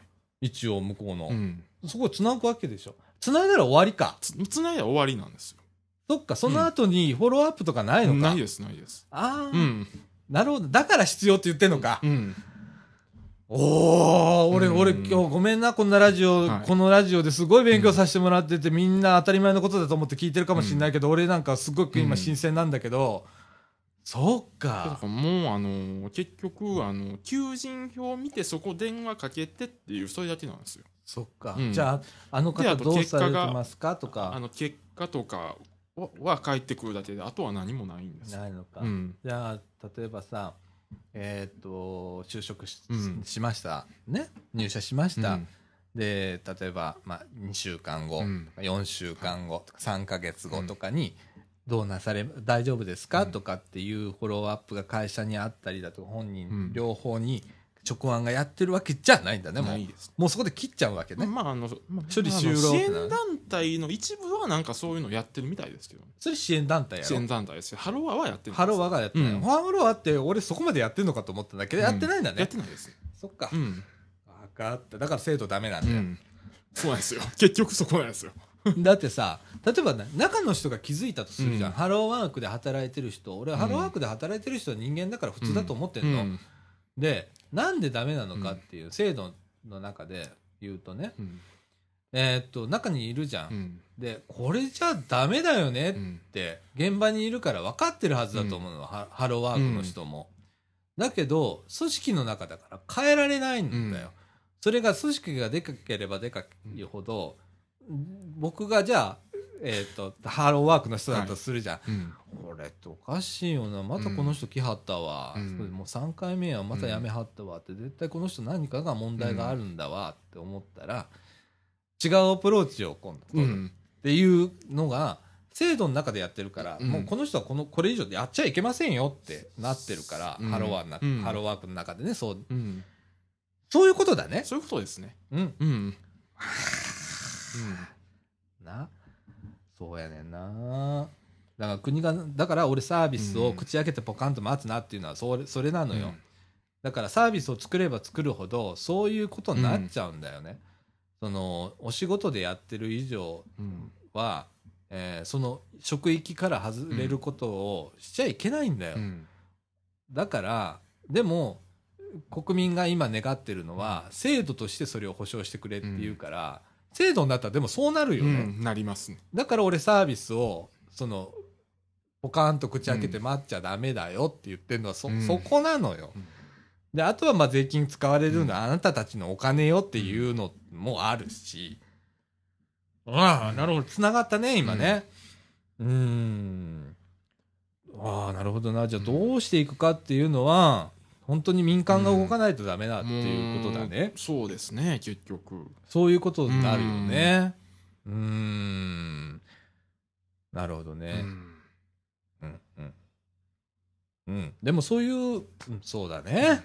一応向こうの。そこつなぐわけでしょ。つないだら終わりか。 つないだら終わりなんですよ。 そっか、その後にフォローアップとかないのか。 ないです、ないです。 なるほど。だから必要って言ってんのか。俺今日ごめんな、こんなラジオ、このラジオですごい勉強させてもらってて、みんな当たり前のことだと思って聞いてるかもしれないけど、俺なんかすごく今新鮮なんだけど、そっか。 もう結局求人票を見てそこ電話かけてっていうそれだけなんですよ。 そっか。じゃああの方どうされてますかとか。 結果とかは返ってくるだけで、あとは何もないんです。 ないのか。じゃあ例えばさ、就職 しましたね、入社しました。で例えば2週間後、4週間後とか3ヶ月後とかに。どうなされ大丈夫ですか、とかっていうフォローアップが会社にあったりだとか本人両方に直案がやってるわけじゃないんだね。もうそこで切っちゃうわけね。処理終了。 支援団体の一部はなんかそういうのやってるみたいですけど、 それ支援団体やろ。 支援団体ですよ。ハロワはやってるんです。 ハロワがやってない。ハロワって俺そこまでやってんのかと思ったんだけど、やってないんだね。 やってないです。 そっか。分かった。だから制度ダメなんだよ。 そうなんですよ。結局そこなんですよ。 だってさ、例えば、中の人が気づいたとするじゃん。ハローワークで働いてる人。俺はハローワークで働いてる人は人間だから普通だと思ってんの。で、なんでダメなのかっていう制度の中で言うとね、中にいるじゃん。で、これじゃダメだよねって、現場にいるから分かってるはずだと思うの。ハローワークの人も。だけど、組織の中だから変えられないんだよ。それが組織がでかければでかいほど、僕がじゃあ、ハローワークの人だとするじゃん。これっておかしいよな。またこの人来はったわ。もう3回目はまた辞めはったわって、絶対この人何かが問題があるんだわって思ったら、違うアプローチを今度取るっていうのが、制度の中でやってるから、もうこの人はこれ以上やっちゃいけませんよってなってるから、ハローワークの中でね、そういうことだね。 そういうことですね。 そうやねんな。だから国が、だから俺サービスを口開けてポカンと待つなっていうのはそれなのよ。だからサービスを作れば作るほどそういうことになっちゃうんだよね。お仕事でやってる以上は、その職域から外れることをしちゃいけないんだよ。だからでも国民が今願ってるのは制度としてそれを保障してくれっていうから、制度になったらでもそうなるよね。 なりますね。 だから俺サービスをポカーンと口開けて待っちゃダメだよって言ってるのはそこなのよ。であとは税金使われるのはあなたたちのお金よっていうのもあるし。なるほど、つながったね今ね。なるほどな。じゃあどうしていくかっていうのは。本当に民間が動かないとダメだっていうことだね。 そうですね、結局。 そういうことになるよね。なるほどね。でもそういう、そうだね。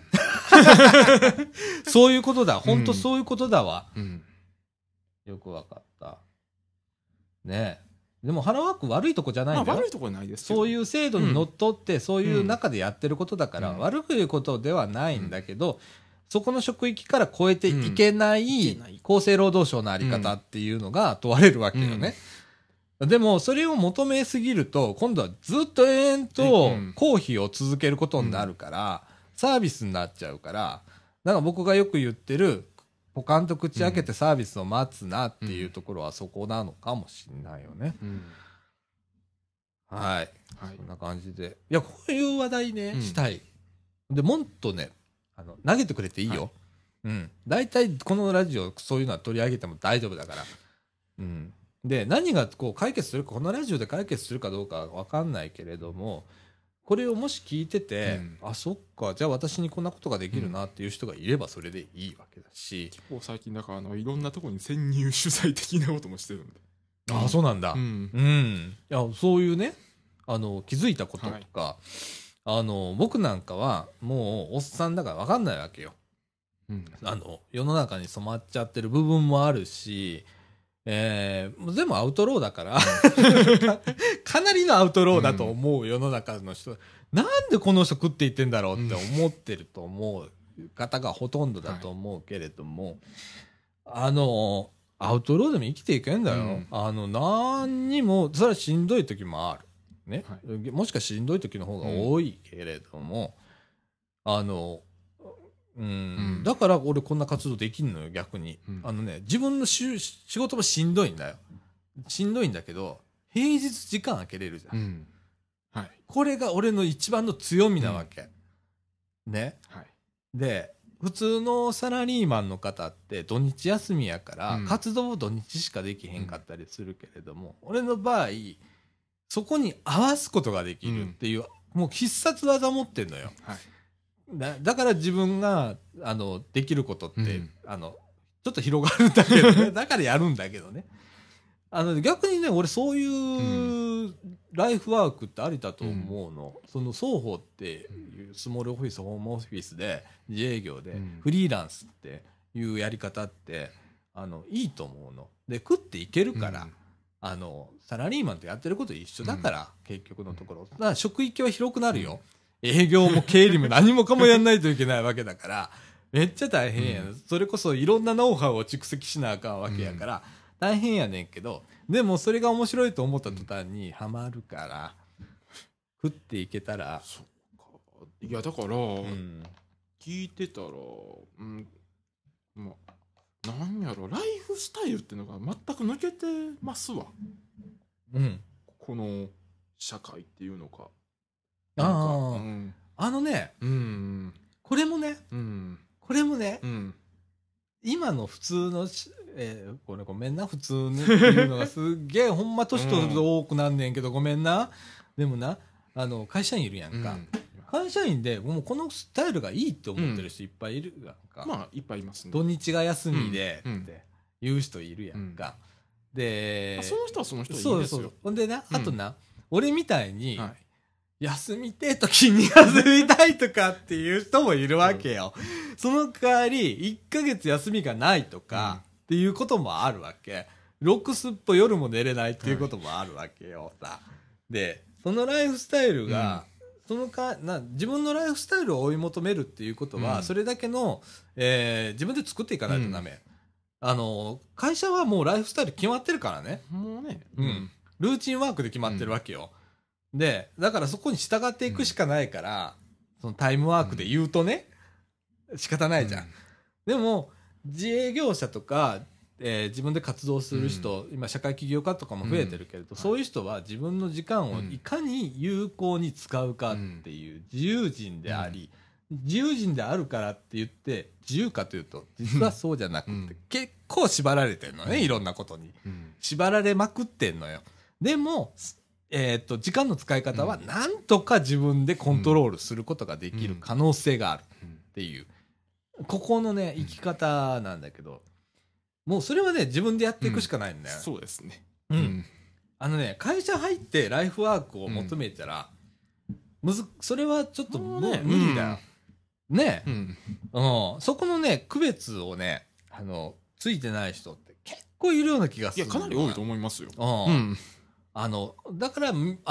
そういうことだ。本当そういうことだわ。よくわかった。ねえ。でもハローワーク悪いとこじゃないんだよ。 悪いとこないです。 そういう制度にのっとって、そういう中でやってることだから、悪いことではないんだけど、そこの職域から超えていけない厚生労働省のあり方っていうのが問われるわけよね。でもそれを求めすぎると今度はずっと延々と公費を続けることになるからサービスになっちゃうから、だから僕がよく言ってるポカンと口開けてサービスを待つなっていうところはそこなのかもしれないよね。はい。そんな感じで。いや、こういう話題ね、したい。で、もっとね、投げてくれていいよ。大体このラジオ、そういうのは取り上げても大丈夫だから。で、何が解決するか、このラジオで解決するかどうかわかんないけれども、これをもし聞いてて、そっか、じゃあ私にこんなことができるなっていう人がいればそれでいいわけだし。 結構最近だからいろんなところに潜入取材的なこともしてるんで。 ああ、そうなんだ。うん。いや、そういうね、気づいたこととか、僕なんかは、もう、おっさんだから分かんないわけよ。世の中に染まっちゃってる部分もあるし、全部アウトローだからかなりのアウトローだと思う世の中の人、なんでこの人食っていってんだろうって思ってると思う方がほとんどだと思うけれども、アウトローでも生きていけんだよ。何にも、それはしんどい時もある。ね。もしかしんどい時の方が多いけれども、だから俺こんな活動できんのよ、逆に。自分の仕事もしんどいんだよ。しんどいんだけど、平日時間空けれるじゃん。これが俺の一番の強みなわけ。ね。で、普通のサラリーマンの方って土日休みやから、活動を土日しかできへんかったりするけれども、俺の場合、そこに合わすことができるっていう、もう必殺技持ってんのよ。だから自分が、できることって、ちょっと広がるんだけどね。だからやるんだけどね。逆にね、俺そういうライフワークってありだと思うの。その双方っていうスモールオフィス、ホームオフィスで、自営業で、フリーランスっていうやり方って、いいと思うの。で、食っていけるから、サラリーマンとやってること一緒だから、結局のところ。だから職域は広くなるよ。営業も経理も何もかもやんないといけないわけだから、めっちゃ大変やな。それこそいろんなノウハウを蓄積しなあかんわけやから、大変やねんけど、でもそれが面白いと思った途端にハマるから、食っていけたら。 そうか。いや、だから、聞いてたら、まあ、なんやろ、ライフスタイルっていうのが全く抜けてますわ。この社会っていうのか。 これもね、今の普通の、これごめんな、普通にっていうのがすっげえ、ほんま年取ると多くなんねんけど、ごめんな。でもな、会社員いるやんか。会社員で、もうこのスタイルがいいって思ってる人いっぱいいるやんか。 まあ、いっぱいいますね。 土日が休みで、って言う人いるやんか。で、 その人はその人いいですよ。 ほんでな、あとな、俺みたいに、休みてえ時に休みたいとかっていう人もいるわけよ。その代わり、1ヶ月休みがないとかっていうこともあるわけ。ロックスっぽ夜も寝れないっていうこともあるわけよ。で、そのライフスタイルが、自分のライフスタイルを追い求めるっていうことは、それだけの、自分で作っていかないとダメ。会社はもうライフスタイル決まってるからね。 もうね。 ルーチンワークで決まってるわけよ。で、だからそこに従っていくしかないから、そのタイムワークで言うとね、仕方ないじゃん。でも、自営業者とか、自分で活動する人、今社会起業家とかも増えてるけれど、そういう人は自分の時間をいかに有効に使うかっていう自由人であり、自由人であるからって言って自由かというと、実はそうじゃなくて、結構縛られてるのね、いろんなことに。縛られまくってんのよ。でも、時間の使い方はなんとか自分でコントロールすることができる可能性があるっていう、ここのね、生き方なんだけど、もうそれはね、自分でやっていくしかないんだよ。 そうですね。 会社入ってライフワークを求めたら、それはちょっともう無理だよ。ね。そこのね、区別をね、ついてない人って結構いるような気がする。 いや、かなり多いと思いますよ。 だから、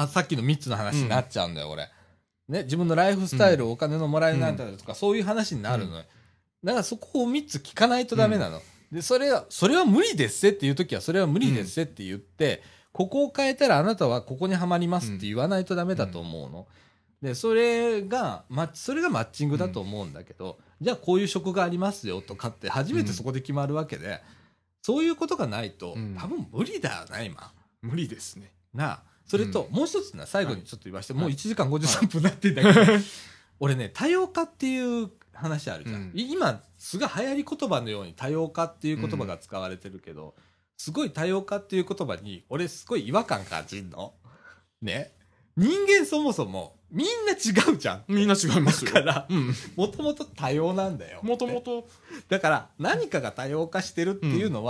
さっきの3つの話になっちゃうんだよ、俺。ね、自分のライフスタイル、お金のもらえないとか、そういう話になるのよ。だからそこを3つ聞かないとダメなの。で、それは無理ですっていうときは、それは無理ですって言って、ここを変えたらあなたはここにはまりますって言わないとダメだと思うの。で、それがマッチングだと思うんだけど、じゃあこういう職がありますよとかって初めてそこで決まるわけで、そういうことがないと、多分無理だよな、今。 無理ですね。 なあ。それと、もう一つな、最後にちょっと言わして、もう1時間53分になってんだけど、俺ね、多様化っていう話あるじゃん。今、すごい流行り言葉のように多様化っていう言葉が使われてるけど、すごい多様化っていう言葉に、俺すごい違和感感じんの。ね。人間そもそも、みんな違うじゃん。 みんな違いますよ。 だから、もともと多様なんだよ。 もともと。 だから、何かが多様化してるっていうのは、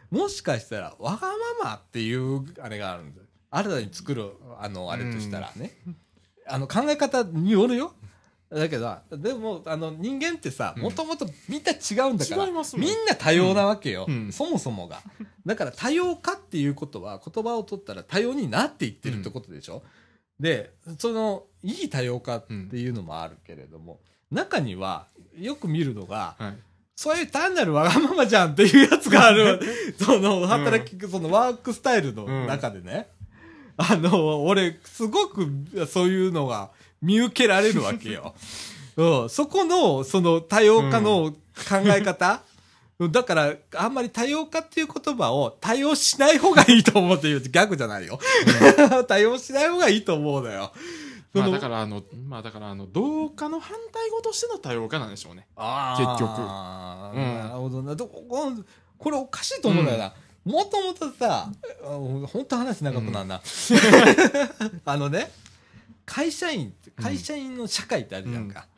もしかしたらわがままっていうあれがあるんだよ。新たに作るあれとしたらね、考え方によるよ。だけどでも人間ってさ、もともとみんな違うんだから、 違いますみんな多様なわけよ、 うん、 そもそもが。だから多様化っていうことは、言葉を取ったら多様になっていってるってことでしょ、でいい多様化っていうのもあるけれども、中にはよく見るのが、そういう単なるわがままじゃんっていうやつがある働き、そのワークスタイルの中でね、俺すごくそういうのが見受けられるわけよ。そこのその多様化の考え方、だからあんまり多様化っていう言葉を多用しない方がいいと思うっていうギャグじゃないよ。多用しない方がいいと思うのよ。 だから同化の反対語としての多様化なんでしょうね。結局。 なるほどな。これおかしいと思うんだよな。もともとさ、本当話長くなるな。会社員の社会ってあるじゃんか。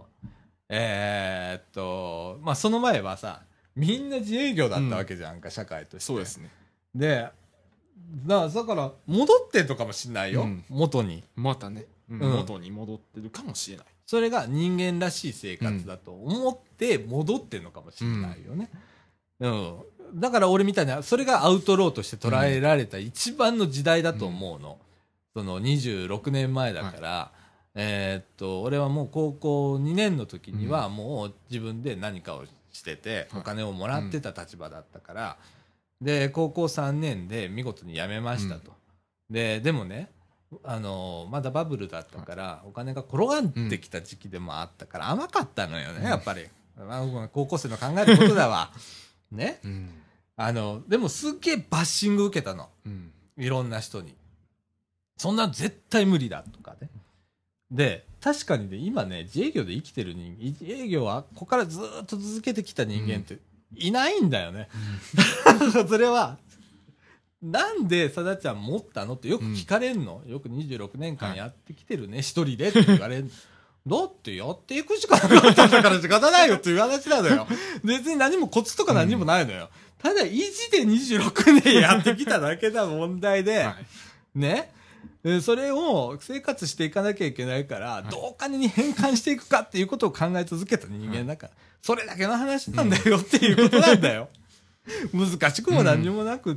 その前はさ、みんな自営業だったわけじゃんか、社会として。 そうですね。 で、だから戻ってんのかもしれないよ、元に。 またね。元に戻ってるかもしれない。 それが人間らしい生活だと思って戻ってんのかもしれないよね。だから俺みたいな、それがアウトローとして捉えられた一番の時代だと思うの。その26年前だから、俺はもう高校2年の時にはもう自分で何かをしてて、お金をもらってた立場だったから、で、高校3年で見事に辞めましたと。でもね、まだバブルだったから、お金が転がってきた時期でもあったから、甘かったのよね、やっぱり。高校生の考えることだわ。ね。でもすっげえバッシング受けたの。いろんな人に。そんな絶対無理だとかね。で、確かにね、今ね、自営業で生きてる人間、自営業はここからずっと続けてきた人間っていないんだよね。それは、なんでさだちゃん持ったのってよく聞かれんの、よく26年間やってきてるね、一人でって言われる。だってやっていくしかなかったんだから仕方ないよっていう話なのよ。別に何もコツとか何もないのよ。ただ維持で26年やってきただけな問題で、ね。それを生活していかなきゃいけないから、どうお金に変換していくかっていうことを考え続けた人間だから、それだけの話なんだよっていうことなんだよ。難しくも何にもなくって。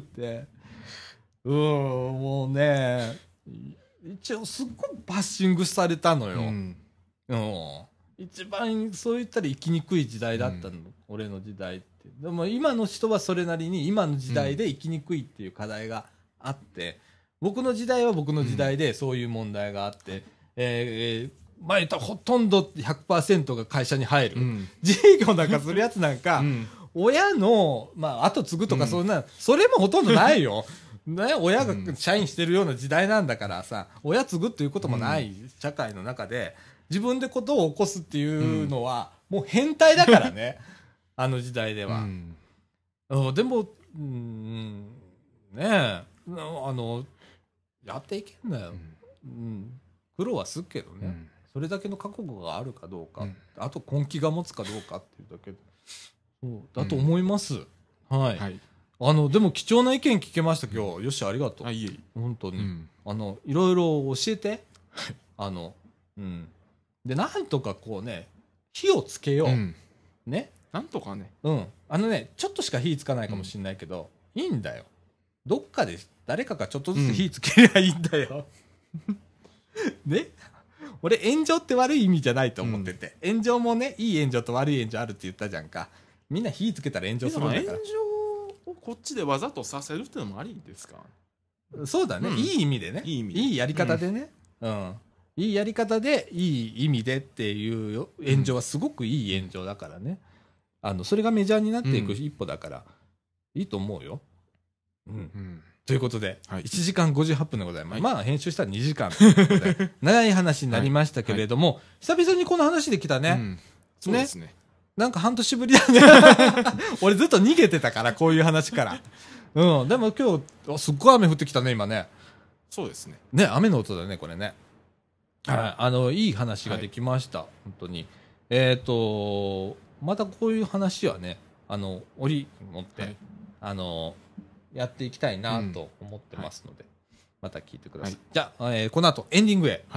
もうね、一応すっごいバッシングされたのよ。一番そう言ったら生きにくい時代だったの、俺の時代って。でも今の人はそれなりに今の時代で生きにくいっていう課題があって、僕の時代は僕の時代でそういう問題があって、まあ言ったらほとんど 100% が会社に入る。自営業なんかするやつなんか、親の、後継ぐとかそんな、それもほとんどないよ。ね、親が社員してるような時代なんだからさ、親継ぐっていうこともない社会の中で、自分でことを起こすっていうのは、もう変態だからね。あの時代では。でも、ねえ、やっていけんだよ。苦労はすっけどね。それだけの覚悟があるかどうか、あと根気が持つかどうかっていうだけで、そうだと思います。はい。でも貴重な意見聞けました今日。よし、ありがとう。本当に。いろいろ教えて。で、なんとかこうね、火をつけよう。ね。 なんとかね。 ちょっとしか火つかないかもしれないけど、いいんだよ。どっかで誰かがちょっとずつ火つけりゃいいんだよ。ね。俺、炎上って悪い意味じゃないと思ってて。炎上もね、いい炎上と悪い炎上あるって言ったじゃんか。みんな火つけたら炎上するんだから。 炎上をこっちでわざとさせるってのもありですか？ そうだね。いい意味でね。いいやり方でね。いいやり方で、いい意味でっていう炎上はすごくいい炎上だからね。それがメジャーになっていく一歩だから、いいと思うよ。ということで、1時間58分でございます。まあ、編集したら2時間ということで、長い話になりましたけれども、久々にこの話できたね。 そうですね。 なんか半年ぶりだね。俺ずっと逃げてたから、こういう話から。でも今日、すっごい雨降ってきたね、今ね。 そうですね。 ね、雨の音だね、これね。はい。いい話ができました。本当に。またこういう話はね、折持って、 やっていきたいなと思ってますので、また聞いてください。じゃあ、この後エンディングへ。 はい。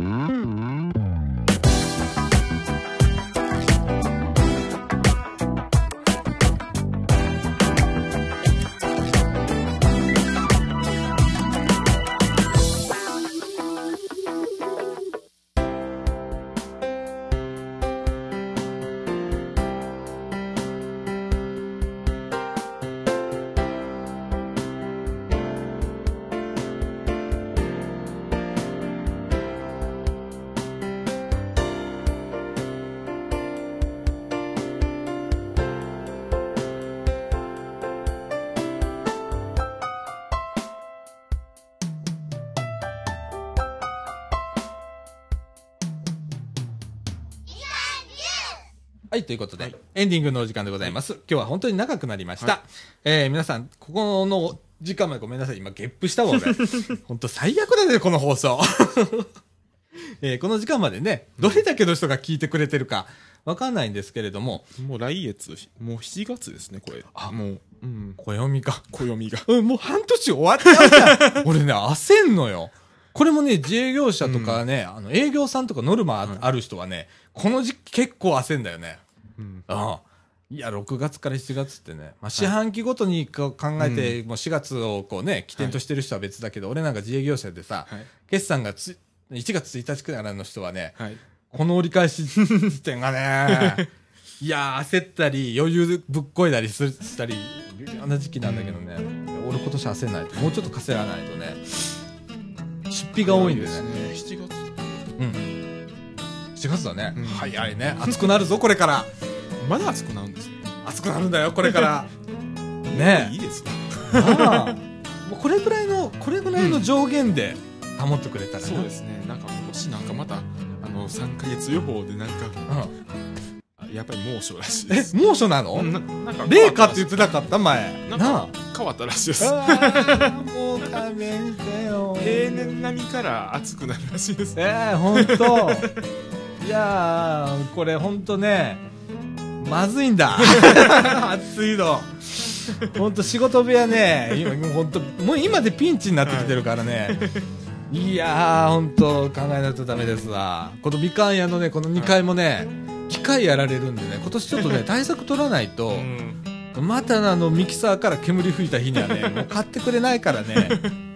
はい、ということで、エンディングのお時間でございます。今日は本当に長くなりました。皆さん、ここの時間までごめんなさい。今、ゲップしたわ、俺。本当最悪だね、この放送。この時間までね、どれだけの人が聞いてくれてるか、わかんないんですけれども。 もう来月、もう7月ですね、これ。もう、 暦か。 暦が。 もう半年終わっちゃうじゃん。俺ね、焦んのよ。これもね、自営業者とかね、営業さんとかノルマある人はね、この時期結構焦んだよね。いや、6月から7月ってね、四半期ごとに考えて、もう4月をこうね、起点としてる人は別だけど、俺なんか自営業者でさ、決算が1月1日くらいの人はね、この折り返し時点がね、いや焦ったり、余裕ぶっこいだりしたり、微妙な時期なんだけどね、俺今年焦んないと、もうちょっと稼がないとね、出費が多いんでね。 7月。 7月だね。早いね。暑くなるぞ、これから。 まだ暑くなるんですね。 暑くなるんだよ、これから。ねえ。 いいですか。 もうこれぐらいの上限で保ってくれたらね。 そうですね。なんか今年なんかまた、3ヶ月予報でなんか、やっぱり猛暑らしいです。 猛暑なの？なんか冷夏って言ってなかった前。 なんか変わったらしいです。 もう勘弁してよ。 平年並みから暑くなるらしいです。 ほんと。いやー、これほんとね、まずいんだ。暑いの。ほんと仕事部屋ね、もう今でピンチになってきてるからね。いやー、ほんと考えないとダメですわ。このみかん屋のね、この2階もね、機械やられるんでね、今年ちょっとね、対策取らないと、またミキサーから煙吹いた日にはね、もう買ってくれないからね。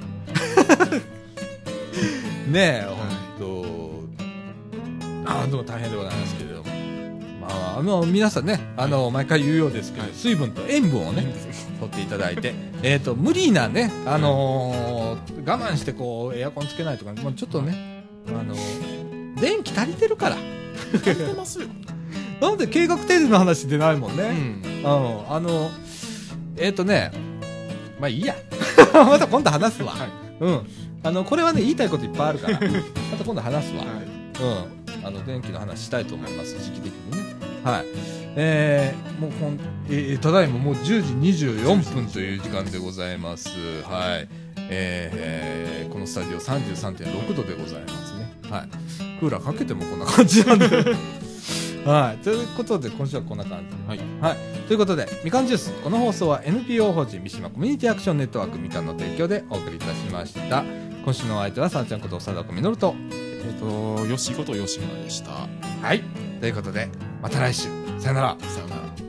ねえ、ほんと、でも大変でございますけれども。皆さんね、毎回言うようですけど、水分と塩分をね、取っていただいて、無理なね、我慢してこう、エアコンつけないとか、もうちょっとね、電気足りてるから。 足りてますよ。 なんで計画停電の話出ないもんね。まあいいや。また今度話すわ。これはね、言いたいこといっぱいあるから、また今度話すわ。電気の話したいと思います、時期的にね。はい。もうただいまもう10時24分という時間でございます。はい。このスタジオ 33.6 度でございますね。はい。クーラーかけてもこんな感じなんで。はい。ということで、今週はこんな感じ。はい。ということで、みかんジュース。この放送は NPO 法人三島コミュニティアクションネットワークみかんの提供でお送りいたしました。今週のお相手は、さんちゃんこと貞子みのると、 よしこと吉村でした。 はい。ということで、また来週。さよなら。 さよなら。